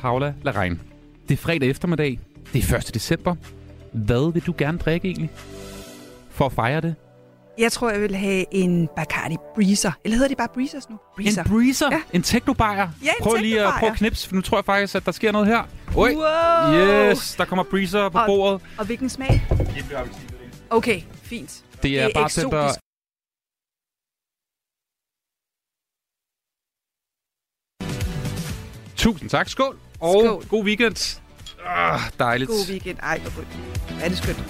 Paula Larraín. Det er fredag eftermiddag. Det er 1. december. Hvad vil du gerne drikke egentlig? For at fejre det? Jeg tror, jeg vil have en Bacardi Breezer. Eller hedder det bare Breezers nu? Breezer. En Breezer? Ja. En technobajer? Ja, en prøv lige at knipse, for nu tror jeg faktisk, at der sker noget her. Oj. Wow. Yes, der kommer Breezer på bordet. Og hvilken smag? Okay, fint. Det er bare eksotisk. Tusind tak. Skål. Og skål. God weekend. Dejligt. God weekend. Ej, hvor godt. Er det skønt.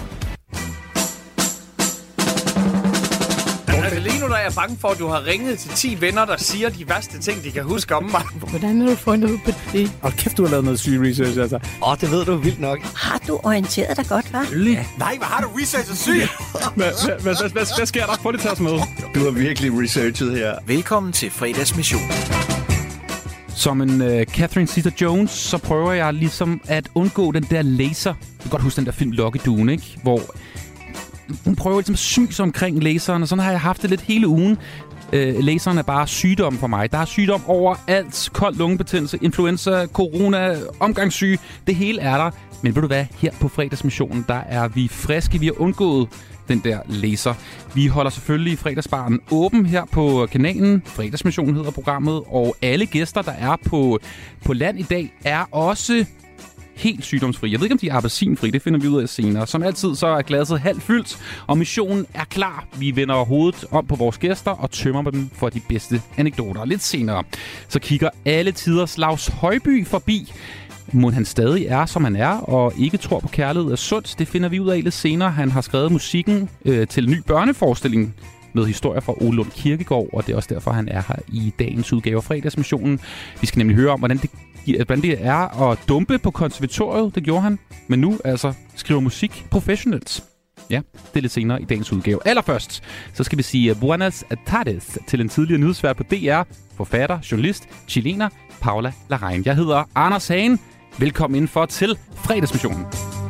Altså lige nu der er jeg bange for, at du har ringet til 10 venner, der siger de værste ting, de kan huske om mig. Hvordan har du fundet ud på det? Hold kæft, du har lavet noget syg research, altså. Det ved du vildt nok. Har du orienteret dig godt, hva'? Ja. Nej, hvad har du researchet syg? Hvad sker der? Få det til os med. Du har virkelig researchet her. Velkommen til fredagsmission. Som en Catherine Zeta-Jones, så prøver jeg ligesom at undgå den der laser. Du kan godt huske den der film Lokkeduen, ikke? Hvor hun prøver ligesom at syge sig omkring laseren, og sådan har jeg haft det lidt hele ugen. Laseren er bare sygdom for mig. Der er sygdom overalt. Kold lungebetændelse, influenza, corona, omgangssyge. Det hele er der. Men ved du hvad? Her på fredagsmissionen, der er vi friske. Vi har undgået den der laser. Vi holder selvfølgelig fredagsbaren åben her på kanalen. Fredagsmissionen hedder programmet, og alle gæster, der er på land i dag, er også helt sygdomsfri. Jeg ved ikke, om de er appelsinfri. Det finder vi ud af senere. Som altid, så er glasset halvt fyldt, og missionen er klar. Vi vender hovedet om på vores gæster og tømmer dem for de bedste anekdoter. Lidt senere, så kigger alle tiders Laus Højby forbi. Må han stadig er, som han er, og ikke tror på kærlighed er sundt. Det finder vi ud af lidt senere. Han har skrevet musikken til en ny børneforestilling med historier fra Ole Lund Kirkegaard, og det er også derfor, han er her i dagens udgave af fredagsmissionen. Vi skal nemlig høre om, hvordan det er at dumpe på konservatoriet. Det gjorde han. Men nu altså skriver musik professionelt. Ja, det er lidt senere i dagens udgave. Allerførst, så skal vi sige buenas tardes til en tidligere nyhedsvært på DR, forfatter, journalist, chilener, Paula Larraín. Jeg hedder Anders Hagen. Velkommen indenfor til fredagsmissionen.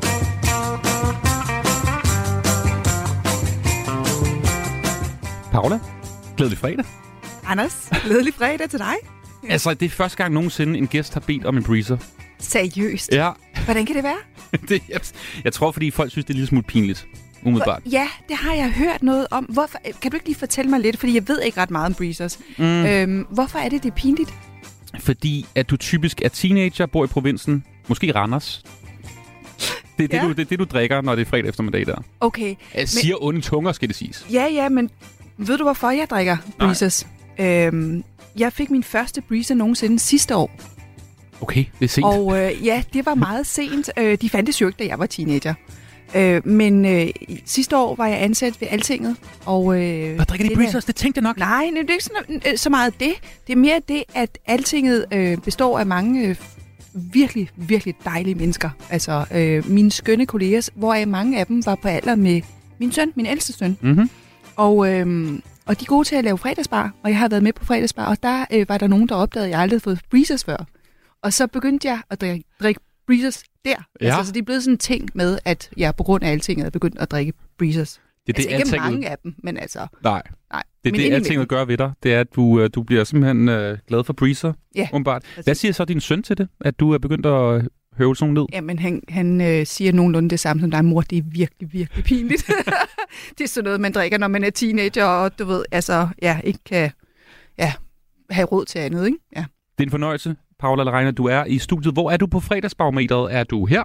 Paula, glædelig fredag. Anders, glædelig fredag til dig. Altså, det er første gang nogensinde, en gæst har bedt om en breezer. Seriøst? Ja. Hvordan kan det være? Jeg tror, fordi folk synes, det er lidt smule pinligt. Umiddelbart. Ja, det har jeg hørt noget om. Hvorfor? Kan du ikke lige fortælle mig lidt? Fordi jeg ved ikke ret meget om breezers. Hvorfor er det pinligt? Fordi at du typisk er teenager, bor i provinsen, måske Randers. Det er det, du drikker, når det er fredag eftermiddag der. Okay. Jeg siger onde tunger, skal det siges. Ja, men ved du, hvorfor jeg drikker breezers? Jeg fik min første breezer nogensinde sidste år. Okay, det er sent. Og det var meget sent. De fandtes jo ikke, da jeg var teenager. Men sidste år var jeg ansat ved Altinget. Og, hvad drikker de breezers? Det tænkte jeg nok. Nej, det er ikke sådan, så meget det. Det er mere det, at Altinget består af mange virkelig, virkelig dejlige mennesker. Altså mine skønne kolleger, hvoraf mange af dem var på alder med min søn, min ældste søn. Mm-hmm. Og de er gode til at lave fredagsbar, og jeg har været med på fredagsbar, og der var der nogen, der opdagede, at jeg aldrig havde fået breezers før. Og så begyndte jeg at drikke breezers der. Ja. Altså, så det er blevet sådan en ting med, at jeg på grund af Altinget er begyndt at drikke breezers. Det er altså, ikke mange af dem, men altså... Nej. Det er det, Altinget gør ved dig. Det er, at du bliver simpelthen glad for breezer. Ja. Umiddelbart. Hvad siger så din søn til det, at du er begyndt at høvle sådan ned? Jamen, han siger nogenlunde det samme som dig, mor. Det er virkelig, virkelig pinligt. Det er sådan noget, man drikker, når man er teenager, og du ved, altså, ikke kan have råd til andet, ikke? Ja. Det er en fornøjelse, Paula Larraín, at du er i studiet. Hvor er du på fredagsbarometeret? Er du her?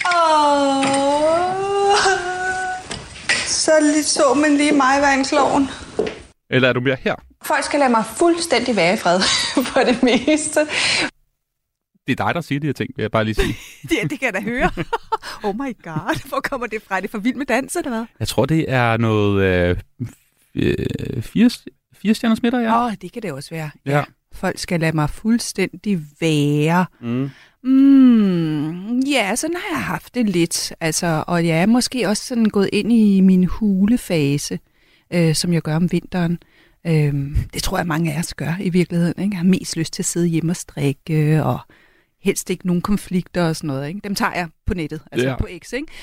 Så så man lige mig Vangsloven. Eller er du mere her? Folk skal lade mig fuldstændig være i fred for det meste. Det er dig, der siger de her ting, vil jeg bare lige sige. Ja, det kan jeg da høre. Oh my god, hvor kommer det fra? Det er for Vild med Dans, eller hvad? Jeg tror, det er noget 4 stjerners middag, ja. Det kan det også være. Ja. Folk skal lade mig fuldstændig være. Ja, sådan har jeg haft det lidt. Altså, og jeg er måske også sådan gået ind i min hulefase, som jeg gør om vinteren. Det tror jeg, mange af os gør i virkeligheden. Ikke? Jeg har mest lyst til at sidde hjemme og strikke, og helst ikke nogen konflikter og sådan noget. Ikke? Dem tager jeg på nettet, altså på X. Ikke?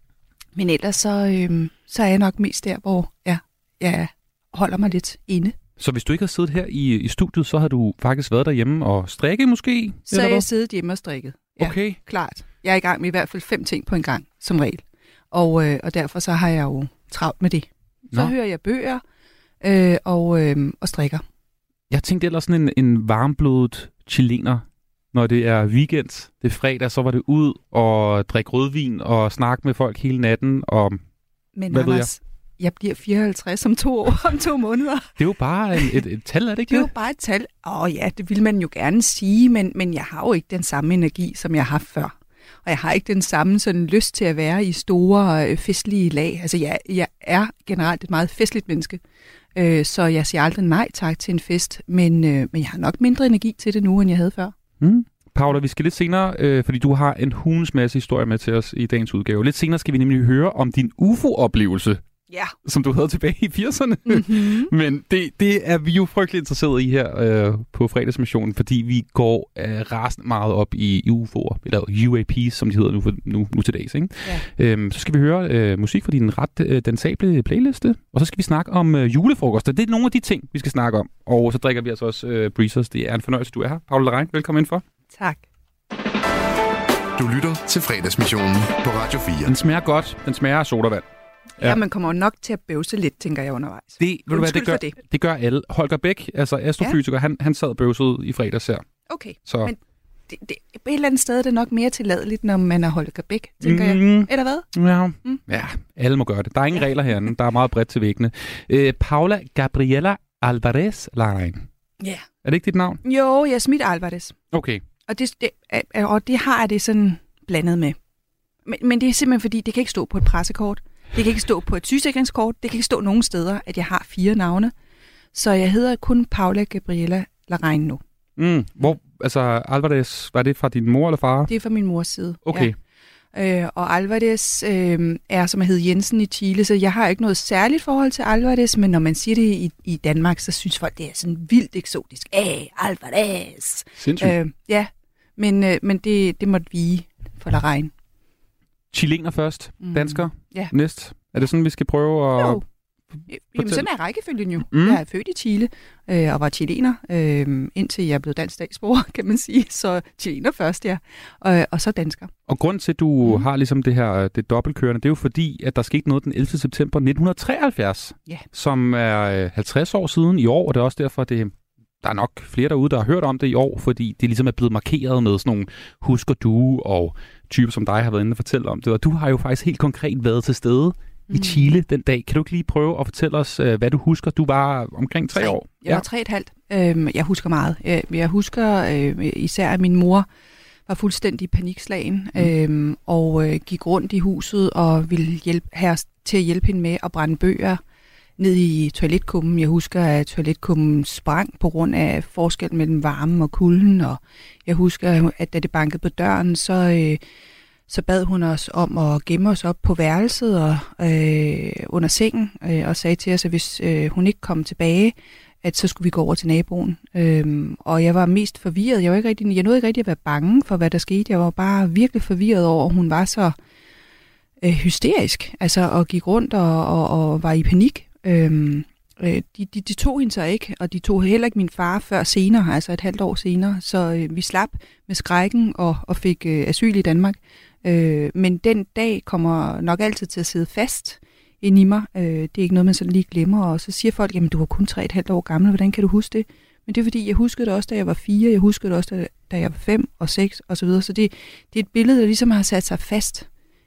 Men ellers så er jeg nok mest der, hvor jeg holder mig lidt inde Så hvis du ikke har siddet her i studiet, så har du faktisk været derhjemme og strikket måske? Så er jeg siddet hjemme og strikket. Ja, okay. Klart. Jeg er i gang med i hvert fald 5 ting på en gang, som regel. Og derfor så har jeg jo travlt med det. Så hører jeg bøger og strikker. Jeg tænkte ellers sådan en varmblodet chilener, når det er weekend, det er fredag, så var det ud og drikke rødvin og snakke med folk hele natten. Men hvad Anders, jeg bliver 54 om 2 år, om 2 måneder. Det er jo bare et tal, er det ikke det? Det er jo bare et tal. Ja, det vil man jo gerne sige, men jeg har jo ikke den samme energi, som jeg har haft før. Og jeg har ikke den samme sådan lyst til at være i store festlige lag. Altså, jeg er generelt et meget festligt menneske. Så jeg siger aldrig nej tak til en fest, men jeg har nok mindre energi til det nu, end jeg havde før. Paula, vi skal lidt senere, fordi du har en hulens masse historier med til os i dagens udgave. Lidt senere skal vi nemlig høre om din UFO-oplevelse, som du havde tilbage i 80'erne. Mm-hmm. Men det er vi jo frygtelig interesseret i her på fredagsmissionen, fordi vi går rasende meget op i UFO'er, eller UAPs, som de hedder nu til dags. Ikke? Ja. Så skal vi høre musik fra din ret dansable playliste, og så skal vi snakke om julefrokoster. Det er nogle af de ting, vi skal snakke om. Og så drikker vi altså også Breezers. Det er en fornøjelse, du er her. Paula Larraín, velkommen indenfor. Tak. Du lytter til fredagsmissionen på Radio 4. Den smager godt. Den smager af sodavand. Ja, man kommer nok til at bøvse lidt, tænker jeg undervejs. Det gør alle. Holger Bæk, altså astrofysiker, han sad bøvset i fredags her. Okay, så. Men det, på et eller andet sted er det nok mere tilladeligt, når man er Holger Bæk, tænker jeg. Eller hvad? Ja, alle må gøre det. Der er ingen regler herinde. Der er meget bredt til væggene. Paula Gabriela Alvarez Larraín. Ja. Er det ikke dit navn? Jo, Yasmit Alvarez. Okay. Og det har jeg det sådan blandet med. Men det er simpelthen fordi, det kan ikke stå på et pressekort. Det kan ikke stå på et sygesikringskort. Det kan ikke stå nogen steder, at jeg har 4 navne. Så jeg hedder kun Paula Gabriela Larraín nu. Hvor, altså Alvarez, var det fra din mor eller far? Det er fra min mors side. Okay. Ja. Og Alvarez er, som jeg hed, Jensen i Chile, så jeg har ikke noget særligt forhold til Alvarez, men når man siger det i Danmark, så synes folk, det er sådan vildt eksotisk. Alvarez! Sindssygt. Ja, men det måtte vige for Larraín. Chilener først, dansker næst. Er det sådan, vi skal prøve at... Jo. Jamen, sådan er rækkefølgen jo. Jeg er født i Chile og var chilener, indtil jeg blev dansk statsborger, kan man sige. Så chilener først, ja. Og så dansker. Og grund til, at du har ligesom det dobbeltkørende, det er jo fordi, at der skete noget den 11. september 1973, som er 50 år siden i år, og det er også derfor, der er nok flere derude, der har hørt om det i år, fordi det ligesom er blevet markeret med sådan nogle husker du, og typer som dig har været inde og fortælle om det. Og du har jo faktisk helt konkret været til stede i Chile den dag. Kan du ikke lige prøve at fortælle os, hvad du husker? Du var omkring 3 år. Jeg var 3,5. Jeg husker meget. Jeg husker især, at min mor var fuldstændig panikslagen og gik rundt i huset og ville have os til at hjælpe hende med at brænde bøger ned i toiletkummen. Jeg husker, at toiletkummen sprang på grund af forskel mellem varmen og kulden, og jeg husker, at da det bankede på døren, så bad hun os om at gemme os op på værelset og under sengen, og sagde til os, at hvis hun ikke kom tilbage, at så skulle vi gå over til naboen. Og jeg var mest forvirret. Jeg nåede ikke rigtig at være bange for, hvad der skete. Jeg var bare virkelig forvirret over, at hun var så hysterisk, altså og gik rundt og var i panik. De tog hende så ikke, og de tog heller ikke min far før senere, altså et halvt år senere. Så vi slap med skrækken og fik asyl i Danmark. Men den dag kommer nok altid til at sidde fast inde i mig. Det er ikke noget, man sådan lige glemmer. Og så siger folk, jamen du var kun 3,5 år gammel, hvordan kan du huske det? Men det er fordi, jeg huskede det også, da jeg var 4, jeg huskede det også, da jeg var 5 og 6 og så videre. Så det er et billede, der ligesom har sat sig fast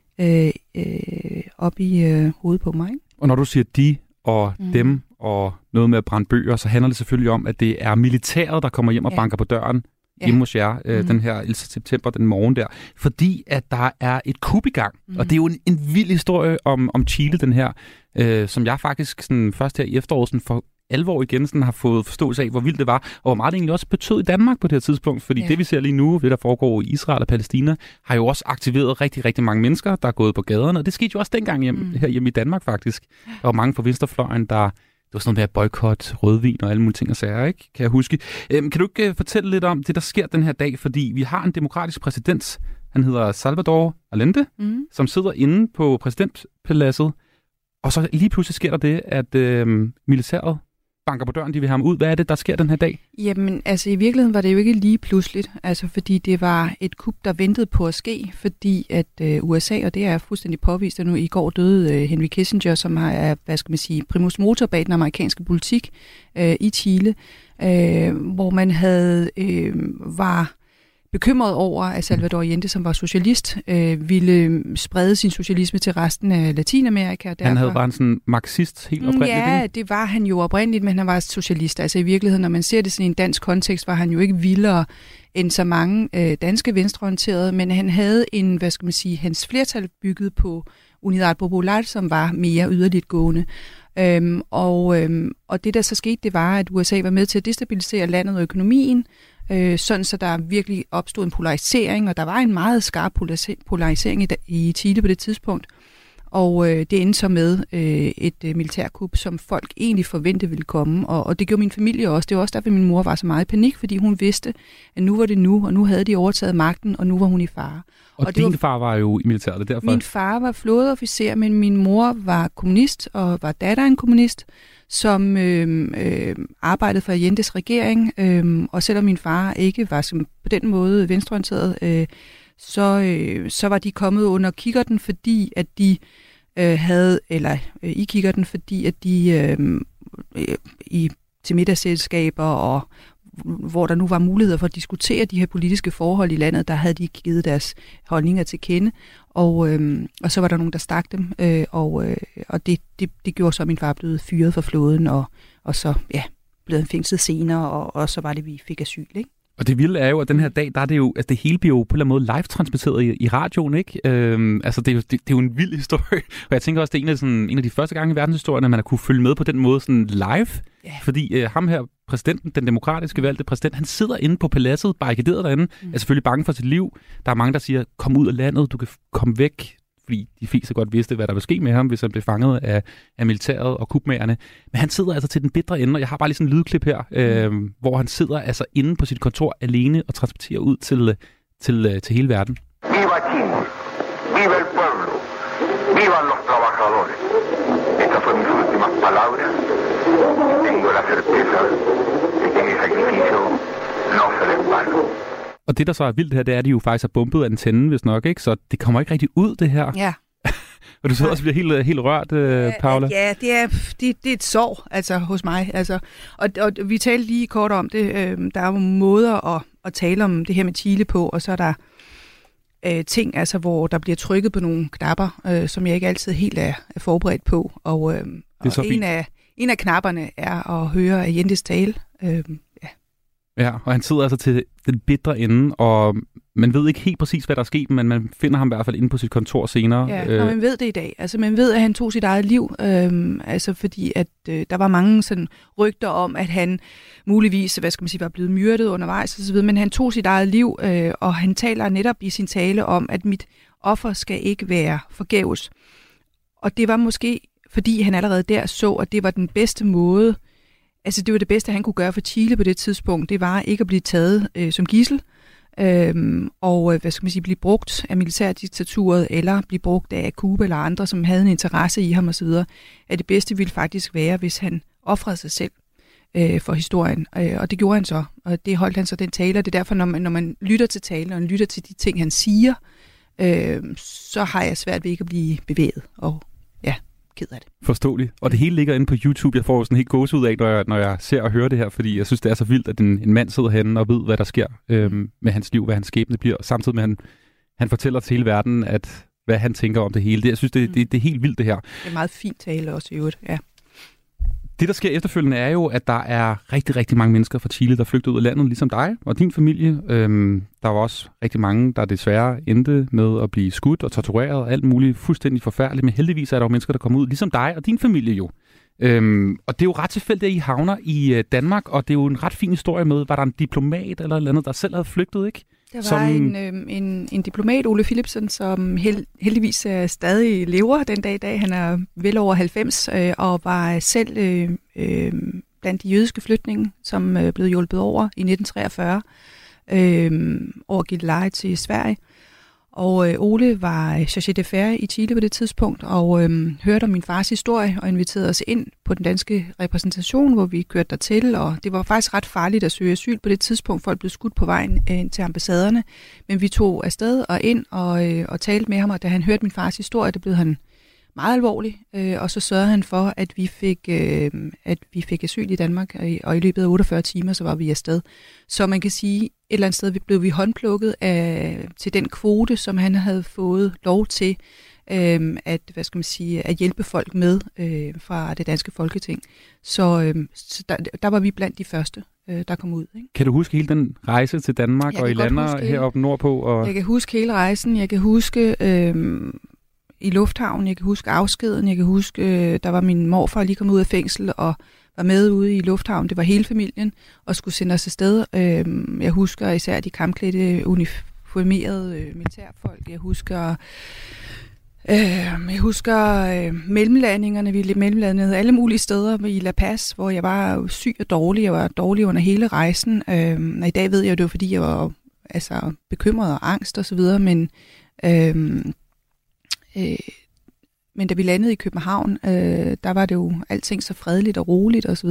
op i hovedet på mig. Ikke? Og når du siger de og dem og noget med at brænde bøger, så handler det selvfølgelig om, at det er militæret, der kommer hjem og banker på døren hjemme hos jer den her 11. september, den morgen der. Fordi at der er et kup i gang. Og det er jo en vild historie om Chile, den her, som jeg faktisk sådan, først her i efteråret sådan, for alvor igen sådan, har fået forståelse af, hvor vildt det var, og hvor meget det egentlig også betød i Danmark på det her tidspunkt. Fordi det, vi ser lige nu, det der foregår i Israel og Palæstina, har jo også aktiveret rigtig, rigtig mange mennesker, der er gået på gaderne. Og det skete jo også dengang hjemme i Danmark faktisk. Der var mange fra venstrefløjen, der... Det var sådan noget med at boykotte rødvin og alle mulige ting og sager, ikke? Kan jeg huske. Kan du ikke fortælle lidt om det, der sker den her dag? Fordi vi har en demokratisk præsident, han hedder Salvador Allende, som sidder inde på præsidentpaladset. Og så lige pludselig sker der det, at militæret banker på døren, de vil have ham ud. Hvad er det, der sker den her dag? Jamen, altså i virkeligheden var det jo ikke lige pludseligt, altså fordi det var et kup, der ventede på at ske, fordi at USA, og det er fuldstændig påvist, at nu i går døde Henry Kissinger, som er, hvad skal man sige, primus motor bag den amerikanske politik i Chile, hvor man var bekymret over, at Salvador Allende, som var socialist, ville sprede sin socialisme til resten af Latinamerika. Han havde bare en sådan marxist helt oprindeligt, ja, ikke? det var han jo oprindeligt, men han var socialist. Altså i virkeligheden, når man ser det sådan i en dansk kontekst, var han jo ikke vildere end så mange danske venstreorienterede, men han havde en, hvad skal man sige, hans flertal bygget på Unidad Popular, som var mere yderligt gående. Og det, der så skete, det var, at USA var med til at destabilisere landet og økonomien, sådan så der virkelig opstod en polarisering, og der var en meget skarp polarisering i Chile på det tidspunkt. Og det endte så med et militærkup, som folk egentlig forventede ville komme, og det gjorde min familie også. Det var også derfor, min mor var så meget i panik, fordi hun vidste, at nu var det nu, og nu havde de overtaget magten, og nu var hun i fare. Og din far var jo i militæret, derfor? Min far var flådeofficer, men min mor var kommunist, og var datter af en kommunist, som arbejdede for Allendes regering, og selvom min far ikke var som på den måde venstreorienteret, så var de kommet under kikkerten, fordi at de i kikkerten, fordi at de til middagsselskaber og hvor der nu var muligheder for at diskutere de her politiske forhold i landet, der havde de givet deres holdninger til kende, og så var der nogen, der stak dem, og det gjorde så, at min far blev fyret fra flåden, og så blev han fængslet senere, og så var det, vi fik asyl, ikke? Og det vilde er jo, at den her dag, der er det jo, altså det hele bliver jo på en eller anden måde live-transmitteret i radioen, ikke? Altså det er jo en vild historie, og jeg tænker også, det er en af de første gange i verdenshistorien, at man har kunne følge med på den måde sådan live, fordi ham her, præsidenten, den demokratiske valgte præsident, han sidder inde på paladset, barrikaderet derinde, er selvfølgelig bange for sit liv. Der er mange, der siger, kom ud af landet, du kan komme væk, fordi de fleste godt vidste, hvad der ville ske med ham, hvis han blev fanget af militæret og kupmagerne. Men han sidder altså til den bitre ende, og jeg har bare lige sådan en lydklip her, hvor han sidder altså inde på sit kontor alene og transporterer ud til hele verden. Viva Chile! Viva el pueblo! Viva los trabajadores! Estas fueron mis últimas palabras. Tengo la certeza de que mi sacrificio no será en vano. Og det, der så er vildt her, det er, at de jo faktisk har bumpet antennen, hvis nok, ikke? Så det kommer ikke rigtig ud, det her. Ja. Og du så også bliver helt rørt, Paula. Ja, det er et sorg, altså, hos mig. Altså. Og vi talte lige kort om det. Der er jo måder at tale om det her med Chile på, og så er der ting, altså, hvor der bliver trykket på nogle knapper, som jeg ikke altid helt er forberedt på. Og en af knapperne er at høre Allendes tale. Ja, og han sidder altså til den bitre ende, og man ved ikke helt præcis, hvad der er sket, men man finder ham i hvert fald inde på sit kontor senere. Ja, og man ved det i dag. Altså, man ved, at han tog sit eget liv, altså fordi at der var mange sådan rygter om, at han muligvis, var blevet myrdet undervejs osv., men han tog sit eget liv, og han taler netop i sin tale om, at mit offer skal ikke være forgæves. Og det var måske, fordi han allerede der så, at det var den bedste måde. Altså, det var det bedste, han kunne gøre for Chile på det tidspunkt. Det var ikke at blive taget som gidsel, og blive brugt af militærdiktaturet, eller blive brugt af Cuba eller andre, som havde en interesse i ham osv. At det bedste ville faktisk være, hvis han ofrede sig selv for historien. Og det gjorde han så, og det holdt han så den tale. Det er derfor, når man lytter til talen, og lytter til de ting, han siger, så har jeg svært ved ikke at blive bevæget, og ked af det. Forståeligt. Og det hele ligger inde på YouTube. Jeg får sådan helt gåsehud af, når jeg ser og hører det her, fordi jeg synes, det er så vildt, at en mand sidder herinde og ved, hvad der sker med hans liv, hvad hans skæbne bliver, samtidig med, at han fortæller til hele verden, hvad han tænker om det hele. Jeg synes, det er helt vildt, det her. Det er meget fint tale også i øvrigt, ja. Det, der sker efterfølgende, er jo, at der er rigtig, rigtig mange mennesker fra Chile, der flygter ud af landet, ligesom dig og din familie. Der var også rigtig mange, der desværre endte med at blive skudt og tortureret og alt muligt fuldstændig forfærdeligt. Men heldigvis er der jo mennesker, der kommer ud, ligesom dig og din familie jo. Og det er jo ret tilfældigt, at I havner i Danmark, og det er jo en ret fin historie med, var der en diplomat eller andet, der selv havde flygtet, ikke? Der var en diplomat, Ole Philipsen, som heldigvis stadig lever den dag i dag. Han er vel over 90 og var selv blandt de jødiske flygtninge, som blev hjulpet over i 1943 over Gilleleje til Sverige. Og Ole var chargé d'affaires i Chile på det tidspunkt, og hørte om min fars historie, og inviterede os ind på den danske repræsentation, hvor vi kørte dertil, og det var faktisk ret farligt at søge asyl på det tidspunkt. Folk blev skudt på vejen ind til ambassaderne, men vi tog afsted og ind og talte med ham, og da han hørte min fars historie, det blev han meget alvorlig, og så sørgede han for, at vi fik asyl i Danmark, og i løbet af 48 timer, så var vi afsted. Så man kan sige, et eller andet sted blev vi håndplukket til den kvote, som han havde fået lov til at hjælpe folk med fra det danske Folketing. Så der var vi blandt de første, der kom ud. Ikke? Kan du huske hele den rejse til Danmark, og I lander heroppe nordpå? Og... Jeg kan huske hele rejsen. Jeg kan huske i lufthavnen. Jeg kan huske afskeden. Jeg kan huske, der var min morfar lige kommet ud af fængsel og var med ude i lufthavnen. Det var hele familien og skulle sende os afsted. Jeg husker især de kampklædte uniformerede militærfolk. Jeg husker mellemlandingerne. Vi mellemlandede alle mulige steder i La Paz, hvor jeg var syg og dårlig. Jeg var dårlig under hele rejsen. Og i dag ved jeg, at det var fordi, jeg var bekymret og angst osv., men da vi landede i København, der var det jo alting så fredeligt og roligt osv.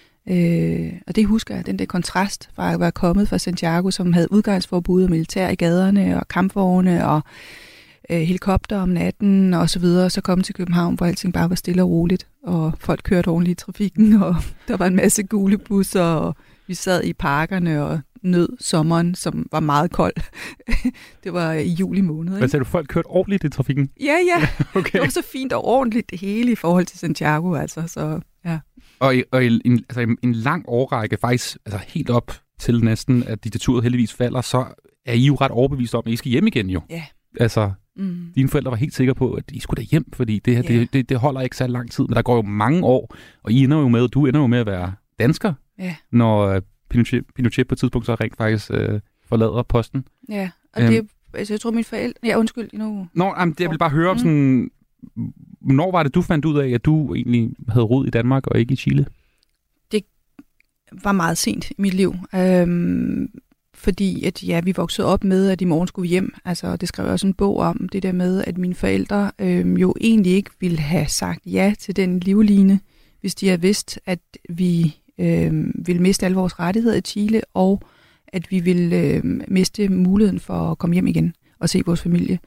Og det husker jeg, den der kontrast fra at være kommet fra Santiago, som havde udgangsforbud og militær i gaderne og kampvogne og helikopter om natten og så videre, og så kom til København, hvor alting bare var stille og roligt, og folk kørte ordentligt i trafikken, og der var en masse gule busser, og vi sad i parkerne og nød sommeren, som var meget kold. Det var i juli måned. Ikke? Hvad sagde du, folk kørte ordentligt i trafikken? Ja. Okay. Det var så fint og ordentligt det hele i forhold til Santiago, altså. Så, ja. Og en lang årrække, faktisk helt op til næsten, at diktaturet heldigvis falder, så er I jo ret overbevist om, at I skal hjem igen jo. Ja. Altså, dine forældre var helt sikre på, at I skulle da hjem, fordi det her, det holder ikke så lang tid, men der går jo mange år, og du ender jo med at være dansker, når Pinochet på et tidspunkt så rent faktisk forlader posten. Ja, og det, jeg tror mine forældre... Ja, undskyld, nu... Jeg vil bare høre om sådan... Hvornår var det, du fandt ud af, at du egentlig havde rod i Danmark og ikke i Chile? Det var meget sent i mit liv. Fordi at vi voksede op med, at i morgen skulle vi hjem. Altså, det skrev jeg også en bog om, det der med, at mine forældre jo egentlig ikke ville have sagt ja til den livline, hvis de havde vidst, at vi ville miste alle vores rettigheder i Chile, og at vi ville miste muligheden for at komme hjem igen og se vores familie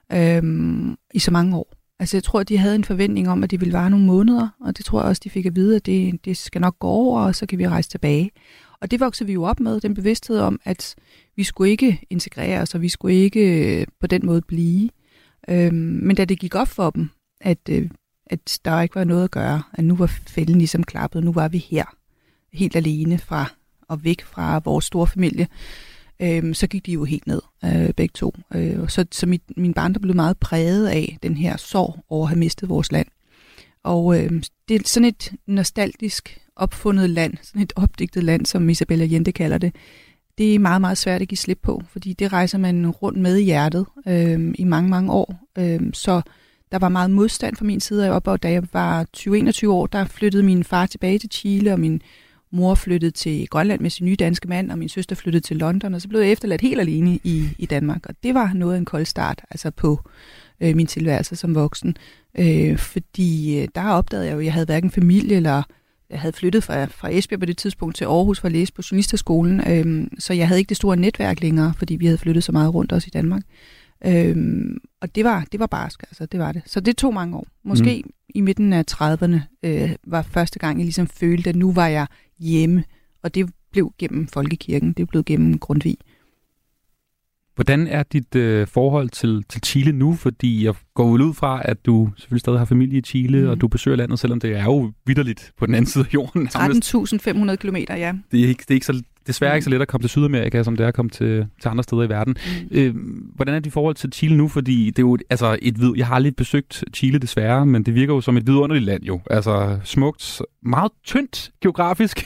i så mange år. Altså jeg tror, at de havde en forventning om, at det ville vare nogle måneder, og det tror jeg også, de fik at vide, at det skal nok gå over, og så kan vi rejse tilbage. Og det voksede vi jo op med, den bevidsthed om, at vi skulle ikke integrere os, og vi skulle ikke på den måde blive. Men da det gik op for dem, at der ikke var noget at gøre, at nu var fælden ligesom klappet, nu var vi her, helt alene fra og væk fra vores store familie, så gik de jo helt ned, begge to. Så min barndom blev meget præget af den her sorg over at have mistet vores land. Og det er sådan et nostalgisk opfundet land, sådan et opdigtet land, som Isabel Allende kalder det. Det er meget, meget svært at give slip på, fordi det rejser man rundt med i hjertet i mange, mange år. Så der var meget modstand fra min side af, og da jeg var 20-21 år, der flyttede min far tilbage til Chile, og min mor flyttede til Grønland med sin nye danske mand, og min søster flyttede til London, og så blev jeg efterladt helt alene i Danmark. Og det var noget af en kold start, altså på min tilværelse som voksen. Fordi der opdagede jeg jo, at jeg havde hverken familie, eller jeg havde flyttet fra Esbjerg på det tidspunkt til Aarhus for at læse på journalisterskolen, så jeg havde ikke det store netværk længere, fordi vi havde flyttet så meget rundt også i Danmark. Og det var barsk, altså det var det. Så det tog mange år. Måske i midten af 30'erne var første gang, jeg ligesom følte, at nu var jeg hjemme. Og det blev gennem Folkekirken, det blev gennem Grundtvig. Hvordan er dit forhold til Chile nu? Fordi jeg går ud fra, at du selvfølgelig stadig har familie i Chile, og du besøger landet, selvom det er jo vitterligt på den anden side af jorden. 13.500 kilometer, ja. Det er ikke så, desværre ikke så let at komme til Sydamerika, som det er at komme til andre steder i verden. Hvordan er dit forhold til Chile nu? Fordi det er jo jeg har aldrig besøgt Chile desværre, men det virker jo som et vidunderligt land jo. Altså smukt, meget tyndt geografisk.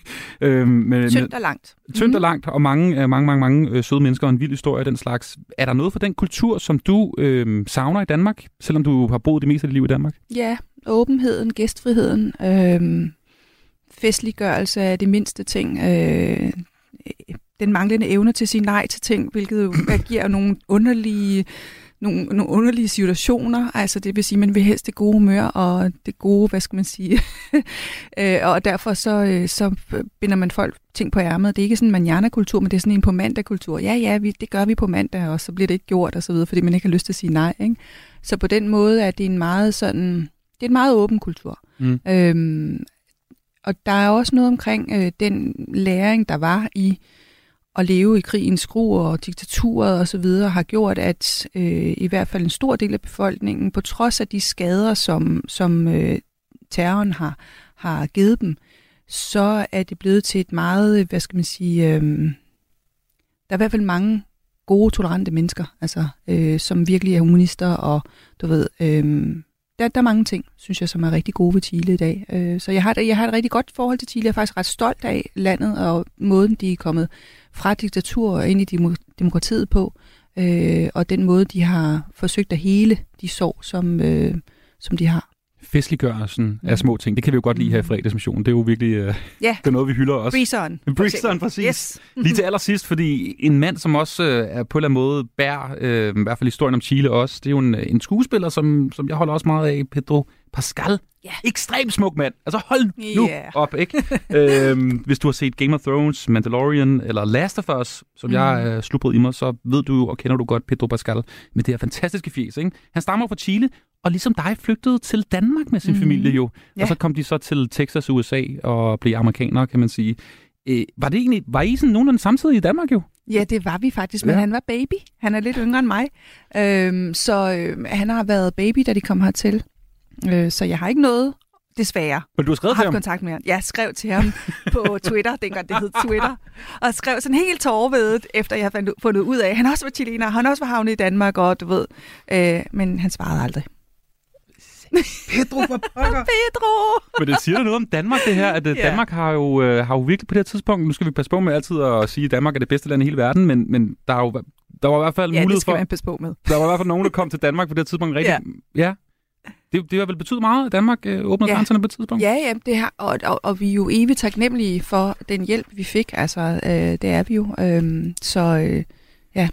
Tyndt og langt. Tyndt og langt, og mange søde mennesker og en vild historie af den slags. Er der noget for den kultur, som du savner i Danmark, selvom du har boet det meste af dit liv i Danmark? Ja, åbenheden, gæstfriheden, festliggørelse af de mindste ting, den manglende evne til at sige nej til ting, hvilket jo giver nogle underlige situationer. Altså det vil sige, at man vil helst det gode humør og det gode, hvad skal man sige. Og derfor så binder man folk ting på ærmet. Det er ikke sådan en manjana-kultur, men det er sådan en på mandag-kultur. Ja, det gør vi på mandag, og så bliver det ikke gjort og så videre, fordi man ikke har lyst til at sige nej. Ikke? Så på den måde er det en meget åben kultur. Og der er også noget omkring den læring, der var i at leve i krigens skruer og diktaturet og så videre, har gjort, at i hvert fald en stor del af befolkningen, på trods af de skader, som terroren har givet dem, så er det blevet til et meget, hvad skal man sige, der er i hvert fald mange gode, tolerante mennesker, altså, som virkelig er humanister, og du ved, der er mange ting, synes jeg, som er rigtig gode ved Chile i dag. Så jeg har et rigtig godt forhold til Chile. Jeg er faktisk ret stolt af landet og måden, de er kommet fra diktatur og ind i demokratiet på. Og den måde, de har forsøgt at hele de sår, som de har. Festliggørelsen af små ting, det kan vi jo godt lide her i Fredagsmissionen. Det er jo virkelig det er noget, vi hylder også. Breeze-on, præcis. Yes. Lige til allersidst, fordi en mand, som også er på en eller anden måde bærer, i hvert fald historien om Chile også, det er jo en skuespiller, som jeg holder også meget af, Pedro Pascal. Yeah. Ekstremt smuk mand. Altså hold nu op, ikke? Hvis du har set Game of Thrones, Mandalorian eller Last of Us, som jeg slubrede i mig, så ved du og kender du godt Pedro Pascal med det her fantastiske fjes, ikke? Han stammer fra Chile, og ligesom dig flygtede til Danmark med sin familie jo. Ja. Og så kom de så til Texas, USA og blev amerikanere, kan man sige. Var I sådan nogenlunde samtidig i Danmark jo? Ja, det var vi faktisk, men han var baby. Han er lidt yngre end mig. Så han har været baby, da de kom hertil. Så jeg har ikke noget, desværre. Men du har skrevet til ham? Kontakt med ham. Jeg skrev til ham på Twitter, dengang det hed Twitter, og skrev sådan helt tårvedet, efter jeg havde fundet ud af, han også var chilener, han også var havnet i Danmark, og du ved, men han svarede aldrig. Pedro for pokker. Pedro! Men det siger noget om Danmark, det her, at Danmark har jo virkelig på det her tidspunkt, nu skal vi passe på med altid at sige, at Danmark er det bedste land i hele verden, men der var i hvert fald mulighed for... Ja, det skal man passe på med. Der var i hvert fald nogen, der kom til Danmark på det her tidspunkt rigtig... Ja. Det har vel betydet meget, at Danmark åbnede grænserne på et tidspunkt? Ja, det har, og vi er jo evigt taknemmelige for den hjælp, vi fik. Altså, det er vi jo. Ja.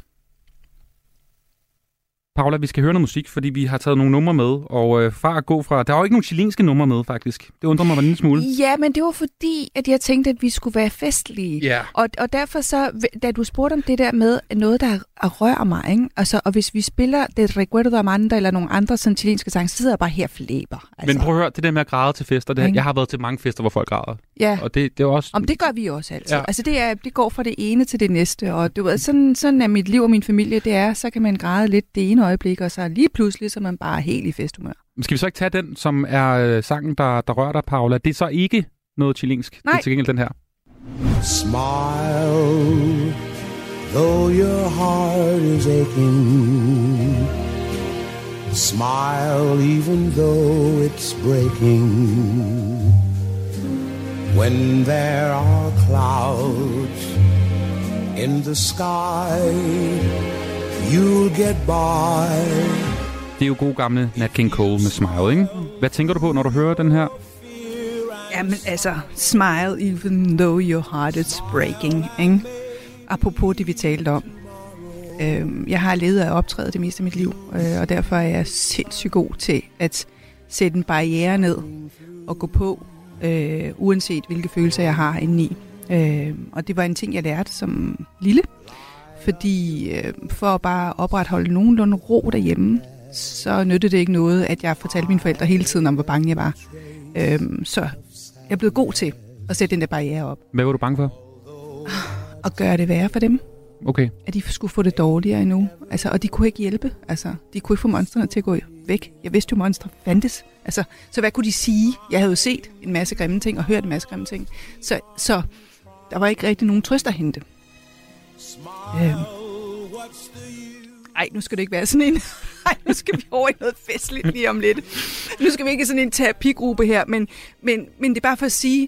Paula, vi skal høre noget musik, fordi vi har taget nogle numre med, og fra at gå fra... Der var jo ikke nogen chilenske numre med, faktisk. Det undrer mig en lille smule. Ja, men det var fordi, at jeg tænkte, at vi skulle være festlige. Yeah. Og derfor så, da du spurgte om det der med noget, der rører mig, ikke? Altså, og hvis vi spiller Det Recuerdo Amanda eller nogle andre sådan chilenske sange, så sidder jeg bare her og flæber. Altså. Men prøv at høre, det der med at græde til fester, det, jeg har været til mange fester, hvor folk græder. Ja. Og det er også... Det gør vi også altid. Ja. Altså, det går fra det ene til det næste, og du ved, sådan er mit liv og min familie, det er, så kan man græde lidt det ene øjeblik, og så lige pludselig, så er man bare helt i festhumør. Skal vi så ikke tage den, som er sangen, der rører dig, Paula? Det er så ikke noget chilensk. Nej. Det er til gengæld den her. Smile, though your heart is aching. Smile, even though it's breaking. When there are clouds in the sky, you'll get by. Det er jo god gamle Nat King Cole med Smile, ikke? Hvad tænker du på, når du hører den her? Jamen altså, smile even though your heart is breaking, ikke? Apropos det, vi talte om. Jeg har levet af optræde det meste af mit liv, og derfor er jeg sindssygt god til at sætte en barriere ned og gå på, uanset hvilke følelser jeg har indeni. Og det var en ting, jeg lærte som lille, fordi for at bare opretholde nogenlunde ro derhjemme, så nyttede det ikke noget, at jeg fortalte mine forældre hele tiden om, hvor bange jeg var. Så jeg er blevet god til at sætte den der barriere op. Hvad var du bange for? At gøre det værre for dem. Okay. At de skulle få det dårligere endnu. Altså, og de kunne ikke hjælpe. Altså, de kunne ikke få monstrene til at gå væk. Jeg vidste jo, monstre fandtes. Altså, så hvad kunne de sige? Jeg havde jo set en masse grimme ting og hørt en masse grimme ting. Så der var ikke rigtig nogen trøst at hente. Ej, nu skal det ikke være sådan en... Ej, nu skal vi over i noget festligt lige om lidt. Nu skal vi ikke i sådan en terapigruppe her, men det er bare for at sige,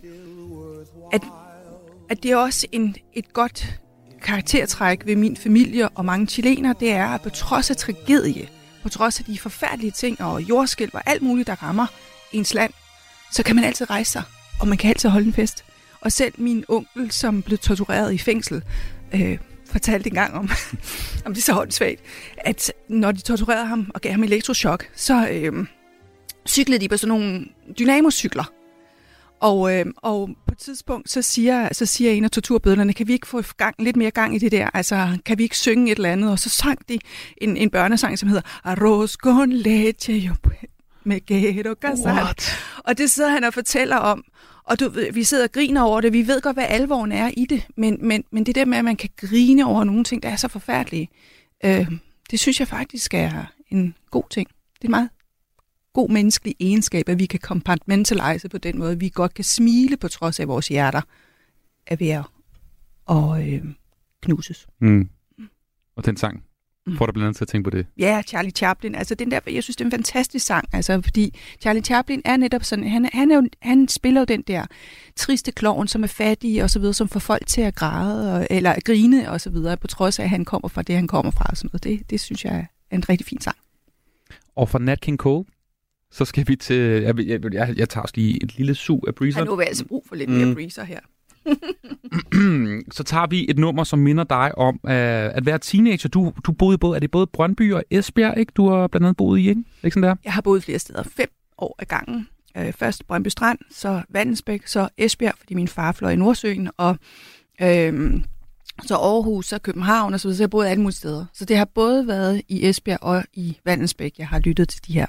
at det er også et godt karaktertræk ved min familie og mange chilenere, det er, at på trods af tragedie, på trods af de forfærdelige ting og jordskælv og alt muligt, der rammer ens land, så kan man altid rejse sig, og man kan altid holde en fest. Og selv min onkel, som blev tortureret i fængsel, fortalte engang om, om det er så håndsvagt, at når de torturerede ham og gav ham elektrochok, så cyklede de på sådan nogle dynamocykler. Og på et tidspunkt, så siger en af torturbødlerne, kan vi ikke få lidt mere gang i det der? Altså, kan vi ikke synge et eller andet? Og så sang de en børnesang, som hedder Arroz con leche med gæt og gasal. Og det sidder han og fortæller om. Og vi sidder og griner over det. Vi ved godt, hvad alvoren er i det. Men det der med, at man kan grine over nogle ting, der er så forfærdelige, det synes jeg faktisk er en god ting. Det er en meget god menneskelig egenskab, at vi kan compartmentalize på den måde. Vi godt kan smile på trods af vores hjerter er ved at knuses. Og den sang får dig blandt andet til at tænke på det. Ja, Charlie Chaplin. Altså den der, jeg synes, det er en fantastisk sang. Altså, fordi Charlie Chaplin er netop sådan, han spiller jo den der triste klovn, som er fattig og så videre, som får folk til at græde eller grine og så videre, på trods af, at han kommer fra det, han kommer fra. Og sådan noget. Det synes jeg er en rigtig fin sang. Og fra Nat King Cole, så skal vi til... Jeg tager også lige et lille sug af Breezer. Nu har vi altså brug for lidt mere Breezer her. Så tager vi et nummer, som minder dig om at være teenager. Du boede er det både Brøndby og Esbjerg, ikke? Du har blandt andet boet i, ikke? Ikke sådan der? Jeg har boet flere steder. 5 år ad gangen. Først Brøndby Strand, så Vallensbæk, så Esbjerg, fordi min far fløj i Nordsøen, og så Aarhus, så København og så videre. Så jeg har boet alle mulige steder. Så det har både været i Esbjerg og i Vallensbæk, jeg har lyttet til de her.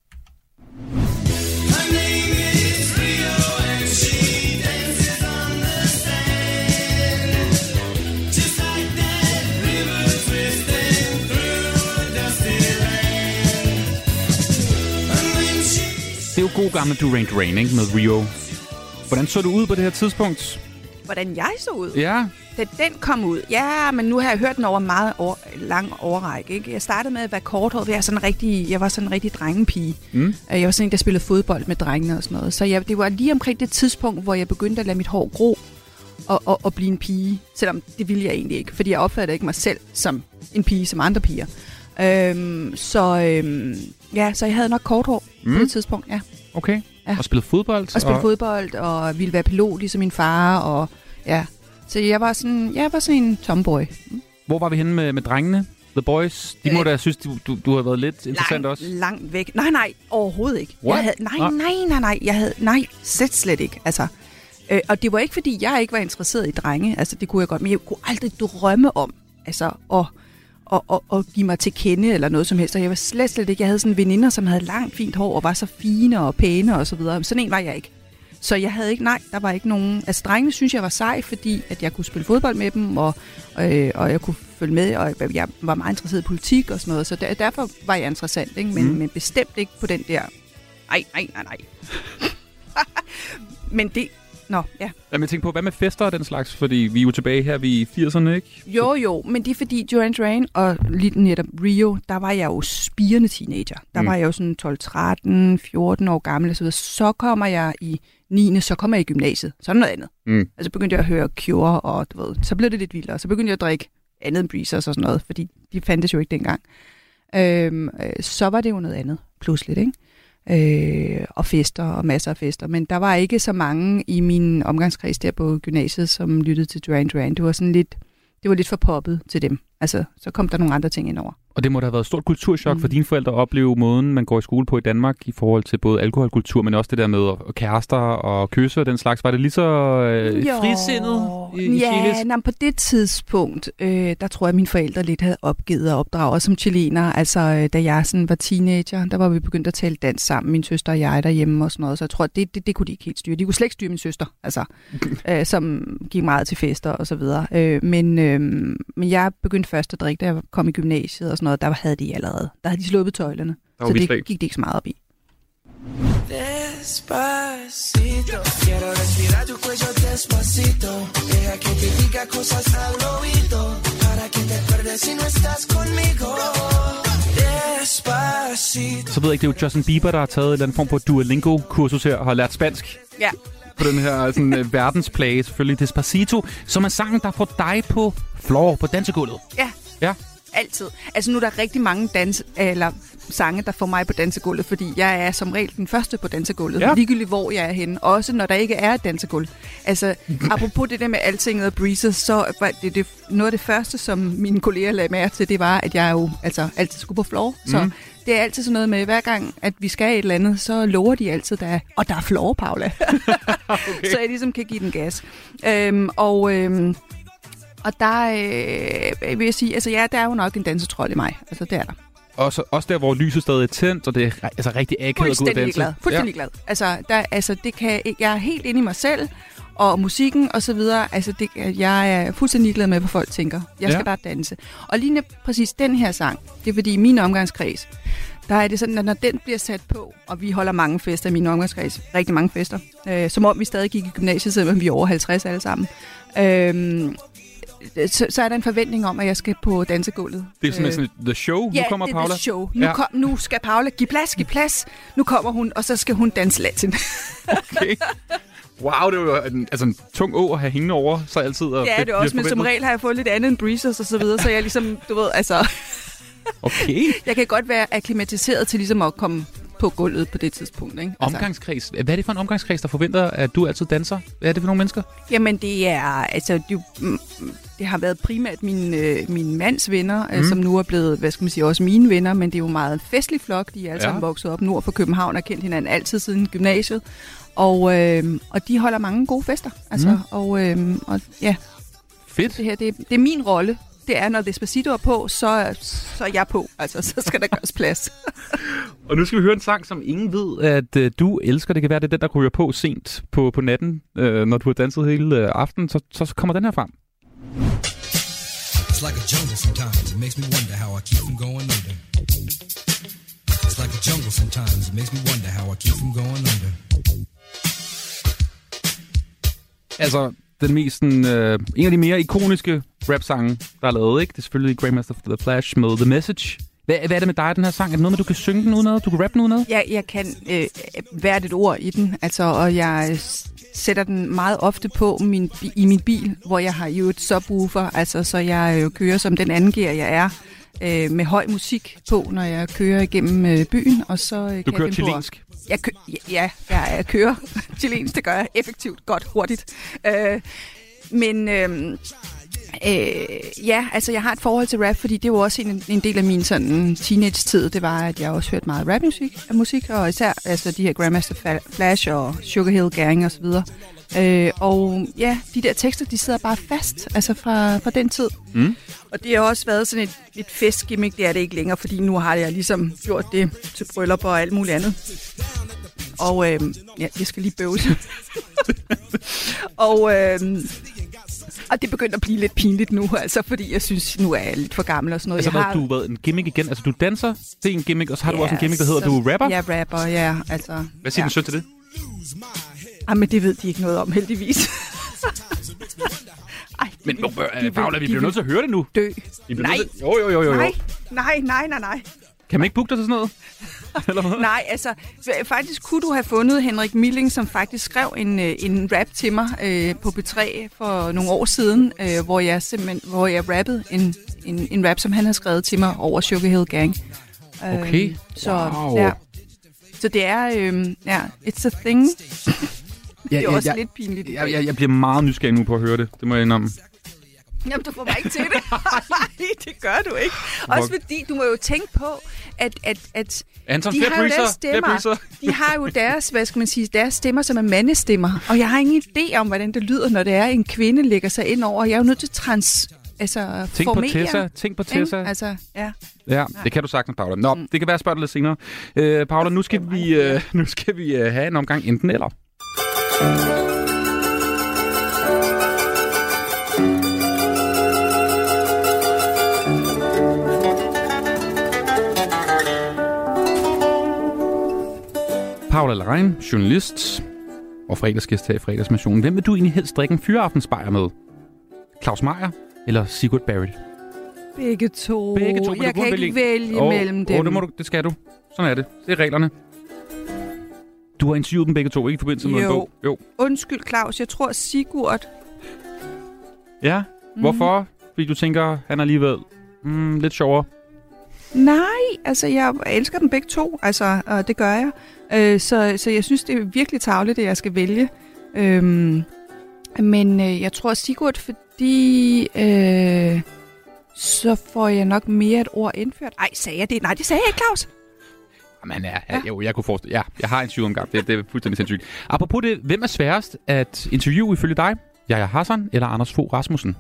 Det er jo god gamle Duran Duran, ikke? Med Rio. Hvordan så du ud på det her tidspunkt? Hvordan jeg så ud? Ja. Da den kom ud. Ja, men nu har jeg hørt den over meget lang overrække. Ikke? Jeg startede med at være korthåret. Jeg var sådan en rigtig drengepige. Jeg var sådan en, der spillede fodbold med drengene og sådan noget. Så det var lige omkring det tidspunkt, hvor jeg begyndte at lade mit hår gro og blive en pige. Selvom det ville jeg egentlig ikke, fordi jeg opfattede ikke mig selv som en pige, som andre piger. Så jeg havde nok kort hår på det tidspunkt, ja. Okay, ja. Og spillede fodbold? Og spillede fodbold, og ville være pilot, ligesom min far, og ja. Så jeg var sådan en tomboy. Hvor var vi henne med drengene? The Boys? De må da synes, du har været lidt interessant også. Langt væk. Nej, overhovedet ikke. What? Nej, slet ikke. Altså, og det var ikke, fordi jeg ikke var interesseret i drenge. Altså, det kunne jeg godt, men jeg kunne aldrig drømme om, altså, og give mig til kende eller noget som helst. Og jeg var slet ikke. Jeg havde sådan veninder, som havde langt fint hår og var så fine og pæne og så videre. Sådan en var jeg ikke. Så jeg havde ikke, der var ikke nogen... Altså drengene synes jeg var sej, fordi at jeg kunne spille fodbold med dem, og jeg kunne følge med, og jeg var meget interesseret i politik og sådan noget. Så derfor var jeg interessant, ikke? Men bestemt ikke på den der... Nej. Men det... Nå, ja. Jamen, jeg tænker på, hvad med fester og den slags? Fordi vi er jo tilbage her i 80'erne, ikke? Jo, men det er fordi Duran Duran og lidt netop Rio, der var jeg jo spirende teenager. Der var jeg jo sådan 12, 13, 14 år gammel og så videre. Så kommer jeg i 9. Så kommer jeg i gymnasiet. Så er det noget andet. Og så begyndte jeg at høre Cure, og du ved, så blev det lidt vildere. Så begyndte jeg at drikke andet end Breezers og sådan noget, fordi de fandtes jo ikke dengang. Så var det jo noget andet, pludselig, ikke? Og fester og masser af fester, men der var ikke så mange i min omgangskreds der på gymnasiet, som lyttede til Duran Duran. Det var lidt for poppet til dem. Altså, så kom der nogle andre ting ind over. Og det må da have været et stort kulturschok for dine forældre at opleve måden, man går i skole på i Danmark i forhold til både alkoholkultur, men også det der med kærester og kysse og den slags. Var det lige så frisindet i Chiles? På det tidspunkt, der tror jeg, at mine forældre lidt havde opgivet at opdrage os som chilenere. Altså, da jeg sådan var teenager, der var vi begyndt at tale dansk sammen, min søster og jeg derhjemme og sådan noget. Så jeg tror, at det kunne de ikke helt styre. De kunne slet ikke styre min søster, altså, som gik meget til fester og så videre. Men jeg begyndte først at drikke, da jeg kom i gymnasiet og sådan noget. Der havde de allerede. Der havde de sluppet tøjlerne. Så det gik de ikke så meget op i. Despacito, quiero respirar tu cuello despacito. Deja que te diga cosas al oído, para que te acuerdes si no estás conmigo. Despacito. Så ved jeg ikke, det er jo Justin Bieber, der har taget en eller anden form for Duolingo-kursus her og har lært spansk. Ja. På den her sådan, verdensplage, selvfølgelig Despacito, som er sangen, der får dig på floor, på dansegulvet. Ja. Ja. Altid. Altså nu er der rigtig mange sange, der får mig på dansegulvet, fordi jeg er som regel den første på dansegulvet, ligegyldigt hvor jeg er henne, også når der ikke er et dansegulv. Altså, apropos det der med altinget og breezes, så var det noget af det første, som mine kolleger lagde mærke til, det var, at jeg jo altid skulle på floor. Så det er altid sådan noget med, hver gang, at vi skal et eller andet, så lover de altid, der er floor, Paula. Okay. Så jeg ligesom kan give den gas. Og der vil jeg sige, altså der er jo nok en dansetrol i mig. Altså, det er der. Også der, hvor lyset stadig er tændt, og det er altså rigtig akavet at gå ud og danse. Fuldstændig glad. Altså, det kan, jeg er helt inde i mig selv, og musikken og så videre. Altså, jeg er fuldstændig glad med, hvad folk tænker. Jeg skal bare danse. Og lige præcis den her sang, det er fordi i min omgangskreds, der er det sådan, at når den bliver sat på, og vi holder mange fester i min omgangskreds, rigtig mange fester, som om vi stadig gik i gymnasiet, selvom vi er over 50 alle sammen, så er der en forventning om, at jeg skal på dansegulvet. Det er sådan The Show, nu kommer Paula? Ja, The Show. Nu skal Paula give plads. Nu kommer hun, og så skal hun danse latin. Okay. Wow, det er jo en tung å at have hængende over så altid. Og det er også, men som regel har jeg fået lidt andet end breezers og så videre, så jeg ligesom, du ved, altså... Okay. Jeg kan godt være akklimatiseret til ligesom at komme på gulvet på det tidspunkt, ikke? Altså. Omgangskreds. Hvad er det for en omgangskreds, der forventer, at du altid danser? Hvad er det for nogle mennesker? Jamen, det er... Altså, det har været primært min mands venner, som nu er blevet, hvad skal man sige, også mine venner, men det er jo meget en festlig flok. De er alle sammen vokset op nord for København og kendt hinanden altid siden gymnasiet. Og de holder mange gode fester. Altså, og ja. Fedt. Det her, det er min rolle. Det er, når Despacito er på, så er jeg på. Altså, så skal der gøres plads. Og nu skal vi høre en sang, som ingen ved, at du elsker. Det kan være, det er den, der ryger på sent på natten, når du har danset hele aften. Så kommer den her frem. It's like a jungle sometimes. It makes me wonder how I keep from going under. It's like a jungle sometimes. It makes me wonder how I keep from going under. Altså, en af de mere ikoniske rap-sange, der er lavet, ikke? Det er selvfølgelig Grandmaster The Flash med The Message. Hvad er det med dig, den her sang? Er det noget med, du kan synge den udenad? Du kan rappe den udenad? Ja, jeg kan hvert et ord i den, altså, og jeg sætter den meget ofte på i min bil, hvor jeg har jo et subwoofer, altså, så jeg kører som den anden gear, jeg er, med høj musik på, når jeg kører igennem byen, og så du kører chilensk? Jeg kører chilensk, det gør jeg effektivt, godt, hurtigt. Altså jeg har et forhold til rap, fordi det var også en del af min sådan teenage-tid. Det var, at jeg også hørte meget rapmusik, og især altså de her Grandmaster Flash og Sugar Hill Gang og så videre. Og ja, de der tekster, de sidder bare fast, altså fra den tid. Og det har også været sådan et festgimmick, det er det ikke længere, fordi nu har jeg ligesom gjort det til bryllup og alt muligt andet. Og jeg skal lige bøvle. Og det begynder at blive lidt pinligt nu, altså, fordi jeg synes, nu er jeg lidt for gammel og sådan noget. Altså, du har været en gimmick igen? Altså, du danser, det er en gimmick, og så har du også en gimmick, der hedder, du rapper? Jeg rapper, ja, altså. Hvad siger din søn til det? Men det ved de ikke noget om, heldigvis. Ej, men Paula, vi bliver nødt til at høre det nu. Dø. Nej. Jo. Nej. Kan man ikke booke dig til sådan noget? Eller hvad? Nej, altså, faktisk kunne du have fundet Henrik Milling, som faktisk skrev en rap til mig på P3 for nogle år siden, hvor jeg rappede en rap, som han havde skrevet til mig over Sugar Hill Gang. Okay, wow. Ja. Så det er, it's a thing. Det er også lidt pinligt. Jeg bliver meget nysgerrig nu på at høre det. Det må jeg indrømme. Jamen, du får mig ikke til det. Nej, det gør du ikke. Også fordi, du må jo tænke på, at Anton, de har jo deres stemmer. De har jo deres, hvad skal man sige, deres stemmer, som er mandestemmer. Og jeg har ingen idé om, hvordan det lyder, når det er, en kvinde lægger sig ind over. Jeg er jo nødt til formere. Tænk på Tessa. Altså, ja, det kan du sagtens, Paula. Nå, det kan være, jeg spørger dig lidt senere. Paula, nu skal vi have en omgang enten eller. Paula Larraín, journalist og fredagsgæst her i Fredagsmissionen. Hvem vil du egentlig helst drikke en fyraftensbajer med? Claus Meyer eller Sigurd Barrett? Begge to. Jeg kan ikke vælge mellem dem. Det skal du. Sådan er det. Det er reglerne. Du har interviewet dem begge to, ikke i forbindelse med en bog? Jo. Undskyld, Claus. Jeg tror Sigurd. Ja? Hvorfor? Fordi du tænker, han alligevel lidt sjovere? Nej, altså jeg elsker dem begge to, altså, og det gør jeg. Så jeg synes, det er virkelig tarveligt, at jeg skal vælge. Men jeg tror Sigurd, fordi så får jeg nok mere et ord indført. Ej, sagde jeg det? Nej, det sagde jeg ikke, Claus. Jamen, jo, jeg kunne forestille. Ja, jeg har en sygeomgang. Det er fuldstændig sindssygt. Apropos det, hvem er sværest at interviewe ifølge dig? Yahya Hassan eller Anders Fogh Rasmussen?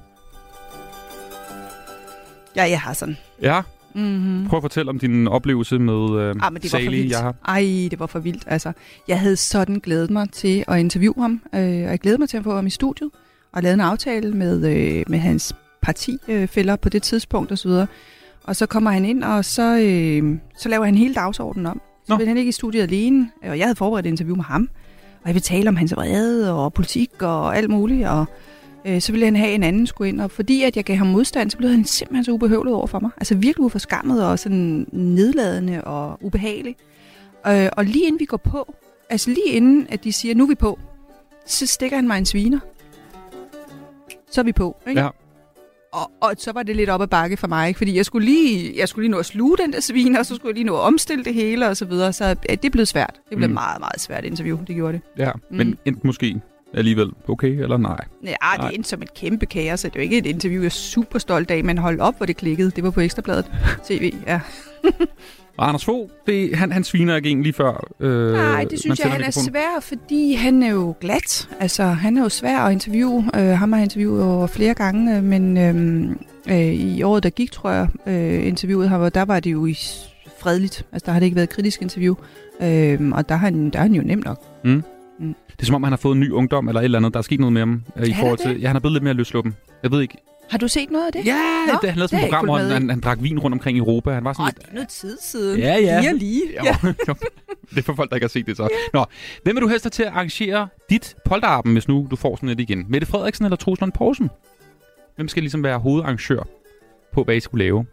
Yahya Hassan. Ja. Mm-hmm. Prøv at fortælle om din oplevelse med Sali. Det var for vildt. Altså, jeg havde sådan glædet mig til at interviewe ham, og jeg glædede mig til at få ham i studiet, og lavede en aftale med hans partifæller på det tidspunkt osv. Og så kommer han ind, og så laver han hele dagsordenen om. Så vil han ikke i studiet alene, og jeg havde forberedt et interview med ham, og jeg vil tale om hans vrede og politik og alt muligt, og så ville han have en anden skulle ind, og fordi at jeg gav ham modstand, så blev han simpelthen så ubehøvlet over for mig. Altså virkelig uforskammet og sådan nedladende og ubehagelig. Og lige inden vi går på, altså lige inden at de siger, nu er vi på, så stikker han mig en sviner. Så er vi på, ikke? Ja. Og så var det lidt op ad bakke for mig, ikke? Fordi jeg skulle lige nå at sluge den der sviner, og så skulle jeg lige nå at omstille det hele og så videre. Så det blev svært. Det blev meget, meget svært interview, det gjorde det. Ja, men enten måske alligevel okay, eller nej? Ja, det endte som et kæmpe kaos, så det er jo ikke et interview, jeg er super stolt af, men hold op, hvor det klikkede. Det var på Ekstrabladet TV, ja. Og Anders Fogh, han sviner ikke egentlig lige før. Nej, det synes jeg, han er svær, fordi han er jo glat. Altså, han er jo svær at interviewe. Ham har jeg interviewet over flere gange, men i året, der gik, tror jeg, interviewet her, der var det jo fredeligt. Altså, der har det ikke været et kritisk interview. Og der er han jo nemt nok. Det er som om, han har fået en ny ungdom eller et eller andet. Der er sket noget med ham i forhold til... Ja, han er blevet lidt mere løsluppen. Jeg ved ikke... Har du set noget af det? Ja, han lavede sådan et program, hvor han drak vin rundt omkring i Europa. Han var sådan det er noget tid siden. Ja. Lige. Ja. Det er for folk, der ikke har set det så. Nå, hvem vil du helst have til at arrangere dit polterappen, hvis nu du får sådan et igen? Mette Frederiksen eller Troels Lund Poulsen? Hvem skal ligesom være hovedarrangør på, hvad I skulle lave?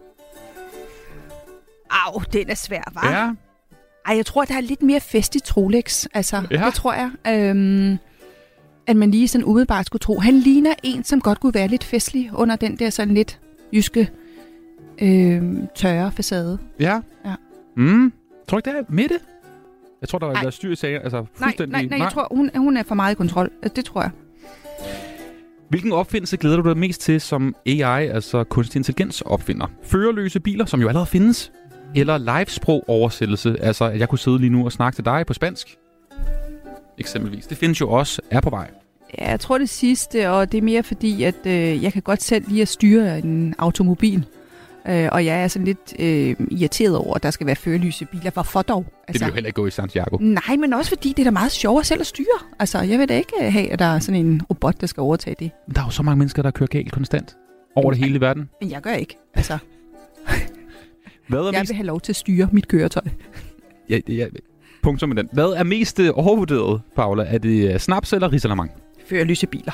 Den er svær, hva'? Ja. Ej, jeg tror, der er lidt mere fest i Trolex. Altså, det tror jeg. At man lige sådan umiddelbart skulle tro. Han ligner en, som godt kunne være lidt festlig under den der sådan lidt jyske tørre facade. Ja. Tror du ikke, det er Mette? Jeg tror, der var styr i sager. Altså, fuldstændig... Nej, jeg tror, hun er for meget i kontrol. Det tror jeg. Hvilken opfindelse glæder du dig mest til som AI, altså kunstig intelligens, opfinder? Førerløse biler, som jo allerede findes? Eller livesprog-oversættelse, altså at jeg kunne sidde lige nu og snakke til dig på spansk? Eksempelvis. Det findes jo også, er på vej. Ja, jeg tror det sidste, og det er mere fordi, at jeg kan godt selv lige at styre en automobil. Og jeg er sådan lidt irriteret over, at der skal være førerlyse biler. Hvorfor dog? Altså, det vil jo heller ikke gå i Santiago. Nej, men også fordi det er da meget sjovere selv at styre. Altså, jeg vil da ikke have, at der er sådan en robot, der skal overtage det. Men der er jo så mange mennesker, der kører galt konstant over det hele i verden. Men jeg gør ikke. Altså, jeg vil have lov til at styre mit køretøj. Ja. Punktum med den. Hvad er mest overvurderet, Paula? Er det snaps eller risalamang? Førerlyse biler.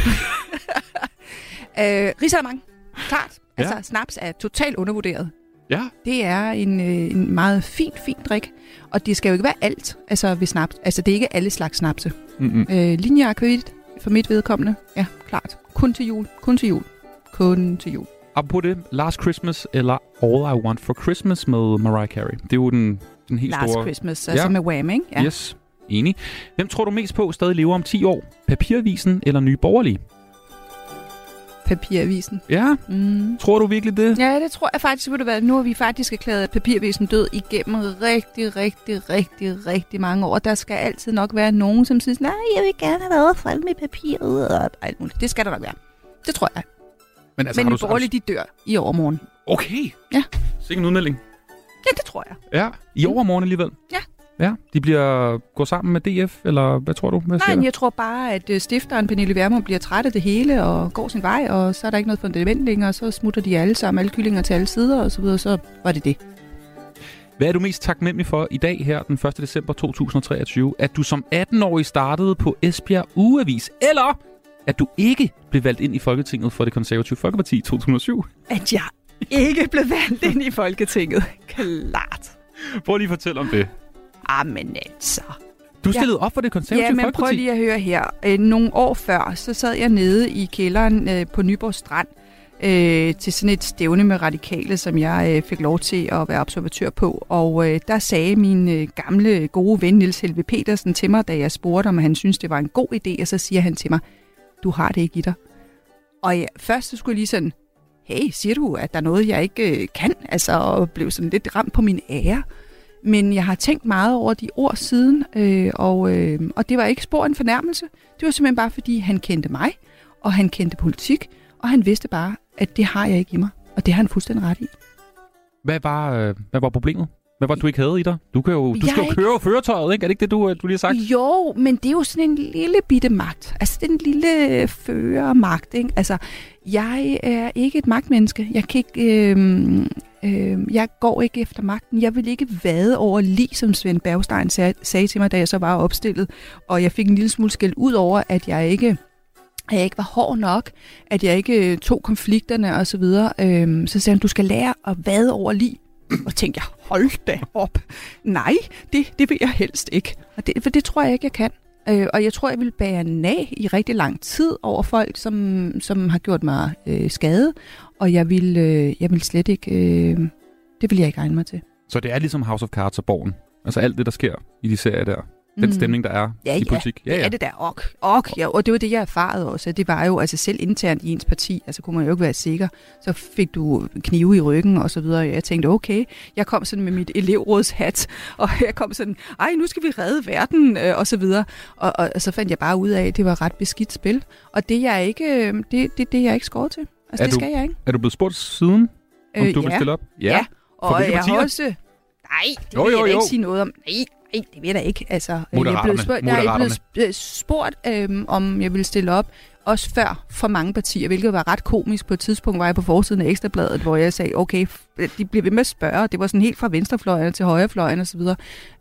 Risalamang. Klart. Ja. Altså, snaps er totalt undervurderet. Ja. Det er en meget fin drik. Og det skal jo ikke være alt ved snaps. Altså, det er ikke alle slags snapse. Linje akvavit for mit vedkommende. Ja, klart. Kun til jul. Apropos det, Last Christmas eller All I Want for Christmas med Mariah Carey. Det er jo den helt Last store... Last Christmas, altså med Wham, ikke? Ja. Yes, enig. Hvem tror du mest på stadig lever om 10 år? Papiravisen eller Nye Borgerlige? Papiravisen. Ja? Tror du virkelig det? Ja, det tror jeg faktisk. Nu har vi faktisk erklæret Papiravisen død igennem rigtig mange år. Der skal altid nok være nogen, som siger, nej, jeg vil gerne have været frem med papiret og alt muligt. Det skal der nok være. Det tror jeg. Men Nye Borgerlige, de dør i overmorgen. Okay. Ja. Sikke en udmelding. Ja, det tror jeg. Ja, i overmorgen alligevel. Ja. Ja, de går sammen med DF, eller hvad tror du? Nej, jeg tror bare, at stifteren Pernille Vermund bliver træt af det hele og går sin vej, og så er der ikke noget fundament længere, og så smutter de alle sammen, alle kyllinger til alle sider, og så videre, så var det det. Hvad er du mest taknemmelig for i dag her, den 1. december 2023? At du som 18-årig startede på Esbjerg Ugeavis, eller at du ikke blev valgt ind i Folketinget for Det Konservative Folkeparti i 2007? At jeg ikke blev valgt ind i Folketinget. Klart. Prøv lige at fortælle om det. Men altså... Du stillede op for Det Konservative Folkeparti? Ja, men prøv lige at høre her. Nogle år før, så sad jeg nede i kælderen på Nyborg Strand til sådan et stævne med radikale, som jeg fik lov til at være observatør på. Og der sagde min gamle gode ven Niels Helve Petersen til mig, da jeg spurgte, om han synes det var en god idé, og så siger han til mig, du har det ikke i dig. Og først så skulle jeg lige sådan, hey, siger du, at der er noget, jeg ikke kan? Altså, og blev sådan lidt ramt på min ære. Men jeg har tænkt meget over de ord siden, og det var ikke spor en fornærmelse. Det var simpelthen bare, fordi han kendte mig, og han kendte politik, og han vidste bare, at det har jeg ikke i mig. Og det har han fuldstændig ret i. Hvad var problemet? Hvad var det, du ikke havde i dig? Du skal jo køre føretøjet, ikke? Er det ikke det, du lige har sagt? Jo, men det er jo sådan en lille bitte magt. Altså, det er en lille førermagt, ikke? Altså, jeg er ikke et magtmenneske. Jeg kan ikke... jeg går ikke efter magten. Jeg vil ikke vade over lige, som Svend Bergstein sagde til mig, da jeg så var opstillet. Og jeg fik en lille smule skæld ud over, at jeg ikke var hård nok, at jeg ikke tog konflikterne og så videre. Så sagde han, du skal lære at vade over lige. Og tænkte jeg, hold da op. Nej, det vil jeg helst ikke. For det tror jeg ikke, jeg kan. Og jeg tror, jeg vil bære nag i rigtig lang tid over folk, som har gjort mig skade. Og jeg vil slet ikke... det vil jeg ikke regne mig til. Så det er ligesom House of Cards og Borgen? Altså alt det, der sker i de serier der? Den stemning, der er i politik? Ja, det er det der. Og det var det, jeg erfarede også. Det var jo altså selv internt i ens parti, altså kunne man jo ikke være sikker. Så fik du knive i ryggen og så videre. Jeg tænkte, okay, jeg kom sådan med mit elevrådshat, og jeg kom sådan, nu skal vi redde verden, og så videre. Og så fandt jeg bare ud af, at det var ret beskidt spil. Og det er jeg ikke, det er jeg ikke skåret til. Altså, det skal jeg ikke. Er du blevet spurgt siden, om du vil stille op? Ja. Og jeg har også... Nej, det vil jeg da ikke sige noget om. Nej, det ved jeg da ikke. Altså, jeg er blevet spurgt, om jeg ville stille op, også før for mange partier, hvilket var ret komisk. På et tidspunkt var jeg på forsiden af Ekstrabladet, hvor jeg sagde, okay, de bliver ved med at spørge. Det var sådan helt fra venstrefløjen til højrefløjen og så videre.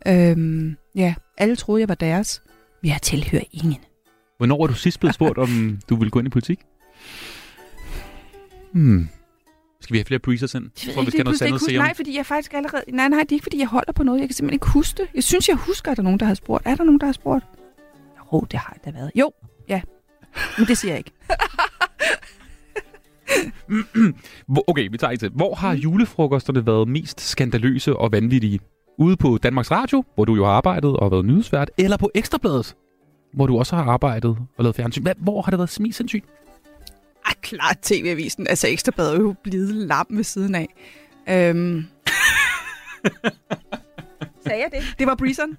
Alle troede, jeg var deres. Men jeg tilhører ingen. Hvornår var du sidst blevet spurgt, om du ville gå ind i politik? Skal vi have flere breezers ind? Jeg tror, vi skal have noget sandet serum. Nej, fordi jeg faktisk allerede... Nej, det er ikke, fordi jeg holder på noget. Jeg kan simpelthen ikke huske det. Jeg synes, jeg husker, at der er nogen, der har spurgt. Er der nogen, der har spurgt? Jo, det har der været. Jo, ja. Men det siger jeg ikke. Okay, vi tager et til. Hvor har julefrokosterne været mest skandaløse og vanvittige? Ude på Danmarks Radio, hvor du jo har arbejdet og været nyhedsvært, eller på Ekstrabladet, hvor du også har arbejdet og lavet fjernsyn. Hvor har det været mest sindssygt? Klart TV-avisen. Altså Ekstrabladet er jo blevet lam ved siden af. Sagde jeg det? Det var breezeren.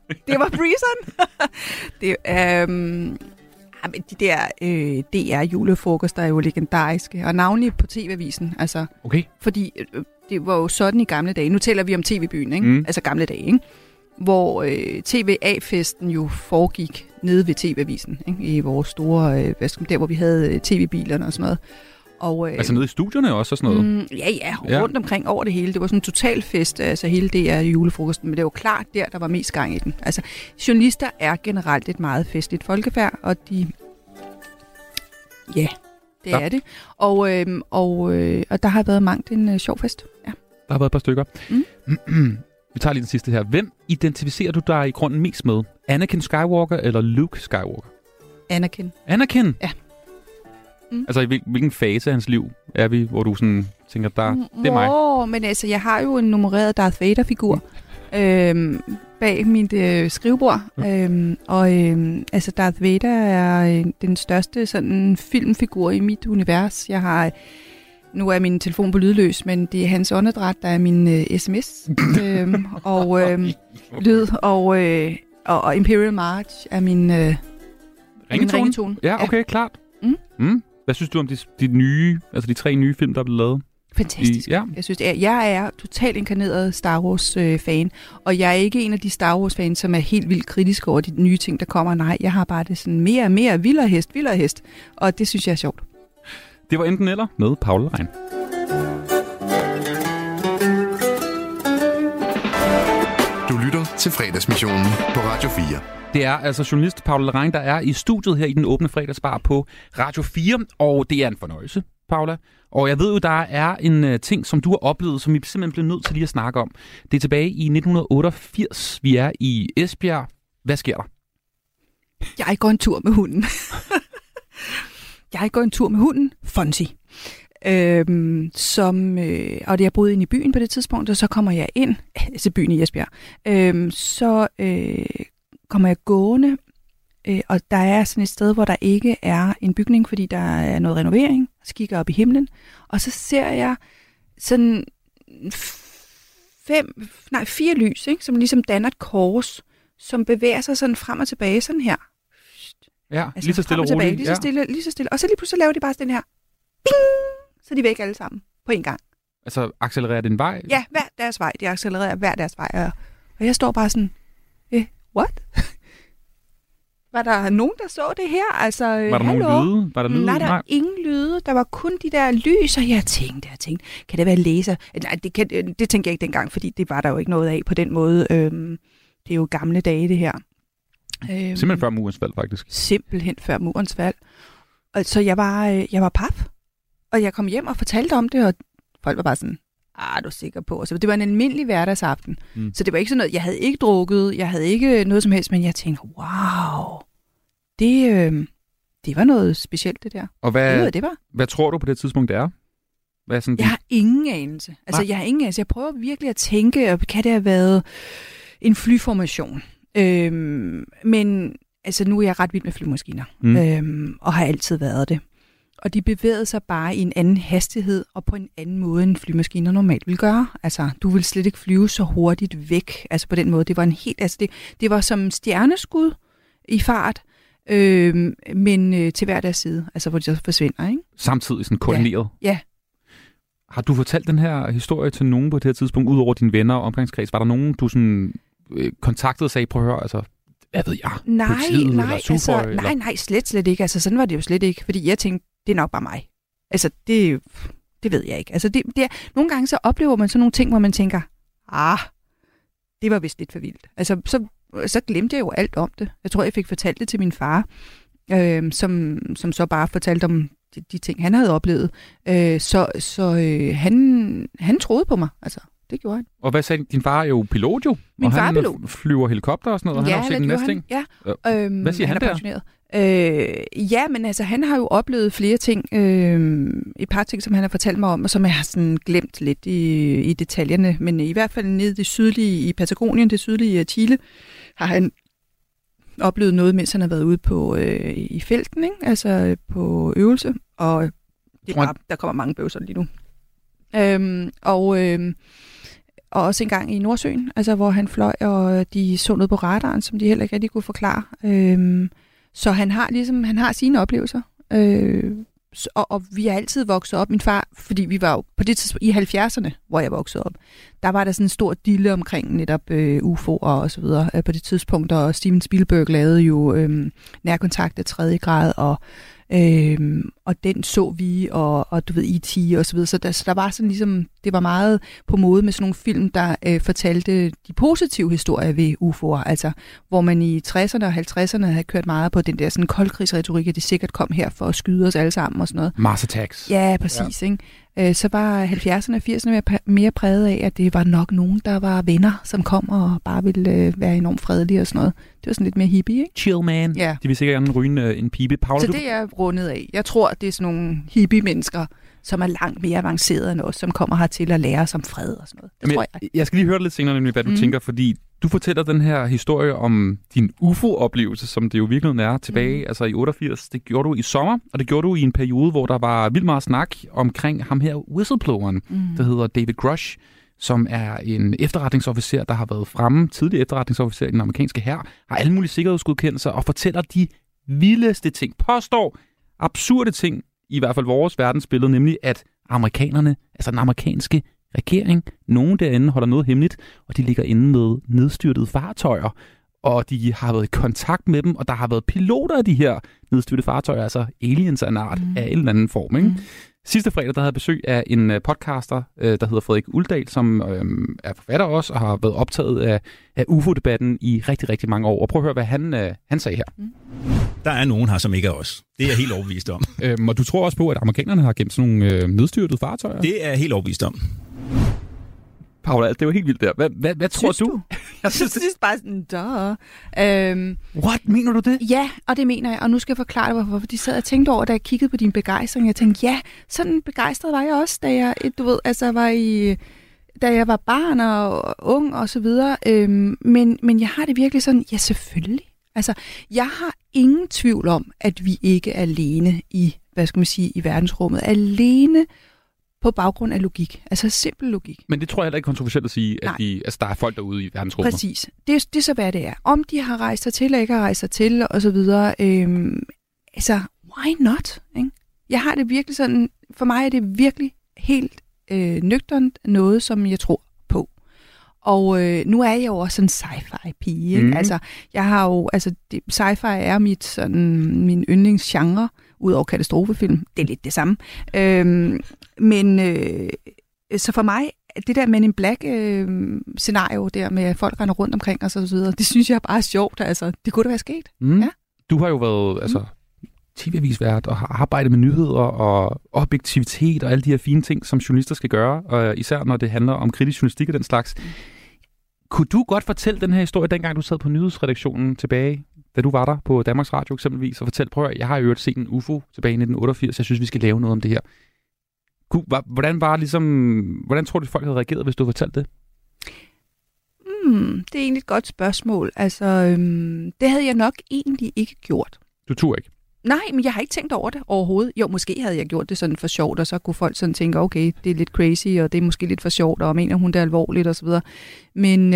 De der DR julefrokoster er jo legendariske, og navnlig på TV-avisen. Altså, okay. Fordi det var jo sådan i gamle dage. Nu taler vi om TV-byen, ikke? Altså gamle dage, ikke? Hvor TVA-festen jo foregik nede ved TV-avisen, ikke? I vores store, der hvor vi havde tv-bilerne og sådan noget. Og, altså nede i studierne også og sådan noget? Rundt omkring over det hele. Det var sådan en total fest, altså hele det er julefrokosten, men det var klart der var mest gang i den. Altså journalister er generelt et meget festligt folkefærd, og de... Ja, det er det. Og der har været mangt en sjov fest. Ja. Der har været et par stykker. Vi tager lige den sidste her. Hvem identificerer du dig i grunden mest med? Anakin Skywalker eller Luke Skywalker? Anakin? Ja. Altså i hvilken fase af hans liv er vi, hvor du sådan tænker, det er mig? Men altså, jeg har jo en nummereret Darth Vader-figur bag mit skrivebord. Altså Darth Vader er den største sådan filmfigur i mit univers. Jeg har... Nu er min telefon på lydløs, men det er hans åndedræt, der er min sms. Lyd og Imperial March er min ringetone. Ja, okay, klart. Hvad synes du om de nye, altså de 3 nye film, der er blevet lavet? Fantastisk. Jeg synes, jeg er totalt inkarneret Star Wars-fan, og jeg er ikke en af de Star Wars-fans, som er helt vildt kritiske over de nye ting, der kommer. Nej, jeg har bare det sådan mere og mere vildere hest, og det synes jeg er sjovt. Det var enten eller med Paula Rein. Du lytter til Fredagsmissionen på Radio 4. Det er altså journalist Paula Rein, der er i studiet her i den åbne fredagsbar på Radio 4, og det er en fornøjelse, Paula. Og jeg ved jo, der er en ting, som du har oplevet, som vi simpelthen bliver nødt til lige at snakke om. Det er tilbage i 1988. Vi er i Esbjerg. Hvad sker der? Jeg går en tur med hunden. Fonzie. Og jeg boede inde i byen på det tidspunkt, og så kommer jeg ind, altså byen i Esbjerg, så kommer jeg gående, og der er sådan et sted, hvor der ikke er en bygning, fordi der er noget renovering, så kigger jeg op i himlen, og så ser jeg sådan 4 lys, ikke, som ligesom danner et kors, som bevæger sig sådan frem og tilbage, sådan her. Ja, altså, lige så stille og roligt. Lige så stille. Og så lige pludselig laver de bare sådan her. Bing! Så er de væk alle sammen på en gang. Altså accelererer den vej? Ja, hver deres vej. De accelererer hver deres vej. Og jeg står bare sådan, what? Var der nogen, der så det her? Altså, var der nogen lyde? Var der lyde? Nej, der var ingen lyde. Der var kun de der lys, og jeg tænkte, kan det være laser? Nej, det tænkte jeg ikke dengang, fordi det var der jo ikke noget af på den måde. Det er jo gamle dage, det her. Simpelthen før murens fald, faktisk. Simpelthen før murens fald. Og så jeg var paf, og jeg kom hjem og fortalte om det, og folk var bare sådan, er du sikker på? Så det var en almindelig hverdagsaften. Så det var ikke sådan noget, jeg havde ikke drukket, jeg havde ikke noget som helst, men jeg tænkte, wow, det var noget specielt, det der. Og hvad tror du på det tidspunkt, det er? Hvad er sådan jeg har ingen anelse. Altså, jeg har ingen anelse. Jeg prøver virkelig at tænke, kan det have været en flyformation? Men altså, nu er jeg ret vild med flymaskiner, og har altid været det. Og de bevægede sig bare i en anden hastighed, og på en anden måde, end flymaskiner normalt vil gøre. Altså, du vil slet ikke flyve så hurtigt væk. Altså, på den måde, det var en helt... Altså, det var som stjerneskud i fart, men til hver deres side. Altså, hvor de så forsvinder, ikke? Samtidig sådan koordineret? Ja. Har du fortalt den her historie til nogen på det her tidspunkt, ud over dine venner og omgangskreds? Var der nogen, du sådan kontaktede og sagde, prøv at høre, altså... Hvad ved jeg? Nej, slet ikke. Altså, sådan var det jo slet ikke, fordi jeg tænkte, det er nok bare mig. Altså, det ved jeg ikke. Altså, nogle gange så oplever man sådan nogle ting, hvor man tænker, det var vist lidt for vildt. Altså, så glemte jeg jo alt om det. Jeg tror, jeg fik fortalt det til min far, som så bare fortalte om de ting, han havde oplevet. Han troede på mig, altså. Det gjorde han. Og hvad sagde din far? Er jo pilot jo. Min far er pilot. Flyver helikopter og sådan noget, og han har også set den næste ting. Ja. Hvad siger han der? Men altså, han har jo oplevet flere ting. Et par ting, som han har fortalt mig om, og som jeg har sådan glemt lidt i detaljerne. Men i hvert fald nede det sydlige i Patagonien, det sydlige Chile, har han oplevet noget, mens han har været ude på i felten, ikke? Altså på øvelse. Og der kommer mange bøvser lige nu. Og også en gang i Nordsøen, altså hvor han fløj, og de så noget på radaren, som de heller ikke rigtig kunne forklare. Så han har sine oplevelser. Og vi er altid vokset op. Min far, fordi vi var jo på det tidspunkt i 70'erne, hvor jeg voksede op, der var der sådan en stor dille omkring netop UFO'er og så videre på det tidspunkt, og Steven Spielberg lavede jo Nærkontakt af 3. grad, og den så vi, og du ved, E.T. og så videre. Så der var sådan ligesom, det var meget på mode med sådan nogle film, der fortalte de positive historier ved UFO'er, altså hvor man i 60'erne og 50'erne havde kørt meget på den der sådan koldkrigsretorik, at det sikkert kom her for at skyde os alle sammen og sådan noget. Mars Attacks. Ja, præcis, ikke? Så var 70'erne og 80'erne mere præget af, at det var nok nogen, der var venner, som kom og bare ville være enormt fredelige og sådan noget. Det var sådan lidt mere hippie, ikke? Chill man. Ja. De vil sikkert gerne ryge en pibe. Paula, så det er rundet af. Jeg tror, det er sådan nogle hippie-mennesker, som er langt mere avancerede end os, som kommer hertil at lære os om fred og sådan noget. Det tror jeg. Jeg skal lige høre det lidt senere, nemlig hvad du tænker, fordi du fortæller den her historie om din UFO-oplevelse, som det jo virkelig er tilbage, altså i 88. Det gjorde du i sommer, og det gjorde du i en periode, hvor der var vildt meget snak omkring ham her, whistlebloweren, der hedder David Grush, som er en efterretningsofficer, der har været fremme, tidlig efterretningsofficer i den amerikanske hær, har alle mulige sikkerhedsgodkendelser og fortæller de vildeste ting, påstår absurde ting, i hvert fald vores verdensbillede, nemlig at amerikanerne, altså den amerikanske regering, nogen derinde holder noget hemmeligt, og de ligger inde med nedstyrtede fartøjer, og de har været i kontakt med dem, og der har været piloter af de her nedstyrtede fartøjer, altså aliens af en art af en eller anden form, ikke? Sidste fredag, der havde jeg besøg af en podcaster, der hedder Frederik Uldal, som er forfatter også, og har været optaget af UFO-debatten i rigtig, rigtig mange år. Og prøv at høre, hvad han sagde her. Der er nogen her, som ikke er os. Det er jeg helt overbevist om. Og du tror også på, at amerikanerne har gemt sådan nogle nedstyrtede fartøjer? Det er jeg helt overbevist om. Paula, det er jo helt vildt der. Hvad tror du? Jeg synes bare sådan, What? Mener du det? Ja, og det mener jeg. Og nu skal jeg forklare dig, hvorfor de sad og tænkte over, da jeg kiggede på din begejstring. Jeg tænkte, ja, sådan begejstret var jeg også, da jeg, da jeg var barn og ung og så videre. Men jeg har det virkelig sådan, ja, selvfølgelig. Altså, jeg har ingen tvivl om, at vi ikke er alene i, i verdensrummet. Alene på baggrund af logik. Altså simpel logik. Men det tror jeg heller ikke er kontroversielt at sige, at der er folk derude i verdensrummet. Præcis. Det er så, hvad det er. Om de har rejst sig til, eller ikke har rejst sig til, og så videre. Altså, why not? Ikke? Jeg har det virkelig sådan, for mig er det virkelig helt nøgternt noget, som jeg tror på. Og nu er jeg jo også en sci-fi-pige. Ikke? Altså, jeg har jo, sci-fi er min yndlingsgenre, ud over katastrofefilm. Det er lidt det samme. Så for mig, det der Men in Black-scenario der med folk render rundt omkring og så videre, det synes jeg bare er sjovt. Altså, det kunne da være sket. Ja. Du har jo været tv-avisvært og har arbejdet med nyheder og objektivitet og alle de her fine ting, som journalister skal gøre, og især når det handler om kritisk journalistik og den slags. Kunne du godt fortælle den her historie, dengang du sad på nyhedsredaktionen tilbage, da du var der på Danmarks Radio eksempelvis, og fortælle, jeg har jo set en UFO tilbage i 1988, jeg synes, vi skal lave noget om det her. Hvordan tror du, folk havde reageret, hvis du fortalte det? Det er egentlig et godt spørgsmål. Altså, det havde jeg nok egentlig ikke gjort. Du turde ikke? Nej, men jeg har ikke tænkt over det overhovedet. Jo, måske havde jeg gjort det sådan for sjovt, og så kunne folk sådan tænke, okay, det er lidt crazy, og det er måske lidt for sjovt, og mener hun det er alvorligt, og så videre. Men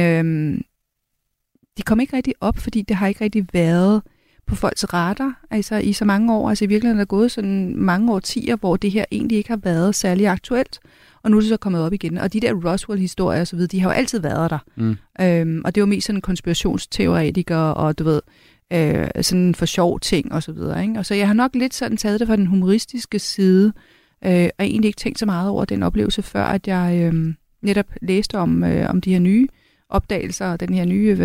det kom ikke rigtig op, fordi det har ikke rigtig været på folks radar, altså i så mange år. Altså i virkeligheden er der gået sådan mange årtier, hvor det her egentlig ikke har været særlig aktuelt, og nu er det så kommet op igen. Og de der Roswell-historier og så videre, de har jo altid været der. Og det var mest sådan konspirationsteoretikere, og du ved, sådan for sjov ting og så videre, ikke? Og så jeg har nok lidt sådan taget det fra den humoristiske side, og egentlig ikke tænkt så meget over den oplevelse, før at jeg netop læste om de her nye opdagelser, og den her nye,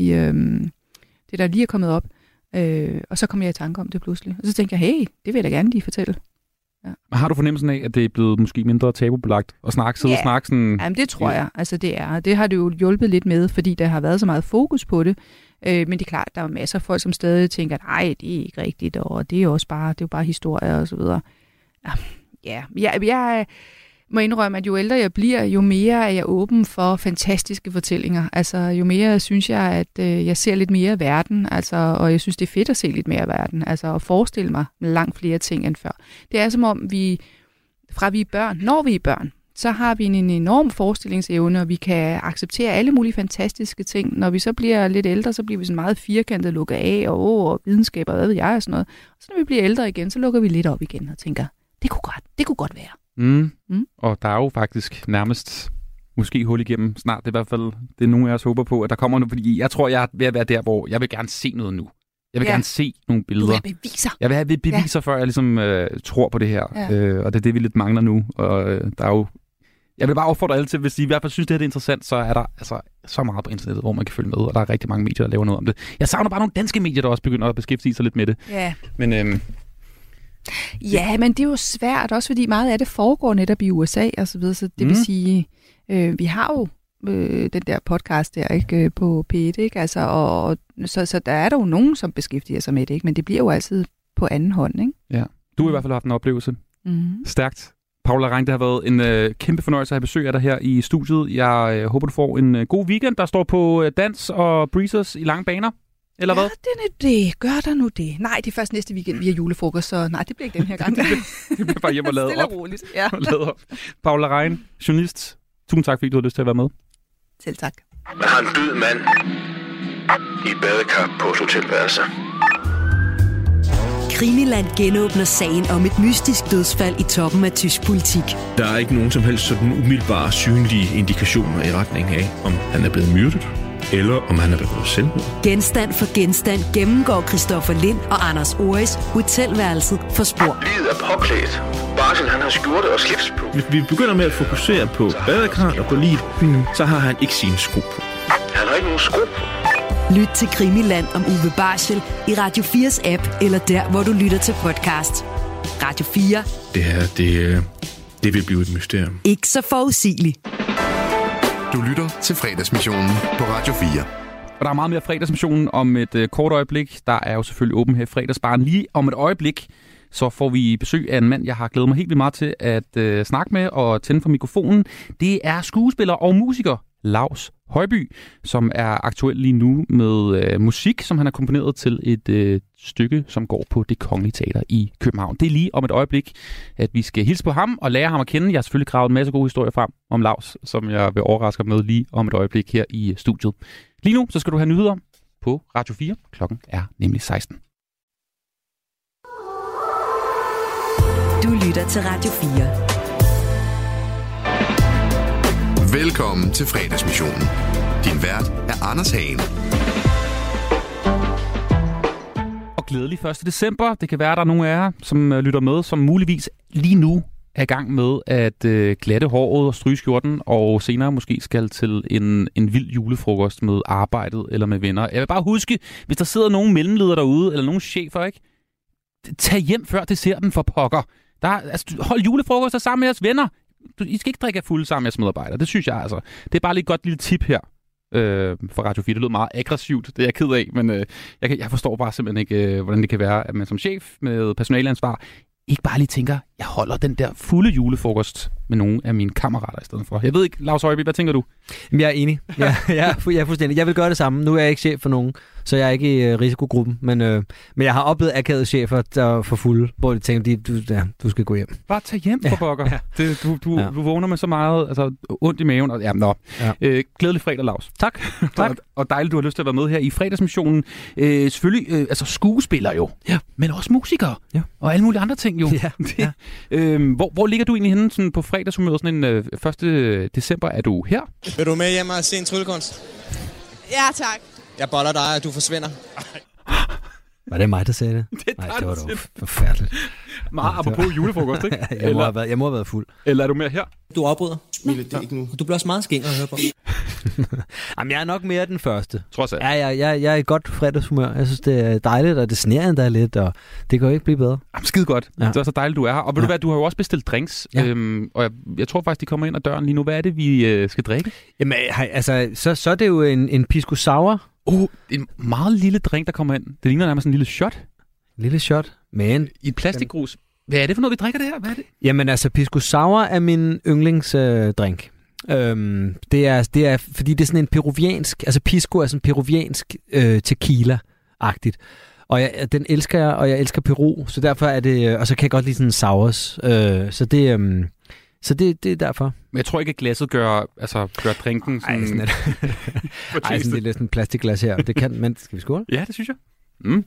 det der lige er kommet op, og så kom jeg i tanke om det pludselig. Og så tænkte jeg, hey, det vil jeg da gerne lige fortælle. Ja. Har du fornemmelsen af, at det er blevet måske mindre tabubelagt at snakke sådan? Jamen det tror jeg, altså det er. Det har det jo hjulpet lidt med, fordi der har været så meget fokus på det. Men det er klart, der er masser af folk, som stadig tænker, at nej, det er ikke rigtigt, og det er jo bare historier og så videre. Ja, jeg må indrømme, at jo ældre jeg bliver, jo mere er jeg åben for fantastiske fortællinger. Altså, jo mere synes jeg, at jeg ser lidt mere af verden, altså, og jeg synes, det er fedt at se lidt mere af verden, altså at forestille mig langt flere ting end før. Det er som om, når vi er børn, så har vi en enorm forestillingsevne, og vi kan acceptere alle mulige fantastiske ting. Når vi så bliver lidt ældre, så bliver vi sådan meget firkantet, lukket af, og videnskab og hvad ved jeg og sådan noget. Og så når vi bliver ældre igen, så lukker vi lidt op igen og tænker, det kunne godt være. Og der er jo faktisk nærmest måske hul igennem snart. Det er i hvert fald det, nogen af os håber på, at der kommer noget. Fordi jeg tror, jeg er ved at være der, hvor jeg vil gerne se noget nu. Jeg vil gerne se nogle billeder. Du vil have beviser. Jeg vil have beviser, før jeg ligesom tror på det her. Og det er det, vi lidt mangler nu. Og der er jo... Jeg vil bare opfordre alle til, hvis I hvert fald synes, det her er interessant, så er der altså så meget på internettet, hvor man kan følge med, og der er rigtig mange medier, der laver noget om det. Jeg savner bare nogle danske medier, der også begynder at beskæftige sig lidt med det. Ja. Men men det er jo svært, også fordi meget af det foregår netop i USA og så videre, så det vil sige, vi har jo den der podcast der, ikke, på P1, ikke? Altså, og så der er der jo nogen, som beskæftiger sig med det, ikke? Men det bliver jo altid på anden hånd, ikke? Ja. Du har i hvert fald haft en oplevelse. Stærkt. Paula Rein, det har været en kæmpe fornøjelse at have besøg af dig her i studiet. Jeg håber, du får en god weekend, der står på dans og breezers i lange baner. Eller hvad? Det gør der nu det. Nej, det er først næste weekend, vi har julefrokost, så nej, det bliver ikke den her gang. det bliver bare hjem og lavet op. Roligt, Paula Rein, journalist. Tusind tak, fordi du havde lyst til at være med. Selv tak. Man har en død mand i et badekar på et hotelværelse. Krimiland genåbner sagen om et mystisk dødsfald i toppen af tysk politik. Der er ikke nogen som helst sådan umiddelbare synlige indikationer i retning af, om han er blevet myrdet, eller om han er begået selvmord. Genstand for genstand gennemgår Christoffer Lind og Anders Oris hotelværelset for spor. Livet er påklædt. Barsel, han har skjorte og slips på. Hvis vi begynder med at fokusere på badekarret og på livet, så har han ikke sine sko på. Han har ikke nogen sko på. Lyt til Krimiland om Uwe Barschel i Radio 4's app, eller der, hvor du lytter til podcast. Radio 4. Det her, det vil blive et mysterium. Ikke så forudsigeligt. Du lytter til Fredagsmissionen på Radio 4. Og der er meget mere Fredagsmissionen om et kort øjeblik. Der er jo selvfølgelig åben her i Fredagsbaren. Lige om et øjeblik, så får vi besøg af en mand, jeg har glædet mig helt vildt meget til at snakke med og tænde for mikrofonen. Det er skuespiller og musiker Laus Højby, som er aktuel lige nu med musik, som han har komponeret til et stykke, som går på Det Kongelige Teater i København. Det er lige om et øjeblik, at vi skal hilse på ham og lære ham at kende. Jeg har selvfølgelig gravet en masse gode historier frem om Laus, som jeg vil overraske med lige om et øjeblik her i studiet. Lige nu, så skal du have nyheder på Radio 4. Klokken er nemlig 16. Du lytter til Radio 4. Velkommen til Fredagsmissionen. Din vært er Anders Hagen. Og glædelig 1. december. Det kan være, at der er nogle af jer, som lytter med, som muligvis lige nu er i gang med at glatte håret og stryge skjorten, og senere måske skal til en vild julefrokost med arbejdet eller med venner. Jeg vil bare huske, hvis der sidder nogen mellemledere derude, eller nogen chefer, ikke? Tag hjem før desserten for pokker. Hold julefrokoster sammen med jeres venner. I skal ikke drikke fulde sammen med jeres medarbejdere. Det synes jeg altså. Det er bare lige et godt lille tip her for Radio 4. Det lyder meget aggressivt, det er jeg ked af, men jeg forstår bare simpelthen ikke, hvordan det kan være, at man som chef med personaleansvar ikke bare lige tænker, jeg holder den der fulde julefrokost med nogle af mine kammerater i stedet for. Jeg ved ikke, Laus Højby, hvad tænker du? Jeg er enig. Jeg er fuldstændig. Jeg vil gøre det samme. Nu er jeg ikke chef for nogen, så jeg er ikke i risikogruppen. Men jeg har oplevet akavede chefer, der for fulde, hvor de tænker, du skal gå hjem. Bare tag hjem for pokker. Ja. Du vågner med så meget ondt i maven. Og, glædelig fredag, Laus. Tak. og dejligt, du har lyst til at være med her i Fredagsmissionen. Selvfølgelig skuespiller jo, men også musikere. Ja. Og alle mulige andre ting jo. Ja. Hvor ligger du egentlig henne sådan på fredagshumøret, sådan en 1. december? Er du her? Vil du med hjem og se en tryllekunst? Ja, tak. Jeg boller dig, og du forsvinder. Var det mig, der sagde det? Nej, det var dog forfærdeligt. Meget apropos julefrokost, ikke? Jeg må have været fuld. Eller er du mere her? Du afbryder. Smil, det er ikke nu. Du bliver også meget skænger at høre på. Jamen, jeg er nok mere den første. Trods alt. Jeg er i godt fredagshumør. Jeg synes, det er dejligt, og det sneer endda lidt, og det kan jo ikke blive bedre. Jamen, skide godt. Ja. Det er så dejligt, du er her. Og ved du hvad, du har jo også bestilt drinks. Ja. Og jeg tror faktisk, de kommer ind ad døren lige nu. Hvad er det, vi skal drikke? Jamen, så er det jo en pisco sour. En meget lille drink, der kommer ind. Det ligner nærmest en lille shot. Lille shot, men i et plastikgrus. Hvad er det for noget, vi drikker det her? Hvad er det? Jamen altså, pisco sour er min yndlingsdrink. Det er, fordi det er sådan en peruviansk, altså pisco er sådan peruviansk tequila-agtigt. Og den elsker jeg, og jeg elsker Peru, så derfor er det, og så kan jeg godt lide sådan sours. Så det er derfor. Men jeg tror ikke, at glasset gør drinken sådan... sådan det er lidt sådan en plastikglas her. Det kan, men skal vi skåle? Ja, det synes jeg. Mm.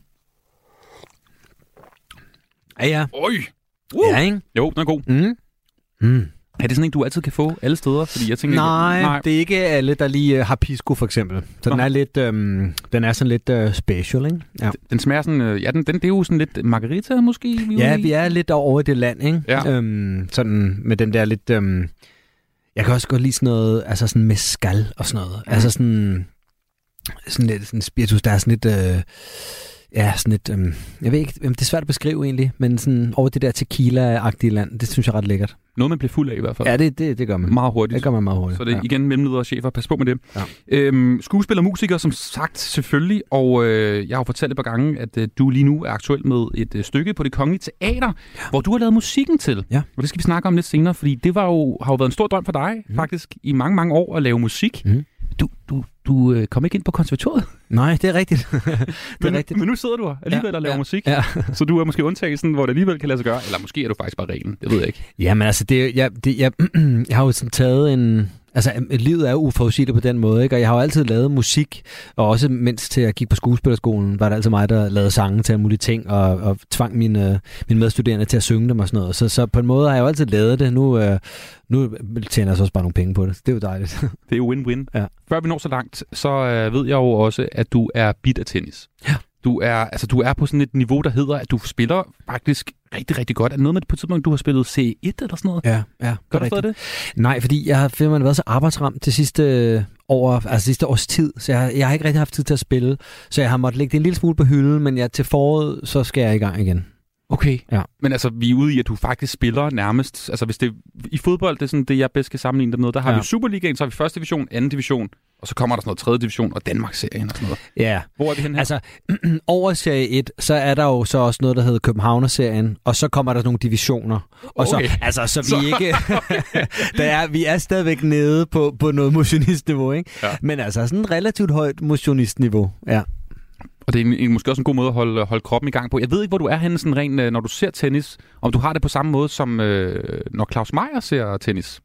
Ja. Oj! Ja, ikke? Jo, den er god. Er det sådan en, du altid kan få alle steder? Fordi jeg tænker, nej, det er ikke alle, der lige har pisco, for eksempel. Så den er lidt, den er sådan lidt special, ikke? Ja. Den smager sådan, det er jo sådan lidt margarita, måske? Vi er lidt over i det land, ikke? Ja. Sådan med den der lidt, jeg kan også godt lide sådan noget, altså sådan mezcal og sådan noget. Altså sådan lidt sådan spiritus, der er sådan lidt... sådan lidt, jeg ved ikke, det er svært at beskrive egentlig, men sådan over det der tequila-agtige land, det synes jeg er ret lækkert. Noget, man bliver fuld af i hvert fald. Ja, det gør man. Meget hurtigt. Det gør man meget hurtigt. Så det er igen mellemledere og chefer. Pas på med det. Ja. Skuespiller og musiker, som sagt, selvfølgelig. Og jeg har jo fortalt et par gange, at du lige nu er aktuel med et stykke på Det Kongelige Teater, hvor du har lavet musikken til. Ja. Og det skal vi snakke om lidt senere, fordi det har jo været en stor drøm for dig, faktisk, i mange, mange år at lave musik. Du kom ikke ind på konservatoriet. Nej, det er rigtigt. Men nu sidder du her alligevel og laver musik. Ja. Så du er måske undtagelsen, hvor det alligevel kan lade sig gøre. Eller måske er du faktisk bare reglen. Det ved jeg ikke. Jamen altså, jeg har jo sådan taget en... Altså, livet er jo uforudsigeligt på den måde, ikke? Og jeg har jo altid lavet musik, og også mens til jeg gik på skuespillerskolen, var det altid mig, der lavede sange til alle mulige ting, og tvang mine medstuderende til at synge dem og sådan noget. Så på en måde har jeg jo altid lavet det. Nu tjener jeg så også bare nogle penge på det. Det er jo dejligt. Det er jo win-win. Ja. Før vi når så langt, så ved jeg jo også, at du er bit af tennis. Ja. Du er på sådan et niveau, der hedder, at du spiller faktisk rigtig, rigtig godt. Er det noget med det på et tidspunkt, du har spillet C1 eller sådan noget? Ja. Gør du det? Nej, fordi jeg har simpelthen været så arbejdsramt det sidste års tid, så jeg har ikke rigtig haft tid til at spille. Så jeg har måttet lægge det en lille smule på hylden, men til foråret, så skal jeg i gang igen. Okay, ja. Men altså, vi er ude i, at du faktisk spiller nærmest... Altså, hvis det i fodbold, det er sådan det, jeg bedst kan sammenligne det med. Der har vi Superligaen, så har vi første division, anden division, og så kommer der sådan noget tredje division og Danmarksserien og sådan noget. Ja. Hvor er vi henne her? Altså, over serie 1, så er der jo så også noget, der hedder Københavner-serien, og så kommer der nogle divisioner. Og okay. så vi ikke... vi er stadigvæk nede på noget motionistniveau, ikke? Ja. Men altså sådan et relativt højt motionistniveau, ja. Og det er måske også en god måde at holde kroppen i gang på. Jeg ved ikke, hvor du er henne, sådan rent, når du ser tennis. Om du har det på samme måde, som når Claus Meyer ser tennis.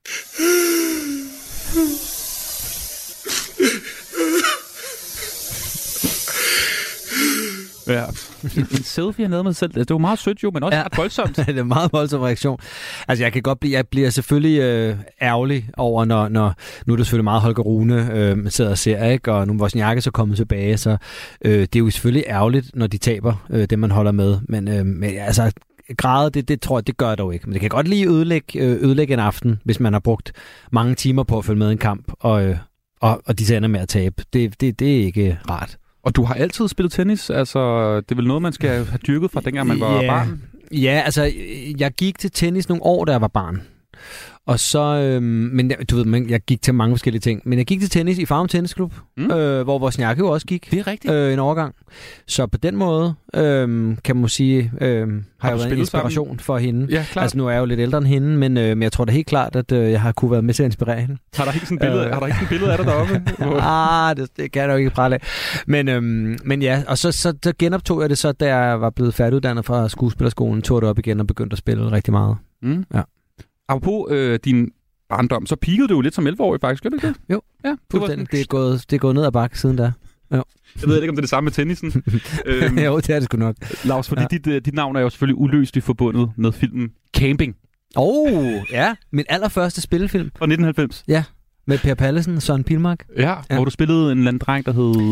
Ja, en selfie hernede med selv. Det er jo meget sødt jo, men også ret voldsomt. Det er en meget voldsom reaktion. Altså, jeg bliver selvfølgelig ærgerlig over, når nu er det selvfølgelig meget Holger Rune sidder og ser, ikke? Og nu er Wozniacki så kommet tilbage, så det er jo selvfølgelig ærgerligt, når de taber det, man holder med. Men altså, græde, det tror jeg, det gør jeg dog ikke. Men det kan godt lige ødelægge en aften, hvis man har brugt mange timer på at følge med i en kamp, og de så ender med at tabe. Det er ikke rart. Og du har altid spillet tennis? Altså, det er vel noget, man skal have dyrket fra dengang, man var barn? Ja, altså, jeg gik til tennis nogle år, da jeg var barn. Og så, men du ved, jeg gik til mange forskellige ting. Men jeg gik til tennis i Farum Tennisklub, hvor Wozniacki jo også gik. Det er rigtigt. En overgang. Så på den måde, kan man sige, har jeg været en inspiration sammen for hende. Ja, klart. Altså nu er jeg jo lidt ældre end hende, men jeg tror da helt klart, at jeg har kunne være med til at inspirere hende. Har der ikke sådan et billede af dig deroppe? Det kan jeg jo ikke prale af. Men ja, og så genoptog jeg det så, da jeg var blevet færdiguddannet fra skuespillerskolen, tog det op igen og begyndte at spille rigtig meget. Ja. Apropos din barndom, så peakede du jo lidt som 11-årig faktisk, gør det ikke det? Jo, ja, det er gået ned ad bakke siden da. Jo. Jeg ved ikke, om det er det samme med tennisen. Jo, det er det sgu nok. Lars, fordi dit navn er jo selvfølgelig uløseligt forbundet med filmen Camping. Ja, min allerførste spillefilm. Fra 1990. Ja, med Per Pallesen og Søren Pilmark. Ja, hvor du spillede en eller anden dreng, der hed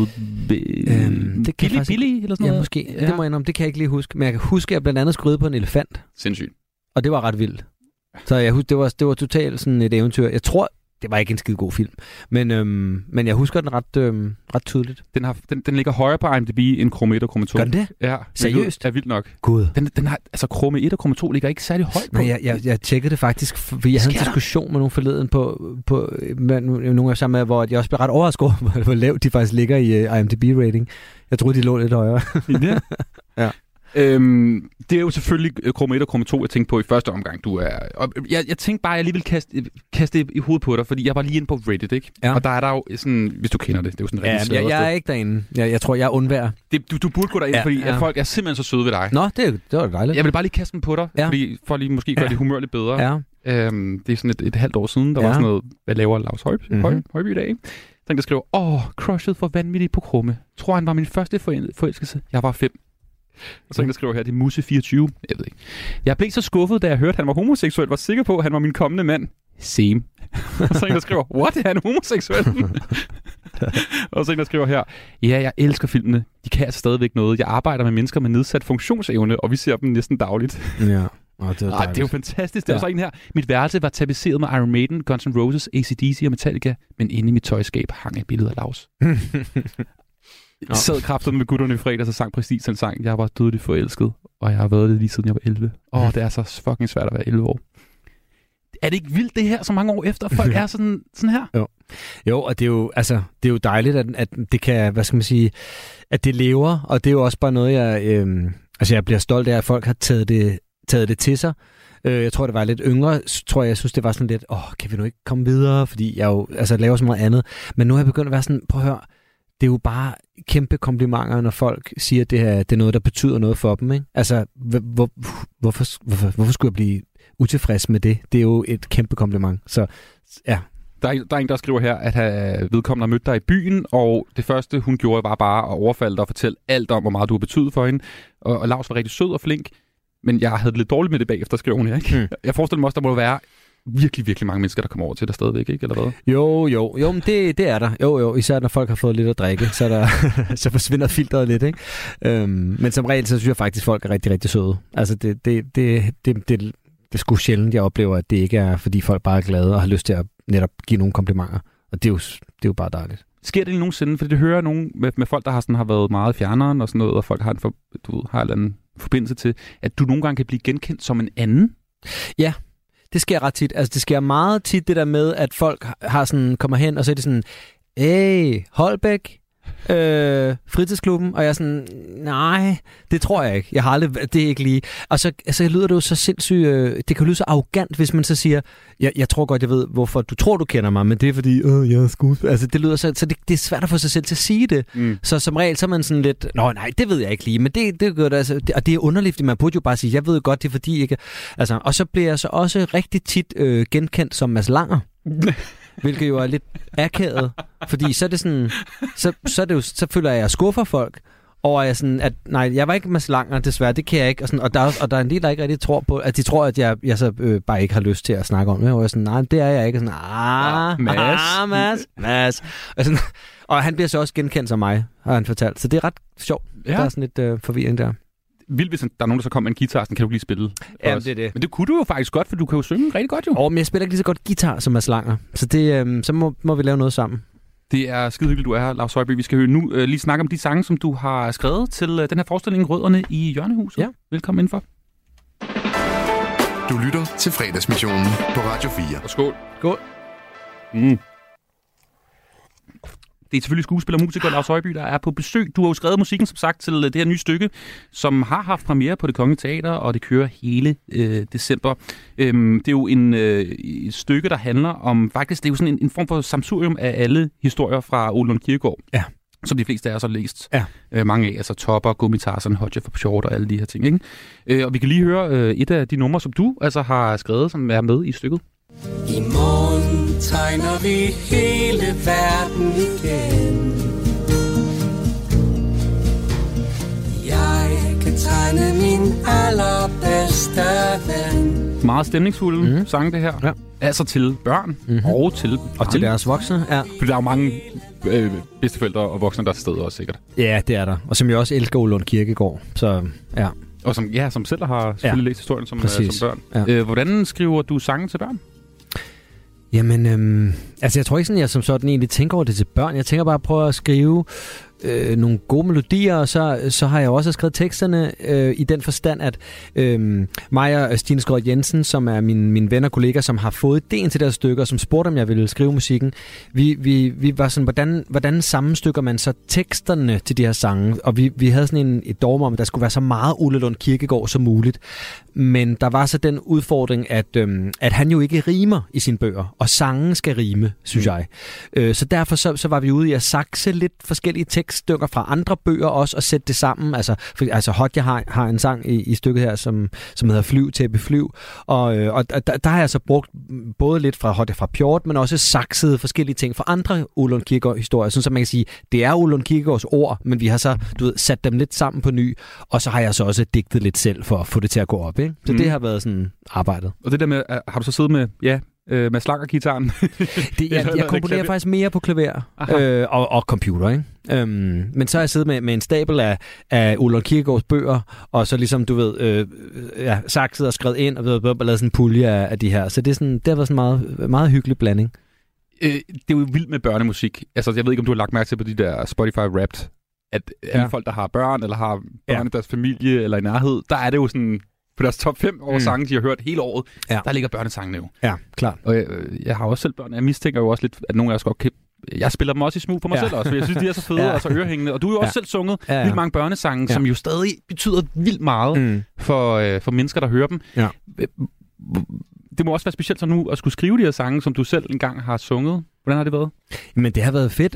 Billy eller sådan noget? Ja, måske. Ja. Det må jeg indrømme, det kan jeg ikke lige huske. Men jeg kan huske, at jeg blandt andet skulle ride på en elefant. Sindssygt. Og det var ret vildt. Så jeg husker, det var totalt sådan et eventyr. Jeg tror, det var ikke en skide god film, men jeg husker den ret tydeligt. Den ligger højere på IMDb end Chrome 1 og Chrome 2. Gør den det? Ja. Seriøst? Det er vildt nok. Gud. Den har, altså Chrome 1 og Chrome 2 ligger ikke særlig højt på. Nej, jeg tjekkede det faktisk, fordi jeg havde en diskussion med nogle forleden på nogle af sammen, hvor jeg også blev ret overrasket over, hvor lavt de faktisk ligger i IMDb-rating. Jeg troede, de lå lidt højere. Ja. Ja. Det er jo selvfølgelig Chrome 1 og Chrome 2, jeg tænkte på i første omgang. Jeg tænkte bare, at jeg lige vil kaste i hovedet på dig, fordi jeg var lige inde på Reddit, ikke? Ja. Og der er der jo sådan, hvis du kender det, det er jo sådan rigtig sladret. Jeg er ikke derinde. Jeg tror, jeg undværer. Du burde gå derind, fordi at folk er simpelthen så søde ved dig. Nå, det var dejligt. Jeg vil bare lige kaste den på dig, fordi for lige måske gøre dit humør lidt bedre. Ja. Det er sådan et halvt år siden, der var sådan noget, hvad laver Lars Højby i dag, ikke? Der skriver, crushet for vanvittigt på Krumme. Tror han var min første forelskelse. Jeg var 5. Og så der skriver her, det er Musse 24. Jeg ved ikke. Jeg blev så skuffet, da jeg hørte, at han var homoseksuel. Var sikker på, at han var min kommende mand. Same. Og så der skriver, what? Er han homoseksuel? Og så der skriver her, ja, jeg elsker filmene. De kan altså stadigvæk noget. Jeg arbejder med mennesker med nedsat funktionsevne, og vi ser dem næsten dagligt. Ja. Det er jo fantastisk. Det er så en her. Mit værelse var tapetseret med Iron Maiden, Guns N' Roses, AC/DC og Metallica, men inde i mit tøjskab hang et billede af Lars. Jeg sad kraftedeme med gutterne i fredags og sang præcis den sang. Jeg var dødeligt forelsket, og jeg har været det lige siden jeg var 11. Det er så fucking svært at være 11 år. Er det ikke vildt det her, så mange år efter, folk er sådan her? Jo, og det er jo dejligt, at det kan, hvad skal man sige, at det lever, og det er jo også bare noget, jeg bliver stolt af, at folk har taget det til sig. Jeg tror, det var lidt yngre, jeg synes, det var sådan lidt, kan vi nu ikke komme videre, fordi jeg jo laver så meget andet. Men nu har jeg begyndt at være sådan, prøv at høre, det er jo bare kæmpe komplimenter, når folk siger, at det er noget, der betyder noget for dem, ikke? Altså, hvorfor skulle jeg blive utilfreds med det? Det er jo et kæmpe kompliment. Så, ja. Der er en, der skriver her, at vedkommende har mødt dig i byen, og det første, hun gjorde, var bare at overfalde dig og fortælle alt om, hvor meget du har betydet for hende. Og Lars var rigtig sød og flink, men jeg havde det lidt dårligt med det bagefter, skriver hun her, ikke? Jeg forestiller mig også, der må være virkelig, virkelig mange mennesker, der kommer over til dig stadigvæk, ikke? Eller hvad? Jo, men det er der. Jo, især når folk har fået lidt at drikke, så forsvinder filteret lidt, ikke? Men som regel, så synes jeg faktisk, at folk er rigtig, rigtig søde. Altså, det er sgu sjældent, jeg oplever, at det ikke er, fordi folk bare er glade og har lyst til at netop give nogle komplimenter. Og det er jo bare dejligt. Sker det nogensinde? For det hører nogen med folk, der har været meget fjerneren og sådan noget, og folk har en forbindelse til, at du nogle gange kan blive genkendt som en anden. Ja, det sker ret tit. Altså, det sker meget tit det der med, at folk har sådan, kommer hen, og så er det sådan, hey, Holbæk, fritidsklubben, og jeg er sådan, nej, det tror jeg ikke. Jeg har aldrig, det er ikke lige. Og så lyder det jo så sindssygt, det kan lyde så arrogant, hvis man så siger, jeg tror godt, jeg ved, hvorfor du tror, du kender mig, men det er fordi, jeg er skuespiller. Altså, det lyder så det er svært at få sig selv til at sige det. Så som regel, så er man sådan lidt, nej, det ved jeg ikke lige, men det gør det, altså, og det er underligt, man burde jo bare sige, jeg ved godt, det er fordi, ikke. Altså, og så bliver jeg så også rigtig tit genkendt som Mads Langer. Hvilket jo er lidt akavet, fordi så er det sådan, så føler jeg, at jeg skuffer folk, og jeg sådan, at nej, jeg var ikke Mads Langer, desværre, det kan jeg ikke, og der er en del, der ikke rigtig tror på, at de tror, at jeg så bare ikke har lyst til at snakke om det, og jeg sådan, nej, det er jeg ikke, og sådan, Mads. Og han bliver så også genkendt som mig, har han fortalt, så det er ret sjovt, der er sådan lidt forvirring der. Vildt, hvis der er nogen, der så kommer med en guitar, så kan du lige spille. Ja, det er det. Men det kunne du jo faktisk godt, for du kan jo synge rigtig godt jo. Men jeg spiller ikke lige så godt guitar som Mads Langer, så det, så må vi lave noget sammen. Det er skide hyggeligt, du er her, Lars Højby. Vi skal nu lige snakke om de sange, som du har skrevet til den her forestilling Rødderne i Hjørnehuset. Ja. Velkommen indenfor. Du lytter til Fredagsmissionen på Radio 4. Og skål. Skål. Det er selvfølgelig skuespiller og musiker Lars Højby, der er på besøg. Du har jo skrevet musikken, som sagt, til det her nye stykke, som har haft premiere på Det Kongelige Teater, og det kører hele december. Det er jo et stykke, der handler om, faktisk, det er jo sådan en form for samsurium af alle historier fra Ole Lund Kirkegaard. Ja. Som de fleste af os har læst. Ja. Mange af, altså Topper, Gummitarsen, Hodja for Pjort og alle de her ting, ikke? Og vi kan lige høre et af de numre, som du altså har skrevet, som er med i stykket. I morgen tegner vi hele verden igen. Jeg kan tegne min allerbedste ven. Meget stemningsfulde sange, det her. Ja. Altså til børn og til og til deres voksne. Ja. For der er jo mange bedsteforældre og voksne, der er steder også sikkert. Ja, det er der. Og som jeg også elsker Ole Lund Kirkegaard. Så ja. Og som selv har selvfølgelig læst historien som børn. Ja. Hvordan skriver du sange til børn? Jamen, altså jeg tror ikke sådan, jeg som sådan egentlig tænker over det til børn. Jeg tænker bare at prøve at skrive nogle gode melodier, og så har jeg også skrevet teksterne i den forstand, at mig og Stine Skåret Jensen, som er min ven og kollega, som har fået idéen til deres stykker, som spurgte, om jeg ville skrive musikken, vi var sådan, hvordan sammenstykker man så teksterne til de her sange? Og vi havde sådan et dogme om, at der skulle være så meget Ole Lund Kirkegaard som muligt. Men der var så den udfordring, at han jo ikke rimer i sine bøger, og sangen skal rime, synes jeg. Så derfor så var vi ude i at sakse lidt forskellige tekststykker fra andre bøger også, og sætte det sammen. Altså Hodja har en sang i stykket her, som hedder Flyv, Tæppe, Flyv. Og der har jeg så brugt både lidt fra Hodja fra Pjort, men også sakset forskellige ting fra andre Ole Lund Kirkegaard-historier. Sådan, så man kan sige, det er Ole Lund Kirkegaards ord, men vi har så sat dem lidt sammen på ny, og så har jeg så også digtet lidt selv for at få det til at gå op. Ikke? Så det har været sådan arbejdet. Og det der med, har du så siddet med, med slakker-gitaren? Jeg komponerer faktisk mere på klaver og computer, ikke? Men så har jeg siddet med en stabel af Ole Lund Kirkegaards bøger, og så ligesom, du ved, sakset og skrevet ind, og lavet sådan en pulje af de her. Så det har været sådan en meget hyggelig blanding. Det er jo vildt med børnemusik. Altså, jeg ved ikke, om du har lagt mærke til på de der Spotify Wrapped, at alle folk, der har børn, eller har børn i deres familie, eller i nærhed, der er det jo sådan, på deres top 5 over sange, de har hørt hele året, der ligger børnesangene jo. Ja, klart. Og jeg har også selv børn, jeg mistænker jo også lidt, at nogle af os godt kan... Jeg spiller dem også i smug på mig selv også, for jeg synes, de er så fede og så ørehængende. Og du har jo også selv sunget vildt mange børnesange, som jo stadig betyder vildt meget for mennesker, der hører dem. Ja. Det må også være specielt så nu at skulle skrive de her sange, som du selv engang har sunget. Hvordan har det været? Men det har været fedt,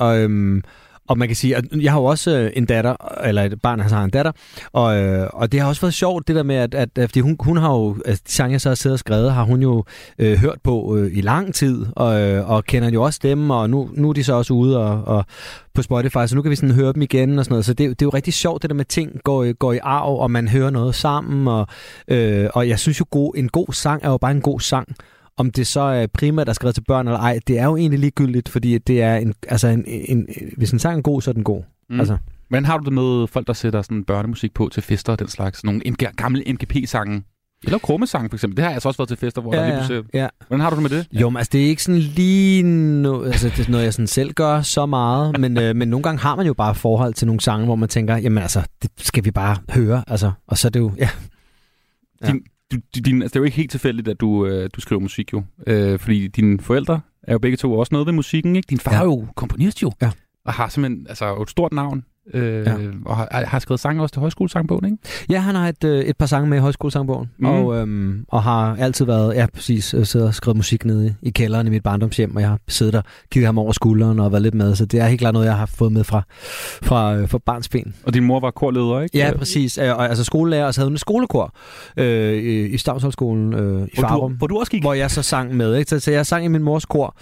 og man kan sige, at jeg har jo også en datter, eller et barn, der har en datter, og det har også været sjovt, det der med, at fordi hun har jo, de sange, jeg så har siddet og skrevet, har hun jo hørt på i lang tid, og kender jo også dem, og nu er de så også ude og på Spotify, så nu kan vi sådan høre dem igen og sådan noget, så det er jo rigtig sjovt, det der med ting går i arv, og man hører noget sammen, og jeg synes jo, en god sang er jo bare en god sang. Om det så er primært, der er skrevet til børn eller ej, det er jo egentlig ligegyldigt, fordi det er hvis en sang er god, så er den god. Altså. Hvordan har du det med folk, der sætter sådan børnemusik på til fester og den slags? Nogle gamle MGP-sange? Eller krummesang, for eksempel. Det har jeg altså også været til fester, hvor der lige pludselig... Ja. Hvordan har du det med det? Jo, men altså, det er ikke sådan lige... Altså, det er noget, jeg sådan selv gør så meget. Men nogle gange har man jo bare forhold til nogle sange, hvor man tænker, jamen altså, det skal vi bare høre. Altså, og så er det jo... Ja. Altså, det er jo ikke helt tilfældigt, at du skriver musik jo. Fordi dine forældre er jo begge to også noget ved musikken, ikke? Din far er jo komponist jo. Ja. Og har simpelthen et stort navn. Og har skrevet sange også til Højskolesangbogen, ikke? Ja, han har et par sange med i Højskolesangbogen, og har altid været, siddet og skrevet musik nede i kælderen i mit barndomshjem, og jeg har siddet og kigget ham over skulderen og været lidt med, så det er helt klart noget, jeg har fået med fra barnsben. Og din mor var korleder, ikke? Ja, præcis. Og altså skolelærer, og så havde hun et skolekor i Stavnsholdsskolen i Farum. Hvor du også gik? Hvor jeg så sang med, ikke? Så jeg sang i min mors kor.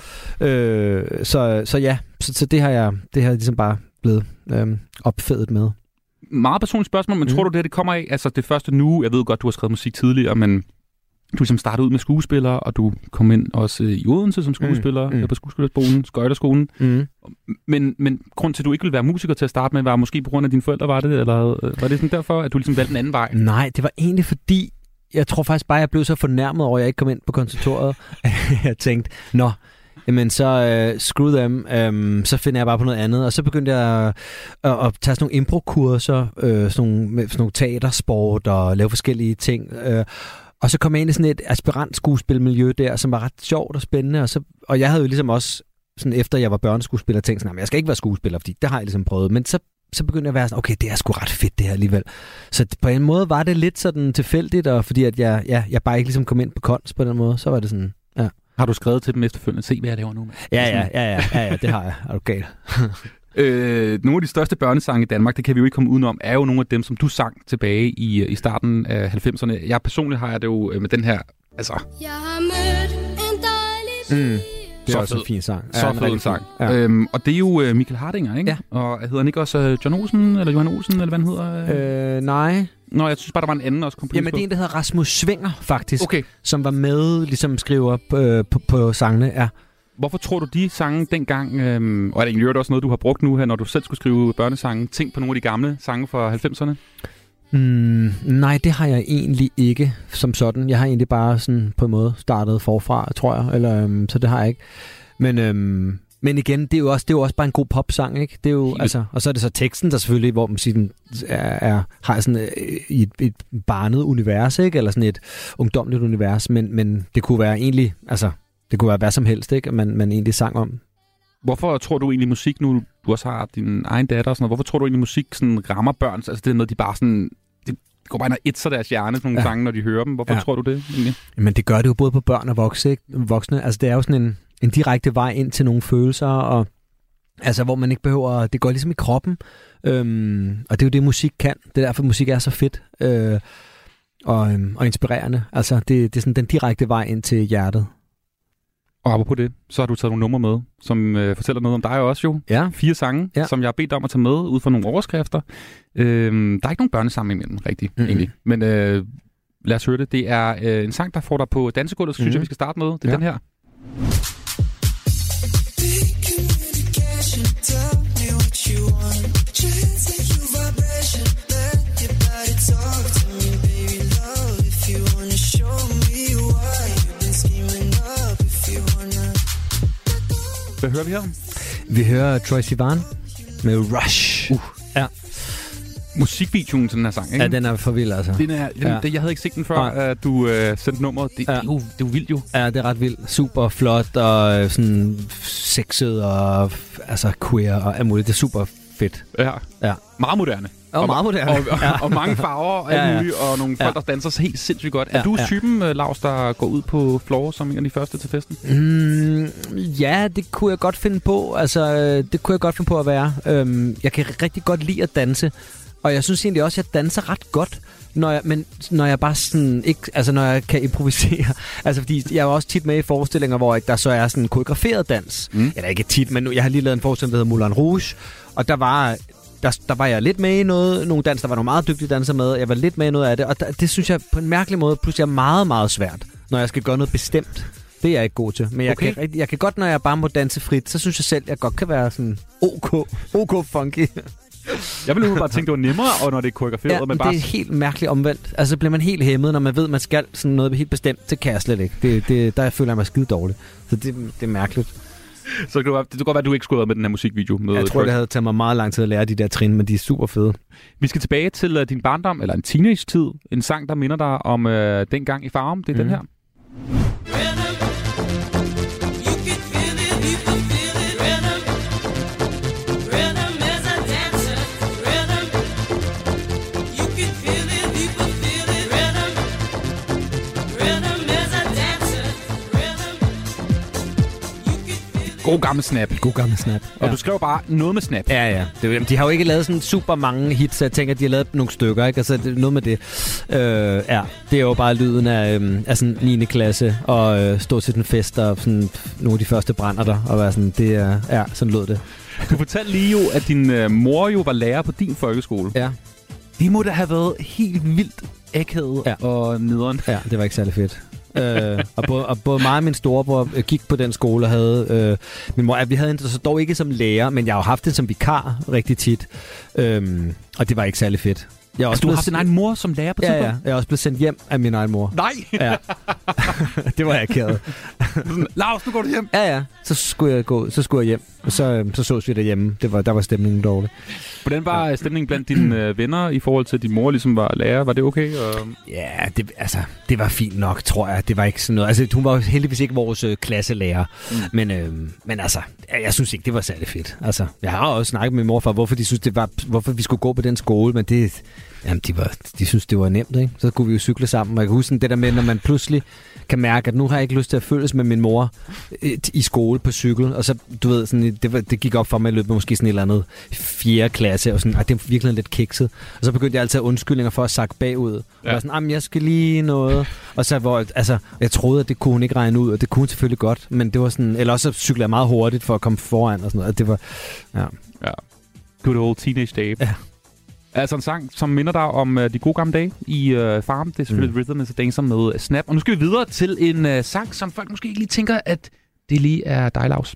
Så det har jeg ligesom bare blevet opfedet med. Meget personligt spørgsmål, men tror du det kommer af? Altså det første nu, jeg ved godt, du har skrevet musik tidligere, men du ligesom startede ud med skuespiller, og du kom ind også i Odense som skuespiller, på skuespillerskolen, Skøjterskolen. Men grund til, at du ikke ville være musiker til at starte med, var måske på grund af dine forældre, var det? Eller var det sådan derfor, at du ligesom valgte en anden vej? Så det var egentlig fordi, jeg tror faktisk bare, jeg blev så fornærmet over, at jeg ikke kom ind på konservatoriet. Jeg tænkte, jamen så screw them, så finder jeg bare på noget andet. Og så begyndte jeg at tage sådan nogle improkurser, sådan nogle teatersport og lave forskellige ting. Og så kom jeg ind i sådan et aspirant skuespilmiljø der, som var ret sjovt og spændende. Og jeg havde jo ligesom også, sådan efter jeg var børneskuespiller, tænkt sådan, jeg skal ikke være skuespiller, fordi det har jeg ligesom prøvet. Men så begyndte jeg at være sådan, okay, det er sgu ret fedt det her alligevel. Så på en måde var det lidt sådan tilfældigt, og fordi at jeg bare ikke ligesom kom ind på kunst på den måde, så var det sådan, ja. Har du skrevet til dem efterfølgende? Se, hvad jeg laver nu? Ja, det har jeg. Er du galt? Nogle af de største børnesange i Danmark, det kan vi jo ikke komme udenom, er jo nogle af dem, som du sang tilbage i starten af 90'erne. Jeg personligt har jeg det jo med den her, altså... Jeg har mødt en dejlig det er også en fin sang. Så fed en sang. Ja. Og det er jo Michael Hardinger, ikke? Ja. Og hedder han ikke også John Olsen, eller Johan Olsen, eller hvad han hedder? Nej. Nå, jeg synes bare, der var en anden også komponist. Jamen, det er en, der hedder Rasmus Svinger, faktisk. Okay. Som var med, ligesom skriver på sangene, ja. Hvorfor tror du, de sange dengang, og er det egentlig også noget, du har brugt nu her, når du selv skulle skrive børnesange, tænk på nogle af de gamle sange fra 90'erne? Nej, det har jeg egentlig ikke som sådan. Jeg har egentlig bare sådan på en måde startet forfra, tror jeg. Eller, så det har jeg ikke. Men igen, det er jo også bare en god popsang, ikke? Det er jo, altså, og så er det så teksten, der selvfølgelig, hvor musikken har sådan et barnet univers, ikke? Eller sådan et ungdomligt univers, men det kunne være egentlig, altså, det kunne være hvad som helst, ikke? Man egentlig sang om. Hvorfor tror du egentlig musik, nu du også har din egen datter og sådan noget, hvorfor tror du egentlig musik sådan rammer børn? Altså det er noget, de bare sådan, det går bare ind og ætser deres hjerne, sådan nogle sange, når de hører dem. Hvorfor tror du det egentlig? Men det gør det jo både på børn og voksne. Altså det er jo sådan en direkte vej ind til nogle følelser, og altså hvor man ikke behøver, det går ligesom i kroppen. Og det er jo det, musik kan. Det er derfor, musik er så fedt og inspirerende. Altså det er sådan den direkte vej ind til hjertet. Og apropos det, så har du taget nogle numre med, som fortæller noget om dig også jo. Ja. 4 sange, som jeg har bedt om at tage med ud fra nogle overskrifter. Der er ikke nogen børnesange imellem, rigtigt, egentlig. Men lad os høre det. Det er en sang, der får dig på dansegulvet, så synes jeg, vi skal starte med. Det er den her. Hvad hører vi her? Vi hører Troye Sivan med Rush. Ja. Musikvideoen til den her sang, ikke? Ja, den er for vild, altså. Jeg havde ikke set den før, at du sendte nummeret. Det er jo vildt, jo. Ja, det er ret vildt. Super flot og sådan sexet og altså queer og alt muligt. Det er super fedt. Ja. Meget moderne. Og meget moderne. Og mange farver og alt muligt, og nogle folk, der danser så helt sindssygt godt. Er du typen, Lars, der går ud på floor som en af de første til festen? Ja, det kunne jeg godt finde på. Altså, det kunne jeg godt finde på at være. Jeg kan rigtig godt lide at danse, og jeg synes egentlig også, at jeg danser ret godt. Når jeg bare sådan ikke, altså når jeg kan improvisere. Altså fordi jeg er også tit med i forestillinger, hvor der så er sådan en koreograferet dans. Eller ikke tit, men jeg har lige lavet en forestilling, der hedder Moulin Rouge, og der var jeg lidt med i nogle dans, der var nogle meget dygtige danser med. Jeg var lidt med i noget af det, og det synes jeg på en mærkelig måde pludselig er meget, meget svært, når jeg skal gøre noget bestemt. Det er jeg ikke god til. Men jeg kan godt, når jeg bare må danse frit, så synes jeg selv, jeg godt kan være sådan OK funky. Jeg ville bare tænke, det var nemmere, og når det er koreograferet. Ja, men bare... det er helt mærkeligt omvendt. Altså, bliver man helt hæmmet, når man ved, man skal sådan noget helt bestemt. Det kan jeg slet ikke. Der føler jeg mig skide dårligt. Så det er mærkeligt. Så det kunne godt være, at du ikke skulle have med den her musikvideo. Med jeg tror, det havde taget mig meget lang tid at lære de der trin, men de er super fede. Vi skal tilbage til din barndom, eller en teenage-tid. En sang, der minder dig om dengang i Farum. Det er den her. God gammel Snap. God gammel Snap. Og du skrev bare noget med Snap. Ja. De har jo ikke lavet sådan super mange hits, så jeg tænker, at de har lavet nogle stykker, ikke? Altså, det er noget med det. Det er jo bare lyden af sådan 9. klasse, og stå til den fest, og sådan nogle af de første brænder der, og være sådan, det er, sådan lød det. Du fortalte lige jo, at din mor jo var lærer på din folkeskole. Ja. Det må da have været helt vildt akavet og nederen. Ja, det var ikke særlig fedt. Og både mig og min storebror gik på den skole og havde min mor. Vi havde hende så dog ikke som lærer, men jeg har jo haft det som vikar rigtig tit. Og det var ikke særlig fedt. Du har haft din egen mor som lærer på tidspunkt? Ja. Jeg er også blevet sendt hjem af min egen mor. Nej! Ja. Det var jeg kæret. Lars, nu går du hjem. Ja. Så skulle jeg hjem. Og så sås vi derhjemme. Der var stemningen dårlig. Hvordan var stemningen blandt dine venner i forhold til, at din mor ligesom var lærer? Var det okay? Ja, det var fint nok, tror jeg. Det var ikke sådan noget. Altså, hun var heldigvis ikke vores klasselærer. Men altså, jeg synes ikke, det var særlig fedt. Altså, jeg har også snakket med min morfar, hvorfor vi skulle gå på den skole, men det... Jamen, de synes, det var nemt, ikke? Så kunne vi jo cykle sammen. Og jeg kan huske det der med, når man pludselig kan mærke, at nu har jeg ikke lyst til at følges med min mor i skole på cykel. Og så, du ved, sådan, det gik op for mig i løbet af måske sådan et eller andet 4. klasse, og sådan, det er virkelig lidt kikset. Og så begyndte jeg altid at undskyldninger for at sakke bagud. Og var sådan, jeg skal lige noget. Og så, jeg troede, at det kunne hun ikke regne ud, og det kunne hun selvfølgelig godt. Men det var sådan, eller også cyklede jeg meget hurtigt for at komme foran og sådan noget. Det var, ja. Good old teenage day. Ja. Altså en sang, som minder dig om de gode gamle dage i Farum. Det er selvfølgelig Rhythm is a Dancer med Snap. Og nu skal vi videre til en sang, som folk måske ikke lige tænker, at det lige er dig, Lars.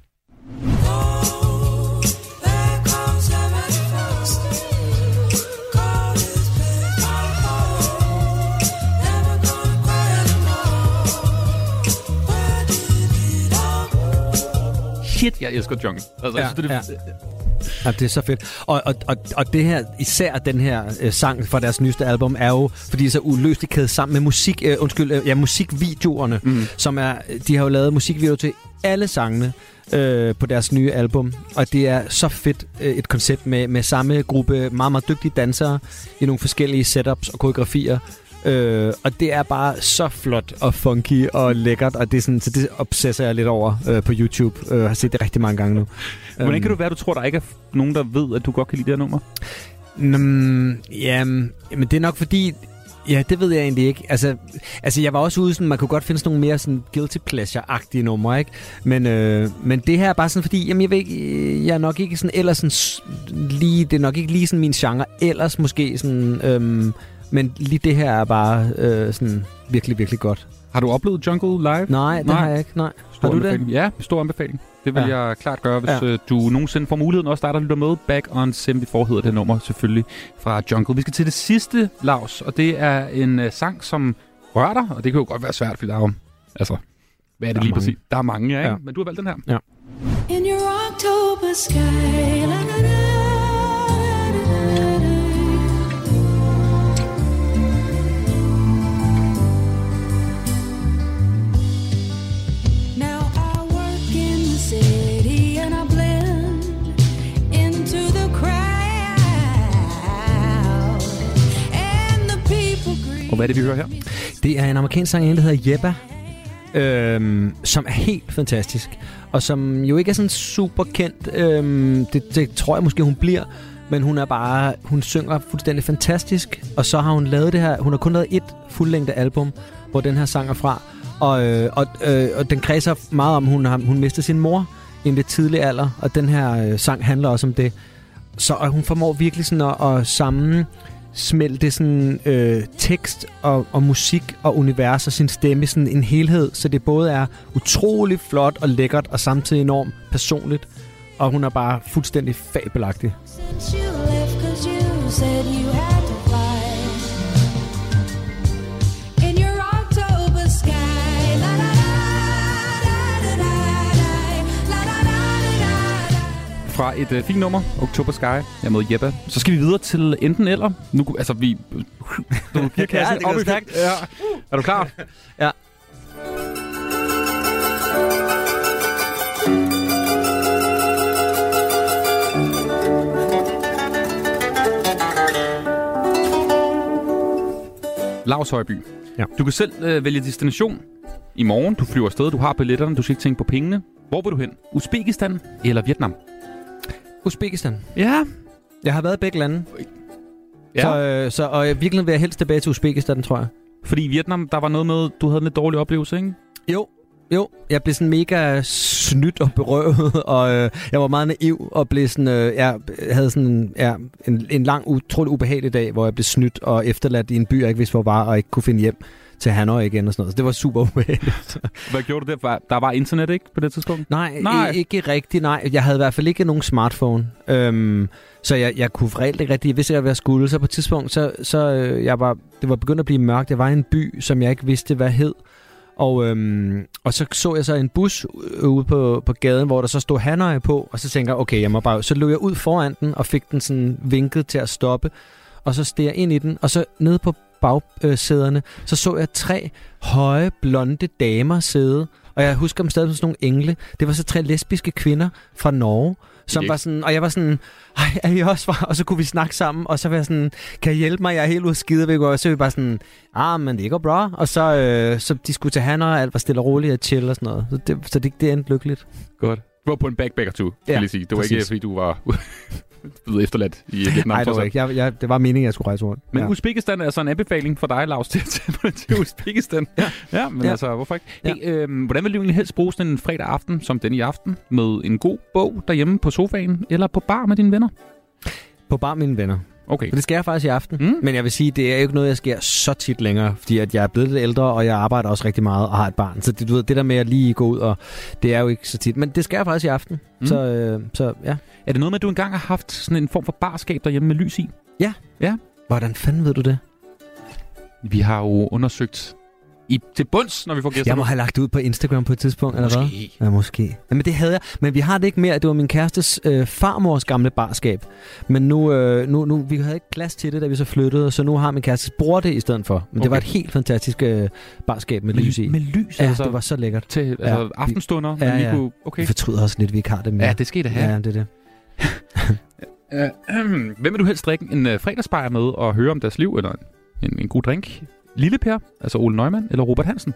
Shit, jeg elsker Jungle. Altså, jeg synes, Ja, det er så fedt. Og det her, især den her sang fra deres nyeste album, er jo, fordi det er så uløseligt kædet sammen med musikvideoerne, som er, de har jo lavet musikvideoer til alle sangene på deres nye album, og det er så fedt et koncept med samme gruppe meget, meget dygtige dansere i nogle forskellige setups og koreografier. Og det er bare så flot og funky og lækkert, og det er sådan, så det obsesser jeg lidt over på YouTube. Jeg har set det rigtig mange gange nu. Hvordan kan du være, du tror, der ikke er nogen, der ved, at du godt kan lide det her nummer? Men det er nok fordi... Ja, det ved jeg egentlig ikke. Altså jeg var også ude sådan, man kunne godt finde sådan nogle mere sådan guilty pleasure-agtige numre, ikke? Men det her er bare sådan, fordi, jamen jeg er nok ikke sådan, ellers sådan lige, det er nok ikke lige sådan min genre, ellers måske sådan, men lige det her er bare sådan virkelig, virkelig godt. Har du oplevet Jungle live? Nej, det har jeg ikke, nej. Har du det? Ja, stor anbefaling. Det vil jeg klart gøre, hvis du nogensinde får muligheden. Også dig, der lytter med. Back on 74 hedder det nummer selvfølgelig fra Jungle. Vi skal til det sidste, Lars, og det er en sang, som rører dig, og det kan jo godt være svært, fordi der er jo, altså, hvad er det lige præcis? Der er mange, ja. Men du har valgt den her. Ja. In your October sky, Og hvad er det, vi hører her? Det er en amerikansk sang, der hedder Yebba, som er helt fantastisk, og som jo ikke er sådan super kendt. Det tror jeg måske, hun bliver, men hun synger fuldstændig fantastisk, og så har hun lavet det her, hun har kun lavet et fuldlængde album, hvor den her sang er fra, og den kredser meget om, hun mistede sin mor i en lidt tidlig alder, og den her sang handler også om det. Så hun formår virkelig sådan at smelte sådan tekst og musik og univers og sin stemme sådan en helhed, så det både er utrolig flot og lækkert og samtidig enormt personligt, og hun er bare fuldstændig fabelagtig. since you left. said you had to fly in your October sky. La la la la la la la la. Fra et fint nummer, October Sky. Jeg er med Jeppe. Så skal vi videre til enten eller. Nu, altså, vi... Du giver kassen op i stærkt. Ja. Er du klar? Ja. Lars Højby. Ja. Du kan selv vælge destination i morgen. Du flyver afsted, du har billetterne, du skal ikke tænke på pengene. Hvor vil du hen? Uzbekistan eller Vietnam? Uzbekistan. Ja. Jeg har været i begge lande. Ja. Og jeg virkelig vil jeg helst tilbage til Uzbekistan, tror jeg. Fordi i Vietnam, der var noget med, du havde en lidt dårlig oplevelse, ikke? Jo, jeg blev sådan mega snydt og berøvet, og jeg var meget naiv og blev sådan, jeg havde sådan en lang, utrolig ubehagelig dag, hvor jeg blev snydt og efterladt i en by, jeg ikke vidste, hvor var, og ikke kunne finde hjem til Hanoi igen og sådan noget. Så det var super ubehageligt. Hvad gjorde du der? Der var internet, ikke, på det tidspunkt? Nej. Ikke rigtigt, nej. Jeg havde i hvert fald ikke nogen smartphone. Så jeg kunne reelt ikke rigtig, hvis jeg hvad jeg skulle. Så på et tidspunkt, det var begyndt at blive mørkt. Jeg var i en by, som jeg ikke vidste, hvad hed. Og så jeg så en bus ude på gaden, hvor der så stod Hanoi på, og så tænker jeg, okay, så løb jeg ud foran den, og fik den sådan vinket til at stoppe, og så steg jeg ind i den, og så nede på bagsæderne, så jeg 3 høje, blonde damer sidde, og jeg husker dem stadig som sådan nogle engle. Det var så 3 lesbiske kvinder fra Norge, som var sådan, og jeg var sådan, er I også fra? Og så kunne vi snakke sammen, og så var jeg sådan, kan I hjælpe mig? Jeg er helt ude af skide, og så var vi bare sådan, men det går bra. Og så de skulle til Hanoi, og alt var stille og roligt og chill og sådan noget. Så det endte lykkeligt. Godt. Du var på en backpacker-tur, vil jeg sige. Det var ikke, fordi du var blevet efterladt i Vietnam. Nej, det var ikke. Det var meningen, at jeg skulle rejse rundt. Men Uzbekistan er altså en anbefaling for dig, Lars, til Uzbekistan. Ja, men altså, hvorfor ikke? Ja. Hey, hvordan vil du egentlig helst bruge sådan en fredag aften, som den i aften, med en god bog derhjemme på sofaen, eller på bar med dine venner? På bar med mine venner. Okay. For det sker jeg faktisk i aften. Men jeg vil sige, det er jo ikke noget, jeg sker så tit længere, fordi at jeg er blevet lidt ældre, og jeg arbejder også rigtig meget og har et barn. Så det der med at lige gå ud, og det er jo ikke så tit. Men det sker jeg faktisk i aften. Så ja. Er det noget med, at du engang har haft sådan en form for barskab derhjemme med lys i? Ja. Hvordan fanden ved du det? Vi har jo undersøgt til bunds, når vi får gæster. Jeg må have lagt ud på Instagram på et tidspunkt, eller hvad? Ja, måske. Jamen, det havde jeg. Men vi har det ikke mere. Det var min kærestes farmors gamle barskab. Men nu vi havde ikke plads til det, da vi så flyttede, så nu har min kærestes bror det i stedet for. Men det var et helt fantastisk barskab med lys i. Med lys? Ja, altså, det var så lækkert. Til aftenstunder? Ja. Kunne, okay. Vi fortryder også lidt, vi ikke har det mere. Ja, det skal det have. Ja, det er det. Hvem vil du helst drikke en fredagsbajer med og høre om deres liv, eller en god drink? Lille Per, altså Ole Neumann, eller Robert Hansen?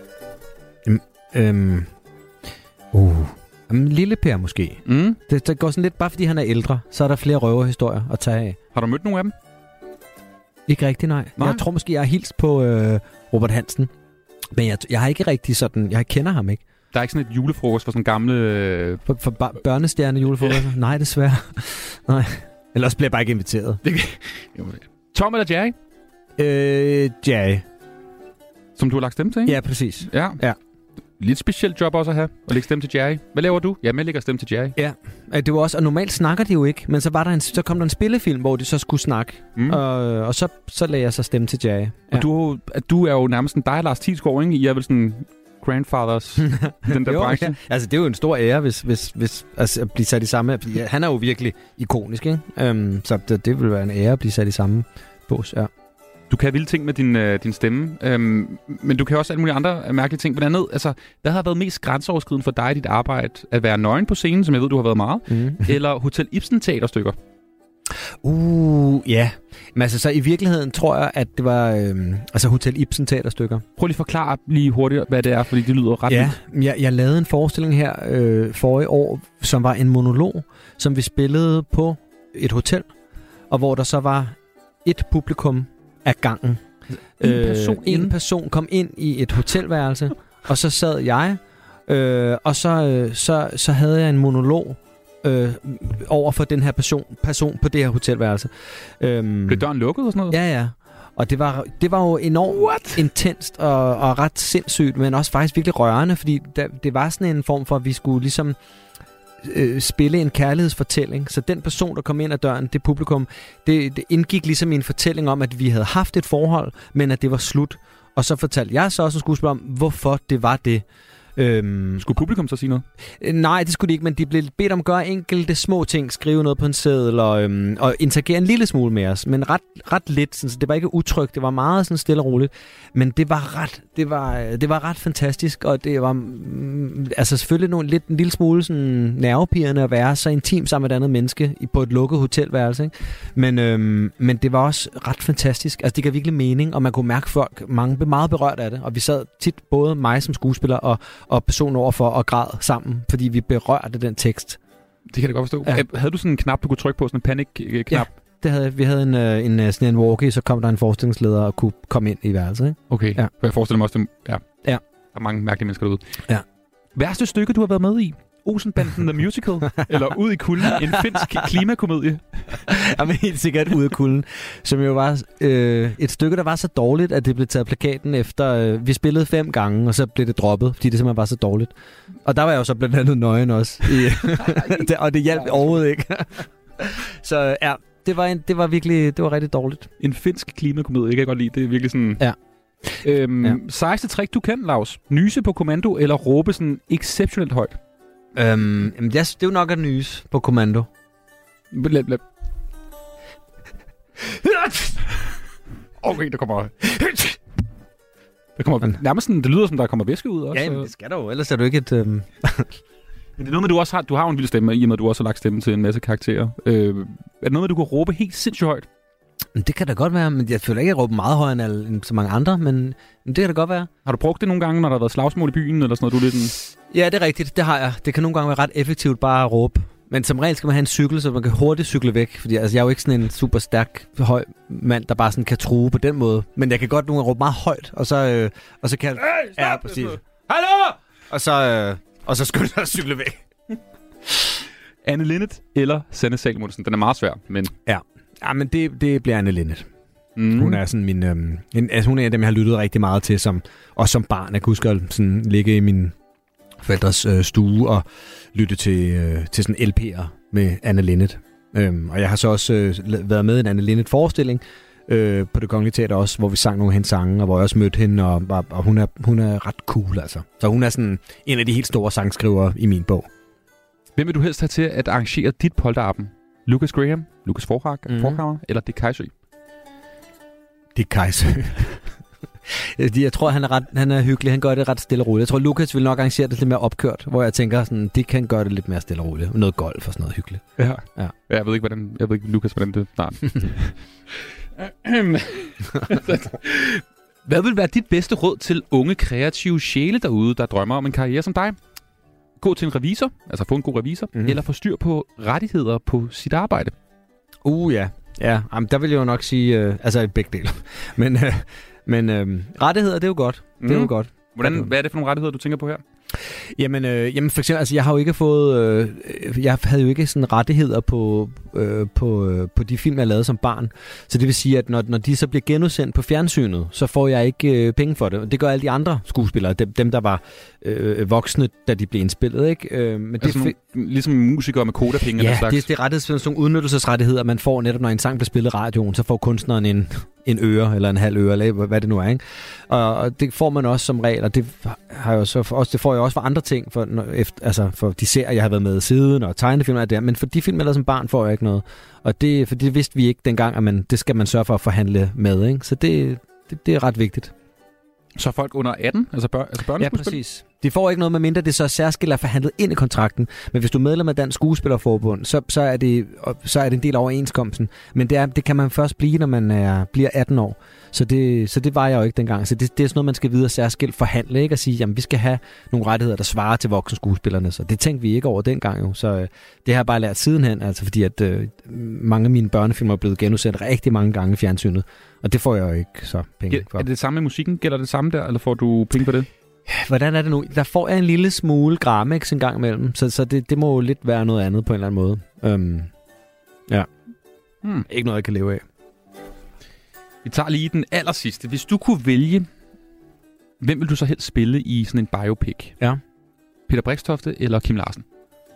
Lille Per måske. Det går sådan lidt, bare fordi han er ældre, så er der flere røverhistorier at tage af. Har du mødt nogle af dem? Ikke rigtigt, nej. Jeg tror måske, jeg har hilst på Robert Hansen. Men jeg har ikke rigtig sådan, jeg kender ham ikke. Der er ikke sådan et julefrokost for sådan gamle... For børnestjerne julefrokost? Yeah. Nej, desværre. Nej. Ellers bliver jeg bare ikke inviteret. Tom eller Jerry? Jerry. Som du har lagt stemme til, ikke? Ja, præcis. Ja. Lidt specielt job også at have, at lægge stemme til Jerry. Hvad laver du? Jamen, jeg lægger stemme til Jerry. Ja, det var også, og normalt snakker de jo ikke, men så kom der en spillefilm, hvor de så skulle snakke, og så lagde jeg så stemme til Jerry. Ja. Og du er jo nærmest en dig, Lars Thiesgaard, ikke? I er vel sådan grandfathers, den der branche. Ja. Altså, det er jo en stor ære, hvis at blive sat i samme... Han er jo virkelig ikonisk, ikke? Så det vil være en ære at blive sat i samme bås, ja. Du kan vilde ting med din stemme, men du kan også alle mulige andre mærkelige ting. Blandt andet, altså, hvad har været mest grænseoverskridende for dig i dit arbejde? At være nøgen på scenen, som jeg ved, du har været meget, eller Hotel Ibsen teaterstykker? Ja. Men altså, så i virkeligheden tror jeg, at det var Hotel Ibsen teaterstykker. Prøv lige at forklare lige hurtigt, hvad det er, fordi det lyder ret vildt. Ja, jeg lavede en forestilling her forrige år, som var en monolog, som vi spillede på et og hvor der så var et publikum af gangen. En person kom ind i et hotelværelse, og så sad jeg, og så havde jeg en monolog over for den her person på det her hotelværelse. Blev døren lukket og sådan noget? Ja. Og det var jo enormt intenst og ret sindssygt, men også faktisk virkelig rørende, fordi det var sådan en form for, at vi skulle ligesom spille en kærlighedsfortælling. Så den person, der kom ind ad døren, det publikum, det indgik ligesom i en fortælling om, at vi havde haft et forhold, men at det var slut. Og så fortalte jeg så også som skuespiller om, hvorfor det var det. Skulle publikum så sige noget? Nej, det skulle de ikke, men de blev bedt om at gøre enkelte små ting, skrive noget på en seddel og interagere en lille smule med os, men ret lidt. Så det var ikke utrygt, det var meget sådan stille og roligt, men det var ret fantastisk, og det var altså selvfølgelig en lille smule sådan nervepirrende at være så intim sammen med et andet menneske på et lukket hotelværelse, ikke? Men det var også ret fantastisk. Altså det gav virkelig mening, og man kunne mærke folk, mange blev meget berørt af det, og vi sad tit, både mig som skuespiller og personen overfor og græd sammen, fordi vi berørte den tekst. Det kan jeg godt forstå. Ja. Havde du sådan en knap, du kunne trykke på, sådan en panic-knap? Ja, det havde vi. Havde sådan en walkie, så kom der en forestilingsleder og kunne komme ind i værelset. Ikke? Okay, ja. Jeg forestiller mig også, ja. Der er mange mærkelige mennesker derude. Ja. Værste stykke, du har været med i? Olsenbanden The Musical? Eller Ud i kulden? En finsk klimakomedie? Jamen helt sikkert Ud i kulden. Som jo var et stykke, der var så dårligt, at det blev taget plakaten efter... vi spillede 5 gange, og så blev det droppet, fordi det simpelthen var så dårligt. Og der var jeg jo så blandt andet nøgen også. Og det hjalp overhovedet ikke. Så ja, det var virkelig... Det var rigtig dårligt. En finsk klimakomedie, det kan jeg godt lide. Det er virkelig sådan... Ja. Sejeste trick, du kan, Laus? Nyse på kommando, eller råbe sådan exceptionelt højt? Det er jo nok at nyse på kommando. Okay, der kommer nærmest sådan, det lyder som, der kommer væske ud også. Ja, men det skal der jo, ellers er du ikke et... Men det er noget med, du har jo en vild stemme, i og med, at du også har lagt stemme til en masse karakterer. Er det noget med, du kan råbe helt sindssygt højt? Det kan da godt være, men jeg føler ikke, at jeg råber meget højere end så mange andre, men det kan da godt være. Har du brugt det nogle gange, når der har været slagsmål i byen, eller sådan noget? Du er lidt en... Ja, det er rigtigt. Det har jeg. Det kan nogle gange være ret effektivt bare at råbe. Men som regel skal man have en cykel, så man kan hurtigt cykle væk. Fordi altså, jeg er jo ikke sådan en super stærk, høj mand, der bare sådan kan true på den måde. Men jeg kan godt nogle gange råbe meget højt, og så kan jeg... Ja, præcis. Hallo! Og så skynder jeg at cykle væk. Anne Linnet eller Sanne Salomonsen? Den er meget svær, men... Ja, men det bliver Anne Linnet. Hun er sådan min... hun er en af dem, jeg har lyttet rigtig meget til, også som barn. Jeg kan huske at sådan, ligge i min forældres stue og lytte til sådan LP'er med Anne Linnet. Og jeg har så også været med i en Anne Linnet-forestilling på Det Kongelige Teater også, hvor vi sang nogle af hendes sange, og hvor jeg også mødte hende, og hun er ret cool, altså. Så hun er sådan en af de helt store sangskrivere i min bog. Hvem vil du helst have til at arrangere dit polterappen? Lucas Graham, Lucas Forhammer eller Dick Kajsø? Dick Kajsø. Jeg tror, han er hyggelig. Han gør det ret stille og roligt. Jeg tror, Lucas vil nok arrangere det lidt mere opkørt, hvor jeg tænker, sådan, det kan gøre det lidt mere stille og roligt. Noget golf og sådan noget hyggeligt. Ja. Jeg ved ikke, Lucas, hvordan det... Nej. Hvad vil være dit bedste råd til unge, kreative sjæle derude, der drømmer om en karriere som dig? Gå til en revisor, altså få en god revisor, eller få styr på rettigheder på sit arbejde? Ja. Jamen, der vil jeg jo nok sige, altså begge dele. Men rettigheder, det er jo godt. Det er jo godt. Hvad er det for nogle rettigheder, du tænker på her? Jamen for eksempel, altså jeg har jo ikke fået, jeg havde jo ikke sådan rettigheder på de film, jeg lavede som barn. Så det vil sige, at når de så bliver genudsendt på fjernsynet, så får jeg ikke penge for det. Det gør alle de andre skuespillere, dem der var voksne, da de blev indspillet, ikke? Men altså det ligesom musikere med kodapenge eller slags? Ja, det er rettigheder, sådan nogle udnyttelsesrettigheder, man får netop, når en sang bliver spillet i radioen, så får kunstneren en øre eller en halv øre, eller hvad det nu er, ikke? Og det får man også som regel, og det har jeg så også, det får jeg også for andre ting, for de serier, jeg har været med siden, og tegnefilmer der, men for de film, jeg lavede som barn, får jeg ikke noget. Og for det vidste vi ikke dengang, at det skal man sørge for at forhandle med, ikke? Så det er ret vigtigt. Så folk under 18? Altså børneskuespil? Ja, præcis. De får ikke noget, med mindre det så særskilt er forhandlet ind i kontrakten. Men hvis du er medlem af Dansk Skuespillerforbund, så er det en del af overenskomsten. Men det kan man først blive, når man bliver 18 år. Så det var jeg jo ikke dengang. Så det er sådan noget, man skal videre særskilt forhandle, ikke? Og sige, jamen vi skal have nogle rettigheder, der svarer til voksenskuespillerne. Så det tænkte vi ikke over dengang jo. Så det har jeg bare lært sidenhen, altså fordi at mange af mine børnefilmer er blevet genudsendt rigtig mange gange i fjernsynet. Og det får jeg jo ikke så penge for. Er det det samme med musikken? Gælder det samme der, eller får du penge på det? Hvordan er det nu? Der får jeg en lille smule Gramex en gang imellem, så det må jo lidt være noget andet på en eller anden måde. Ja. Ikke noget, jeg kan leve af. Vi tager lige den allersidste. Hvis du kunne vælge, hvem vil du så helst spille i sådan en biopic? Ja. Peter Brixtofte eller Kim Larsen?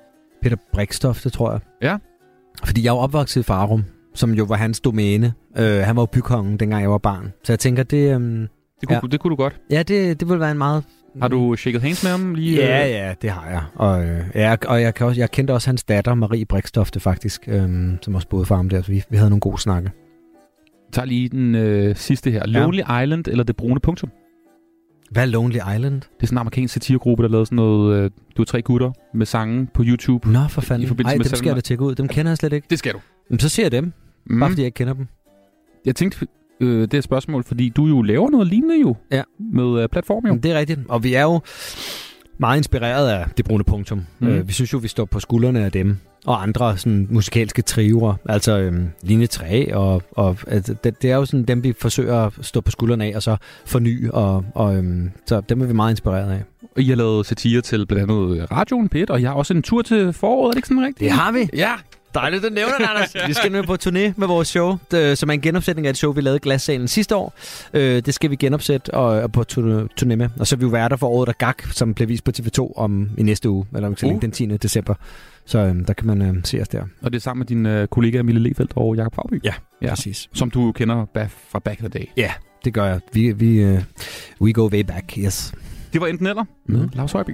Peter Brixtofte, tror jeg. Ja. Fordi jeg er jo opvokset i Farum, som jo var hans domæne. Han var jo bykongen, dengang jeg var barn. Så jeg tænker, Det kunne du godt. Ja, det ville være en meget... Har du shaket hands med ham lige? Ja, det har jeg. Og jeg kendte også hans datter, Marie Brixtofte, faktisk, som også boede for ham der, så vi havde nogle gode snakke. Jeg tager lige den sidste her. Lonely Island eller Det Brune Punktum? Hvad er Lonely Island? Det er sådan en amerikansk satiregruppe, der lavede sådan noget, du er 3 gutter med sange på YouTube. Nå, for fanden. Ej, dem skal jeg da tjekke ud. Dem kender jeg slet ikke. Det skal du. Men så ser jeg dem. Bare fordi jeg ikke kender dem. Jeg tænkte, det er et spørgsmål, fordi du jo laver noget lignende jo. Ja. Med platform jo. Det er rigtigt. Og vi er jo meget inspireret af Det Brune Punktum. Vi synes jo, vi står på skuldrene af dem. Og andre sådan musikalske trioer. Altså Linje 3. Og det er jo sådan dem, vi forsøger at stå på skuldrene af og så forny. Så dem er vi meget inspireret af. Og I har lavet satire til blandt andet radioen, P1, og I har også en tur til foråret, er det ikke sådan rigtigt? Det har vi. Ja. Dejligt, at nævne det, Anders. Vi skal nu på turné med vores show, som er en genopsætning af et show, vi lavede i Glassalen sidste år. Det skal vi genopsætte og på turné med. Og så er vi jo værter for Året, der gak, som bliver vist på TV2 i næste uge, eller den 10. december. Så der kan man se os der. Og det er sammen med din kollega Mille Lefeldt og Jakob Fagby? Ja, præcis. Som du kender fra back in the day? Ja, det gør jeg. We go way back, yes. Det var enten eller med Lars Højby.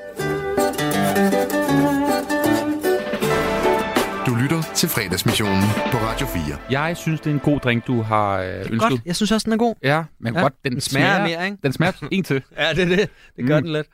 Du lytter til Fredagsmissionen på Radio 4. Jeg synes, det er en god drink, du har ønsket. Godt. Jeg synes også, den er god. Ja, men godt, den smager mere, ikke? Den smager en til. Ja, det er det. Det gør den lidt.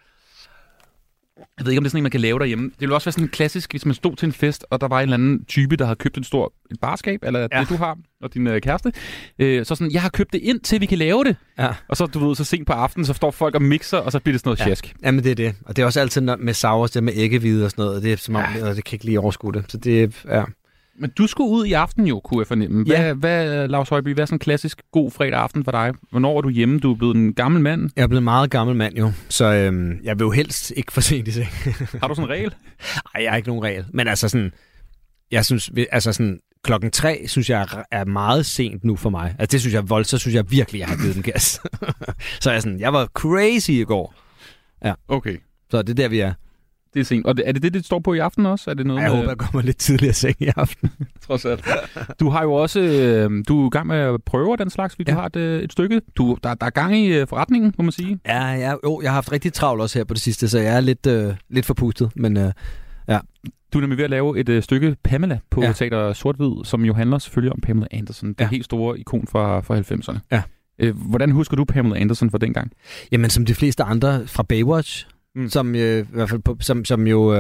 Jeg ved ikke, om det er sådan en, man kan lave derhjemme. Det ville også være sådan en klassisk, hvis man stod til en fest, og der var en eller anden type, der havde købt et barskab, eller det du har, og din kæreste. Så sådan, jeg har købt det ind til, vi kan lave det. Ja. Og så, du ved, så sent på aftenen, så står folk og mixer, og så bliver det sådan noget sjask. Jamen, det er det. Og det er også altid med sours, det med æggehvide og sådan noget. Det er som om, det kan ikke lige overskue det. Så det er... Men du skulle ud i aften jo, kunne jeg fornemme. Hvad Lars Højby, hvad er sådan en klassisk god fredag aften for dig? Hvornår er du hjemme? Du er blevet en gammel mand. Jeg er blevet en meget gammel mand jo, så jeg vil jo helst ikke for sent i seng. Har du sådan en regel? Nej, jeg har ikke nogen regel. Men altså sådan, jeg synes, altså sådan, 3:00 synes jeg er meget sent nu for mig. Altså det synes jeg så synes jeg virkelig, jeg har givet den gas. Så jeg var crazy i går. Ja. Okay. Så det er der, vi er. Det er sent. Og er det står på i aften også? Er det noget jeg håber, jeg kommer lidt tidligere seng i aften. Trods alt. Du har jo også... du er i gang med at prøve den slags, fordi du har et stykke. Der er gang i forretningen, må man sige. Ja, jeg har haft rigtig travlt også her på det sidste, så jeg er lidt forpustet, men ja. Du er nemlig ved at lave et stykke Pamela på Teater Sort-Hvid, som jo handler selvfølgelig om Pamela Anderson. Det helt store ikon fra 90'erne. Ja. Hvordan husker du Pamela Anderson fra dengang? Jamen, som de fleste andre fra Baywatch. Som i hvert fald som jo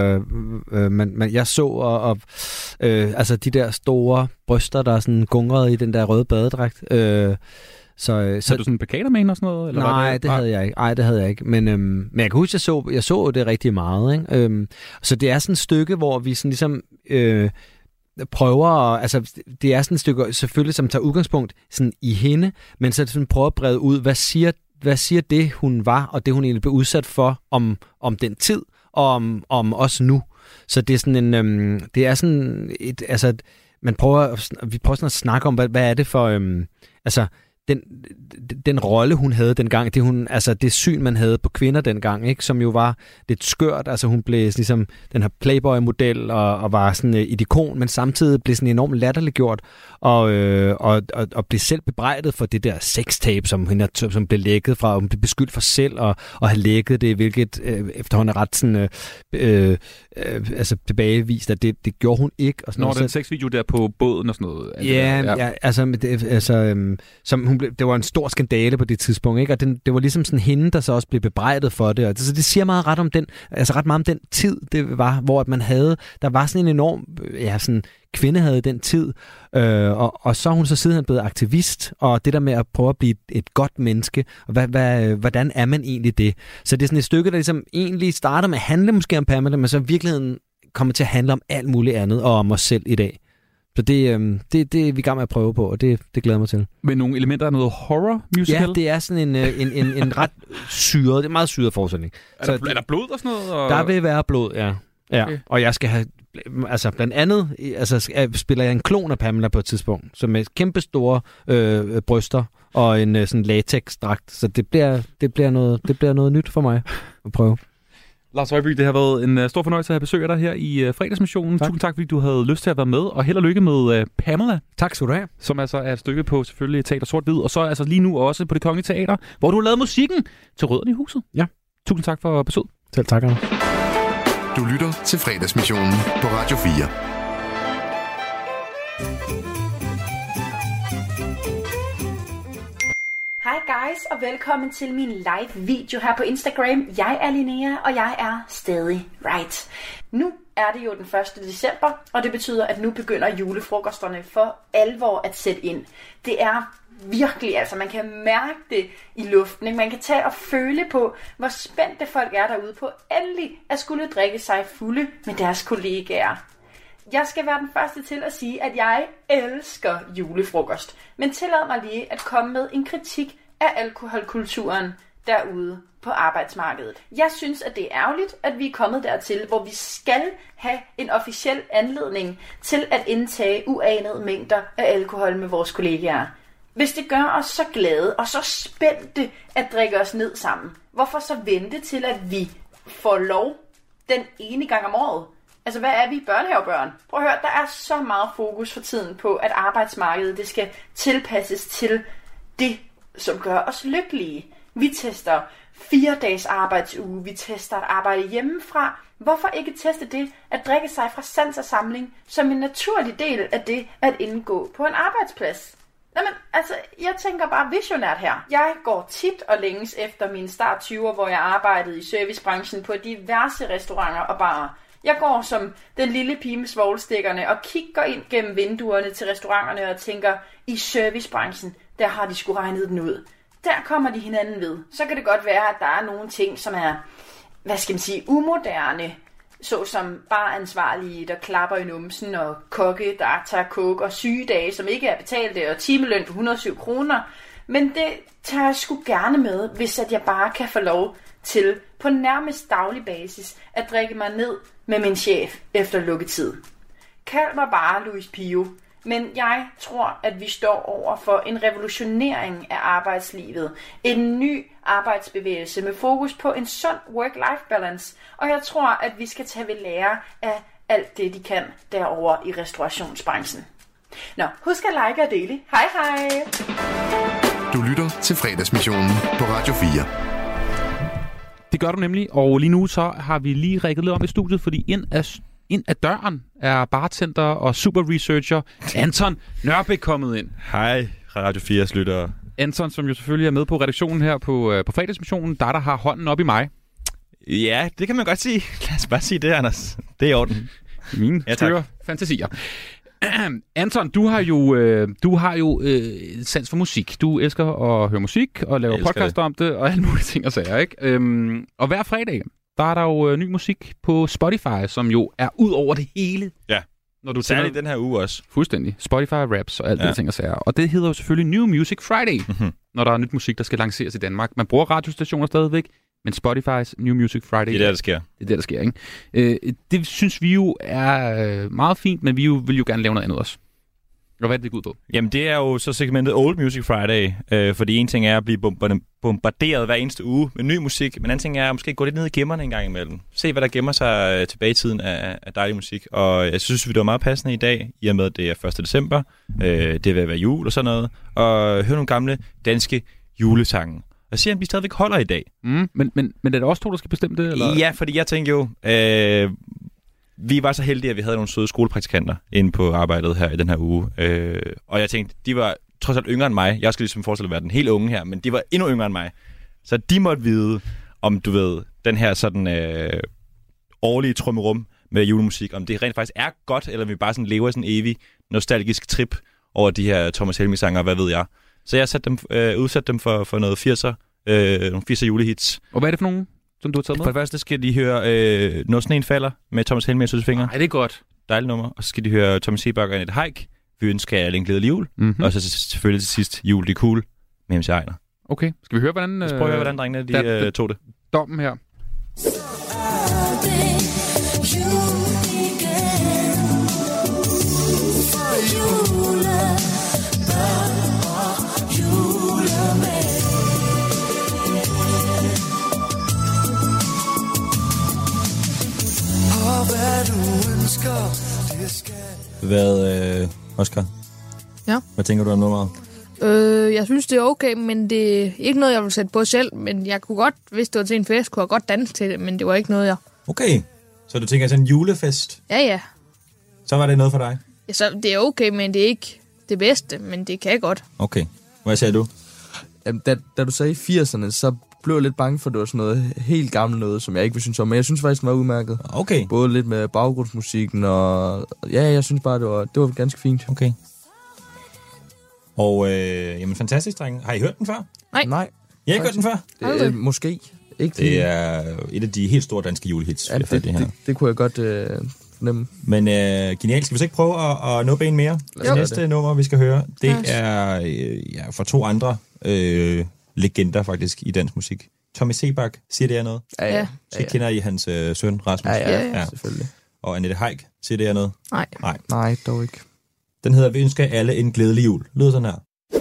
jeg så altså de der store bryster, der sådan gungrede i den der røde badedragt. Så du sådan plakater med hende og sådan noget? Eller nej, det havde jeg ikke. Nej, det havde jeg ikke. Men jeg kan huske, jeg så det rigtig meget. Ikke? Så det er sådan et stykke, hvor vi sådan ligesom prøver, altså det er sådan et stykke selvfølgelig, som tager udgangspunkt sådan i hende, men så sådan prøver at brede ud, hvad siger det, hun var, og det, hun egentlig blev udsat for om den tid, og om os nu. Så det er sådan en, det er sådan et, altså, vi prøver sådan at snakke om, hvad er det for, altså, den rolle, hun havde dengang, det syn, man havde på kvinder dengang, ikke, som jo var lidt skørt, altså hun blev ligesom den her Playboy-model, og var sådan et ikon, men samtidig blev sådan enormt latterliggjort, og blev selv bebrejdet for det der sextape, som blev lækket fra, hun blev beskyldt for selv at have lækket det, hvilket efterhånden er ret sådan, altså tilbagevist, at det gjorde hun ikke. Og sådan noget. Den sexvideo der på båden og sådan noget. Som det var en stor skandale på det tidspunkt, ikke? Og det var ligesom sådan hende, der så også blev bebrejdet for det. Og så det siger meget ret meget om den tid, det var, hvor der var sådan en enorm, sådan kvinde havde den tid, og så er hun så sidenhen blevet aktivist, og det der med at prøve at blive et godt menneske, og hvordan er man egentlig det? Så det er sådan et stykke, der ligesom egentlig starter med at handle måske om Pamela, men så i virkeligheden kommer til at handle om alt muligt andet, og om os selv i dag. Så det er vi i gang med at prøve på, og det glæder mig til. Med nogle elementer af noget horror musical? Ja, det er sådan en ret syret, det er meget syret forestilling. Er der blod og sådan noget? Der vil være blod, ja. Okay. Og jeg skal have, altså blandt andet, spiller jeg en klon af Pamela på et tidspunkt, som med kæmpe store bryster og en sådan latex-dragt, så det bliver noget nyt for mig at prøve. Lars Højby, det har været en stor fornøjelse at have besøg af dig her i fredagsmissionen. Tusind tak, fordi du havde lyst til at være med, og held og lykke med Pamela. Tak skal du have. Som altså er et stykke på selvfølgelig Teater Sort-Hvid, og så altså lige nu også på Det Kongelige Teater, hvor du har lavet musikken til Rødderne i huset. Ja. Tusind tak for besøget. Selv tak, Anders. Du lytter til fredagsmissionen på Radio 4. Hej guys, og velkommen til min live video her på Instagram. Jeg er Linnea, og jeg er stadig right. Nu er det jo den 1. december, og det betyder, at nu begynder julefrokosterne for alvor at sætte ind. Det er virkelig, altså man kan mærke det i luften, ikke? Man kan tage og føle på, hvor spændte folk er derude på endelig at skulle drikke sig fulde med deres kollegaer. Jeg skal være den første til at sige, at jeg elsker julefrokost. Men tillad mig lige at komme med en kritik af alkoholkulturen derude på arbejdsmarkedet. Jeg synes, at det er ærgerligt, at vi er kommet dertil, hvor vi skal have en officiel anledning til at indtage uanede mængder af alkohol med vores kollegaer. Hvis det gør os så glade og så spændte at drikke os ned sammen, hvorfor så vente til, at vi får lov den ene gang om året? Altså, hvad er vi børnehavebørn? Prøv at høre, der er så meget fokus for tiden på, at arbejdsmarkedet det skal tilpasses til det, som gør os lykkelige. Vi tester 4 dages arbejdsuge, vi tester at arbejde hjemmefra. Hvorfor ikke teste det at drikke sig fra sans og samling som en naturlig del af det at indgå på en arbejdsplads? Jamen, altså, jeg tænker bare visionært her. Jeg går tit og længes efter min start 20'er, hvor jeg arbejdede i servicebranchen på diverse restauranter og barer. Jeg går som den lille pige med svovlstikkerne og kigger ind gennem vinduerne til restauranterne og tænker, i servicebranchen, der har de sgu regnet den ud. Der kommer de hinanden ved. Så kan det godt være, at der er nogle ting, som er, hvad skal man sige, umoderne. Såsom baransvarlige, der klapper i numsen, og kokke, der tager coke, og sygedage, som ikke er betalte, og timeløn på 107 kroner. Men det tager jeg sgu gerne med, hvis at jeg bare kan få lov til på nærmest daglig basis at drikke mig ned med min chef efter lukketid. Kald mig bare Louis Pio, men jeg tror, at vi står over for en revolutionering af arbejdslivet. En ny arbejdsbevægelse med fokus på en sund work-life balance. Og jeg tror, at vi skal tage ved lære af alt det, de kan derovre i restaurationsbranchen. Nå, husk at like og dele. Hej hej! Du lytter til fredagsmissionen på Radio 4. Det gør du nemlig, og lige nu så har vi lige rækket lidt om i studiet, fordi ind ad døren er bartender og super researcher Anton Nørbæk kommet ind. Hej, Radio 4's lyttere. Anton, som jo selvfølgelig er med på redaktionen her på fredagsmissionen, der har hånden op i mig. Ja, det kan man godt sige. Lad os bare sige det, Anders. Det er i orden. Mine skøre fantasier. Anton, du har jo sans for musik. Du elsker at høre musik og lave podcast om det og alle mulige ting og sager, ikke? Og hver fredag, der er der jo ny musik på Spotify, som jo er ud over det hele. Ja, når du særligt den her uge også. Fuldstændig. Spotify Raps og alt det ting og sager. Og det hedder jo selvfølgelig New Music Friday, når der er nyt musik, der skal lanceres i Danmark. Man bruger radiostationer stadigvæk, men Spotify's New Music Friday... Det er der sker. Det er der sker, ikke? Det synes vi jo er meget fint, men vi vil jo gerne lave noget andet også. Og hvad er det går ud på? Jamen, det er jo så segmentet Old Music Friday, fordi en ting er at blive bombarderet hver eneste uge med ny musik, men anden ting er at måske gå lidt ned i gemmerne en gang imellem. Se, hvad der gemmer sig tilbage i tiden af dejlig musik. Og jeg synes, det var meget passende i dag, i og med, at det er 1. december, det vil være jul og sådan noget, og høre nogle gamle danske julesange. Og se, om de stadigvæk holder i dag. Men er det også to, der skal bestemme det? Eller? Ja, fordi jeg tænkte jo... vi var så heldige, at vi havde nogle søde skolepraktikanter inde på arbejdet her i den her uge. Og jeg tænkte, de var trods alt yngre end mig. Jeg skal ligesom forestille at være den helt unge her, men de var endnu yngre end mig. Så de måtte vide, om du ved, den her sådan årlige trummerum med julemusik, om det rent faktisk er godt, eller vi bare sådan lever i sådan en evig nostalgisk trip over de her Thomas Helmig-sanger, hvad ved jeg. Så jeg har udsat dem for noget 80'er, nogle 80'er julehits. Og hvad er det for nogle, som du har taget med? For det første skal de høre Når sneen falder med Thomas Helmig og Søsfinger. Nej, det er godt. Dejligt nummer. Og så skal de høre Thomas Sebak og Annette Haik. Vi ønsker jer en glædelig jul. Og så selvfølgelig til sidst Jul, det er cool med MC Ejner. Okay, skal vi høre, hvordan... Lad os prøve at høre, hvordan drengene de tog det. Dommen her. Hvad, Oscar? Ja. Hvad tænker du om nummeret? Jeg synes, det er okay, men det er ikke noget, jeg vil sætte på selv. Men jeg kunne godt, hvis det var til en fest, kunne jeg godt danse til det, men det var ikke noget, jeg... Okay, så du tænker sådan en julefest? Ja. Så var det noget for dig? Ja, så det er okay, men det er ikke det bedste, men det kan jeg godt. Okay. Hvad sagde du? Jamen, da du sagde 80'erne, så blev jeg lidt bange for, at det var sådan noget helt gammelt noget, som jeg ikke vil synes om. Men jeg synes faktisk, det var udmærket. Okay. Både lidt med baggrundsmusikken, og ja, jeg synes bare, det var ganske fint. Okay. Og jamen, fantastisk, drenge. Har I hørt den før? Nej. Nej. Jeg har ikke hørt den før? Det, måske. Ikke det er et af de helt store danske julehits. Ja, det kunne jeg godt fornemme. Men genialt. Skal vi så ikke prøve at nå en mere? Det næste nummer, vi skal høre, det er for 2 andre legender faktisk i dansk musik. Tommy Sebak, siger det her noget? Ja. Så kender I hans søn, Rasmus? Ja, selvfølgelig. Og Annette Haik, siger det her noget? Nej, dog ikke. Den hedder Vi ønsker alle en glædelig jul. Lyder sådan her.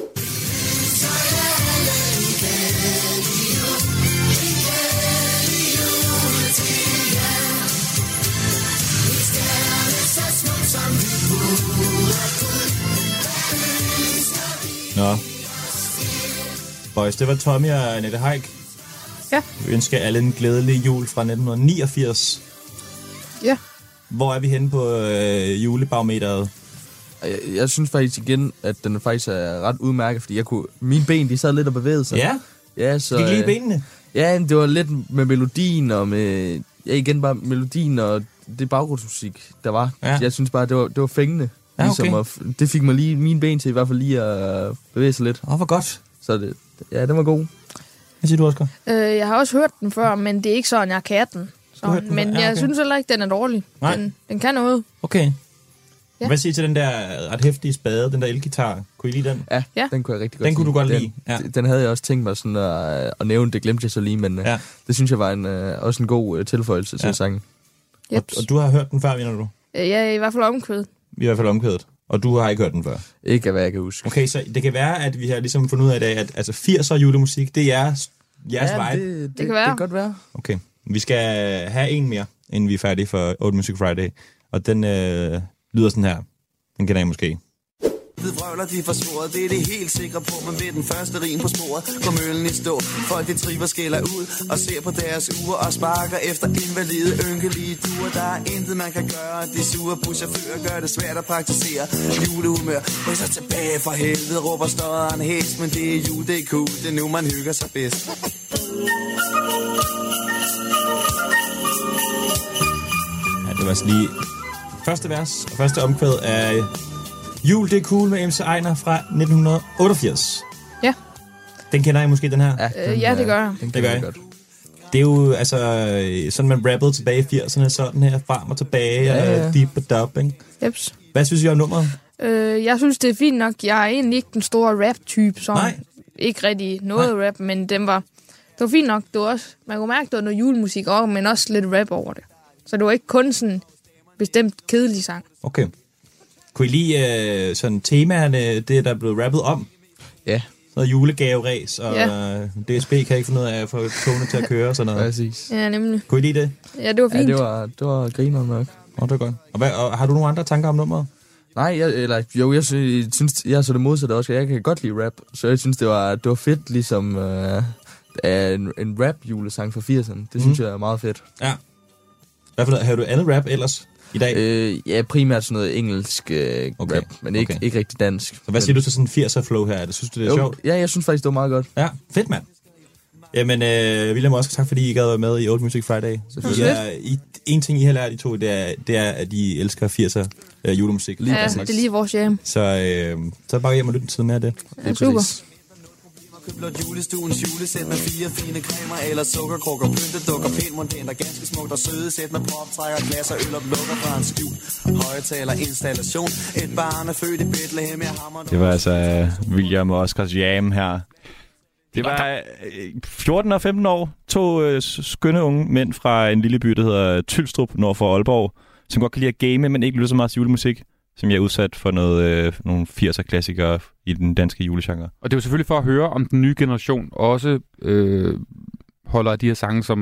Nå. Boys, det var Tommy og Annette Haik. Ja. Vi ønsker alle en glædelig jul fra 1989. Ja. Hvor er vi henne på julebarometeret? Jeg synes faktisk igen, at den faktisk er ret udmærket, fordi mine ben, de sad lidt og bevægede sig. Ja? Ja, så... Gik lige benene? Ja, det var lidt med melodien og med... Ja, igen bare melodien og det baggrundsmusik, der var. Ja. Jeg synes bare, det var fængende. Ja, okay. Ligesom det fik mig lige mine ben til i hvert fald lige at bevæge sig lidt. Hvor godt. Så den var god. Hvad siger du, Oscar? Jeg har også hørt den før, men det er ikke sådan, jeg kan den. Men jeg synes heller ikke, den er dårlig. Den kan noget. Okay. Ja. Hvad siger I til den der ret heftige spade, den der elgitar? Kunne I lide den? Ja, den kunne jeg rigtig godt Den kunne du godt lide? Ja. Den havde jeg også tænkt mig sådan at nævne, det glemte jeg så lige, men det synes jeg var også en god tilføjelse til sangen. Og du har hørt den før, mener du? Ja, i hvert fald omkvædet. I hvert fald omkvædet. Og du har ikke hørt den før? Ikke af hvad jeg kan huske. Okay, så det kan være, at vi har ligesom fundet ud af i dag, at altså 80'er julemusik, det er jeres vibe. Det kan være. Det kan godt være. Okay, vi skal have en mere, inden vi er færdige for Old Music Friday. Og den lyder sådan her. Den kender I måske. Vrøvler, de forsvoret, det er det helt sikre på, men ved den første rim på sporet, går møllen i stå. Folk de triver skælder ud og ser på deres uger og sparker efter invalide, ynkelige duer. Der er intet man kan gøre, de sure buschauffører gør det svært at praktisere julehumør. Ryk så tilbage for helvede, råber støderen hæs, men det er jul, det er cool, det er nu man hygger sig bedst. Ja, det var altså lige første vers og første omkvæd af Jul, det er cool med MC Einar fra 1988. Ja. Den kender I måske, den her? Ja, det gør jeg. Det gør jeg. Det er jo altså sådan, man rappede tilbage i 80'erne, sådan her, frem og tilbage, og deep og dub, ikke? Jeps. Hvad synes I om nummeret? Jeg synes, det er fint nok. Jeg er egentlig ikke den store rap-type, så ikke rigtig noget rap, men det var fint nok. Det var også, man kunne mærke, det var noget julemusik over, men også lidt rap over det. Så det var ikke kun sådan bestemt kedelig sang. Okay. Kunne I lide sådan temaerne, det der er blevet rappet om? Ja. Noget julegaveræs, og DSB kan ikke finde ud af at få togene til at køre og sådan noget. Præcis. Ja, nemlig. Kunne I lide det? Ja, det var fint. Ja, det var grineren nok. Det var godt. Og har du nogle andre tanker om nummeret? Nej, jeg synes, jeg er så det modsatte også. Jeg kan godt lide rap, så jeg synes, det var fedt, ligesom en rap-julesang fra 80'erne. Det synes jeg er meget fedt. Ja. Har du andet rap ellers i dag? Ja, primært sådan noget engelsk rap, men ikke rigtig dansk. Så hvad siger du til sådan en 80'er-flow her? Synes du, det er sjovt? Ja, jeg synes faktisk, det var meget godt. Ja, fedt mand. Jamen, William og Oscar, tak fordi I gad være med i Old Music Friday. En ting, I har lært, I to, det er, at I elsker 80'er julemusik. Ja, det er lige vores jam. Så bare hjem og lytte tid med af det. Ja, super. Køb blot julestuens julesæt med 4 fine cremer eller sukkerkrukker, pyntedukker, pænt mondænt og ganske smukt og søde sæt med proptrækker, glas og øl og lukker fra en skjul højtaler installation. Et barn er født i Bethlehem, jeg hammer. Det var altså William og Oscars jam her. Det var 14 og 15 år. 2 skønne unge mænd fra en lille by, der hedder Tylstrup, nord for Aalborg, som godt kan lide at game, men ikke lytter så meget til julemusik, som jeg er udsat for nogle 80'er-klassikere i den danske julegenre. Og det er jo selvfølgelig for at høre, om den nye generation også holder de her sange, som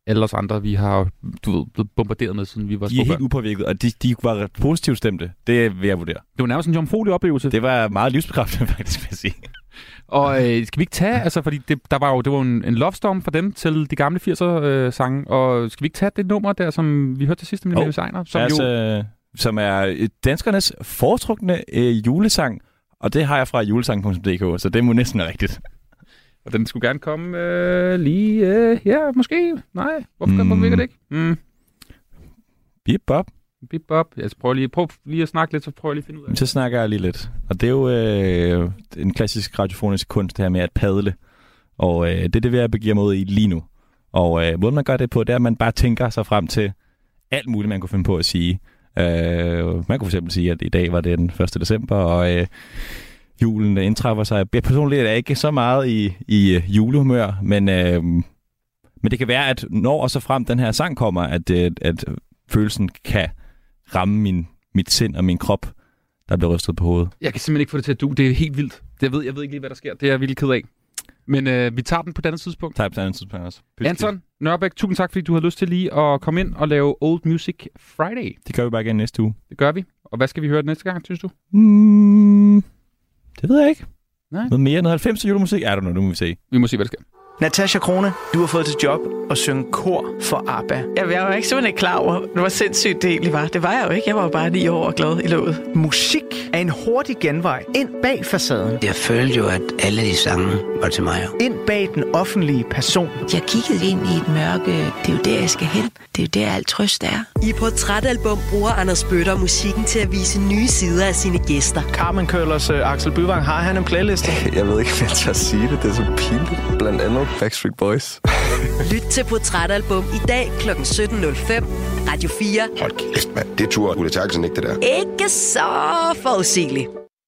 alle os andre, vi har blevet bombarderet med, siden vi var små De er børn. helt upåvirket, og de var ret positivt stemte. Det vil jeg vurdere. Det var nærmest en jomfruelig oplevelse. Det var meget livsbekræftende, faktisk, vil jeg sige. Og skal vi ikke tage, altså fordi det var en love storm for dem til de gamle 80'er sange, og skal vi ikke tage det nummer der, som vi hørte til sidst med Mavis Ejner? Som er danskernes foretrukne julesang, og det har jeg fra julesang.dk, så det må næsten være rigtigt. Og den skulle gerne komme ja, måske. Nej, hvorfor virker det ikke? Bip bop. Bip bop. Jeg prøv lige at snakke lidt, så prøver jeg lige at finde ud af det. Så snakker jeg lige lidt. Og det er jo en klassisk radiofonisk kunst her med at padle. Og det er det, jeg begiver mig ud i lige nu. Og måden man gør det på, det er, at man bare tænker sig frem til alt muligt, man kunne finde på at sige. Man kunne for eksempel sige, at i dag var det den 1. december, og julen indtræffer sig. Jeg personligt er ikke så meget i julehumør, men det kan være, at når og så frem den her sang kommer, at følelsen kan ramme mit sind og min krop, der bliver rystet på hovedet. Jeg kan simpelthen ikke få det til at du. Det er helt vildt. Jeg ved ikke lige, hvad der sker. Det er jeg virkelig ked af. Men vi tager den på et andet tidspunkt. Tager på et andet tidspunkt også. Anton Nørbæk, tusind tak, fordi du har lyst til lige at komme ind og lave Old Music Friday. Det gør vi bare igen næste uge. Det gør vi. Og hvad skal vi høre næste gang, synes du? Det ved jeg ikke. Nej. Noget mere, noget 90 julemusik? Er der noget, nu må vi se. Vi må se, hvad der sker. Natasha Krone, du har fået til job at synge kor for ABBA. Jeg var ikke simpelthen klar over, hvor sindssygt det egentlig var. Det var jeg jo ikke. Jeg var jo bare 9 år og glad i låget. Musik er en hurtig genvej ind bag facaden. Jeg følte jo, at alle de sange var til mig. Ind bag den offentlige person. Jeg kiggede ind i et mørke. Det er jo der, jeg skal hen. Det er jo der, alt trøst er. I Portrætalbum bruger Anders Bøtter musikken til at vise nye sider af sine gæster. Carmen Køllers Axel Byvang, har han en playliste? Jeg ved ikke, hvad jeg skal sige det. Det er så pinligt. Blandt andet Backstreet Boys. Lyt til Portrætalbum i dag kl. 17.05. Radio 4. Hold kæft, mand. Det tror Ulla Terkelsen ikke, det der. Ikke så forudsigeligt.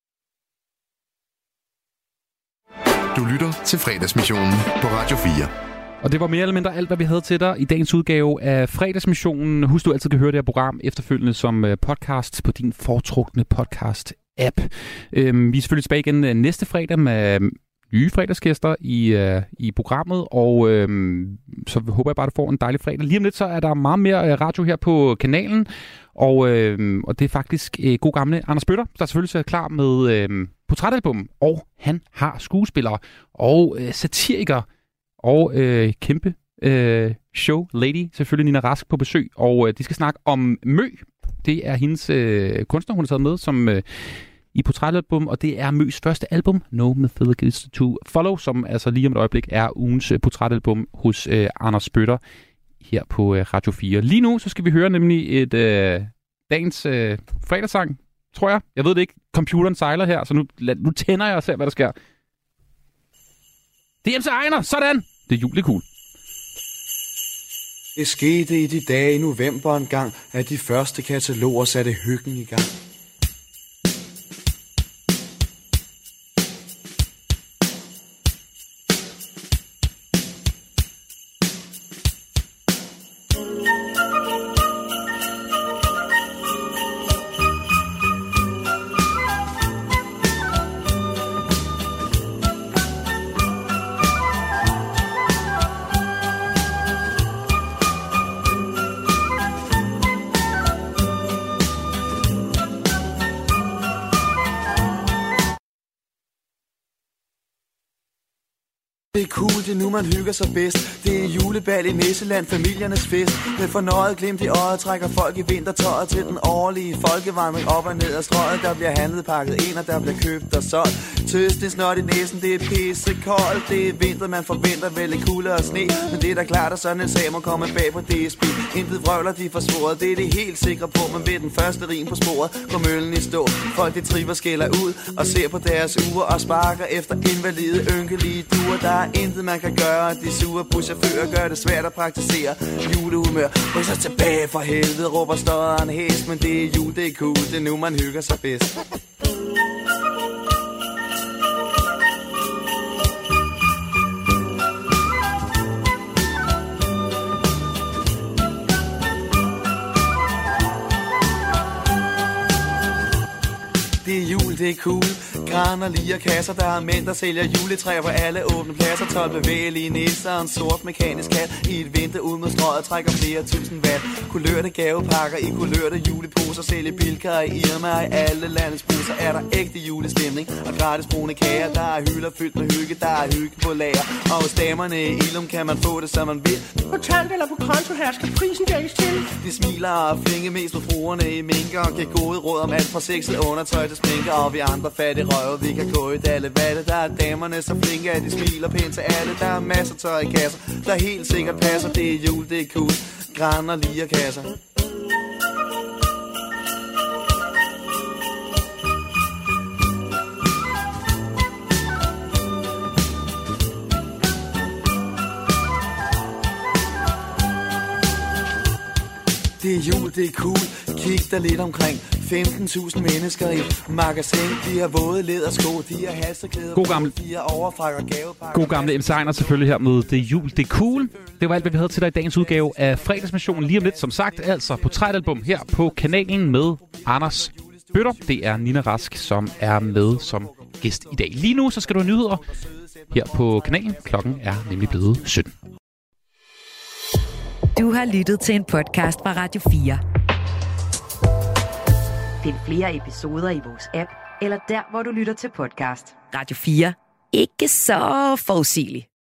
Du lytter til Fredagsmissionen på Radio 4. Og det var mere eller mindre alt, hvad vi havde til dig i dagens udgave af Fredagsmissionen. Husk, du altid kan høre det her program efterfølgende som podcast på din foretrukne podcast-app. Vi er selvfølgelig tilbage igen næste fredag med nye fredagsgæster i programmet, og så håber jeg bare, at du får en dejlig fredag. Lige om lidt, så er der meget mere radio her på kanalen, og det er faktisk god gamle Anders Bøtter, der selvfølgelig er klar med Portrætalbum, og han har skuespillere og satiriker og kæmpe show lady, selvfølgelig Nina Rask på besøg, og de skal snakke om Mø. Det er hendes kunstner, hun har taget med som i Portrætalbum, og det er Møs første album, No Mythology is to Follow, som altså lige om et øjeblik er ugens portrætalbum hos Anders Bøtter her på Radio 4. Lige nu, så skal vi høre nemlig et dagens fredagssang, tror jeg. Jeg ved det ikke. Computeren sejler her, så nu tænder jeg og ser, hvad der sker. Det er MC Ejner, sådan! Det er jul, det er cool. Det skete i de dage i november en gang, at de første kataloger satte hyggen i gang. Det er cool, det er nu man hygger sig bedst. Det er julebal i Nisseland, familiernes fest. Med fornøjet glimt i øjet trækker folk i vintertøjet til den årlige folkevandring op og ned ad strøget. Der bliver handlet, pakket ind, og der bliver købt og solgt. Tøst, det snot i næsen, det er pissekoldt. Det er vinter, man forventer vel lidt kulde og sne. Men det er da klart, at sådan en sag må komme bag på DSB. Intet vrøvler, de forsvoret, det er det helt sikre på. Men ved den første rim på sporet går møllen i stå. Folk de triver skælder ud og ser på deres uger og sparker efter invalide ynkelige duer. Der er intet man kan gøre. De sure buschauffører gør det svært at praktisere julehumør. Ryk så tilbage for helvede, råber støderen hest. Men det er jul, det er cool, det er nu man hygger sig bedst. Det er jul, det er cool, Gran og lier kasser, der er mænd, der sælger juletræer på alle åbne pladser. 12 bevægelige nisser og en sort mekanisk kat. I et vindue ud mod strøget trækker flere tusind watt. Kulørte gavepakker i kulørte juleposer. Sælger Bilka og Irma og i alle landets busser. Er der ægte julestemning og gratis brune kager. Der er hylder fyldt med hygge, der er hygge på lager. Og hos damerne i Ilum kan man få det, som man vil. På tant eller på konto her skal prisen dækkes til. De smiler og flinke mest på fruerne i minker og giver gode råd om alt fra sexet undertøj til sminker. Og vi andre fattige røve, vi kan gå i dalle vatte. Der er damerne så flinke, at de smiler pænt til alle. Der er masser tøj i kasser, der helt sikkert passer. Det er jul, det er cool. Gran og lier kasser. Det er jul, det er cool. Kig dig lidt omkring. 15.000 mennesker i magasin. De har våde lædersko, de har halseklæder. De har overfrakker gavepakker. God gamle MC Ejner selvfølgelig her med Det Jul, det er cool. Det var alt, hvad vi havde til dig i dagens udgave af Fredagsmissionen. Lige om lidt, som sagt, altså portrætalbum her på kanalen med Anders Bøtter. Det er Nina Rask, som er med som gæst i dag. Lige nu, så skal du have nyheder her på kanalen. Klokken er nemlig blevet 17. Du har lyttet til en podcast fra Radio 4. Find flere episoder i vores app, eller der, hvor du lytter til podcast. Radio 4. Ikke så forudsigeligt.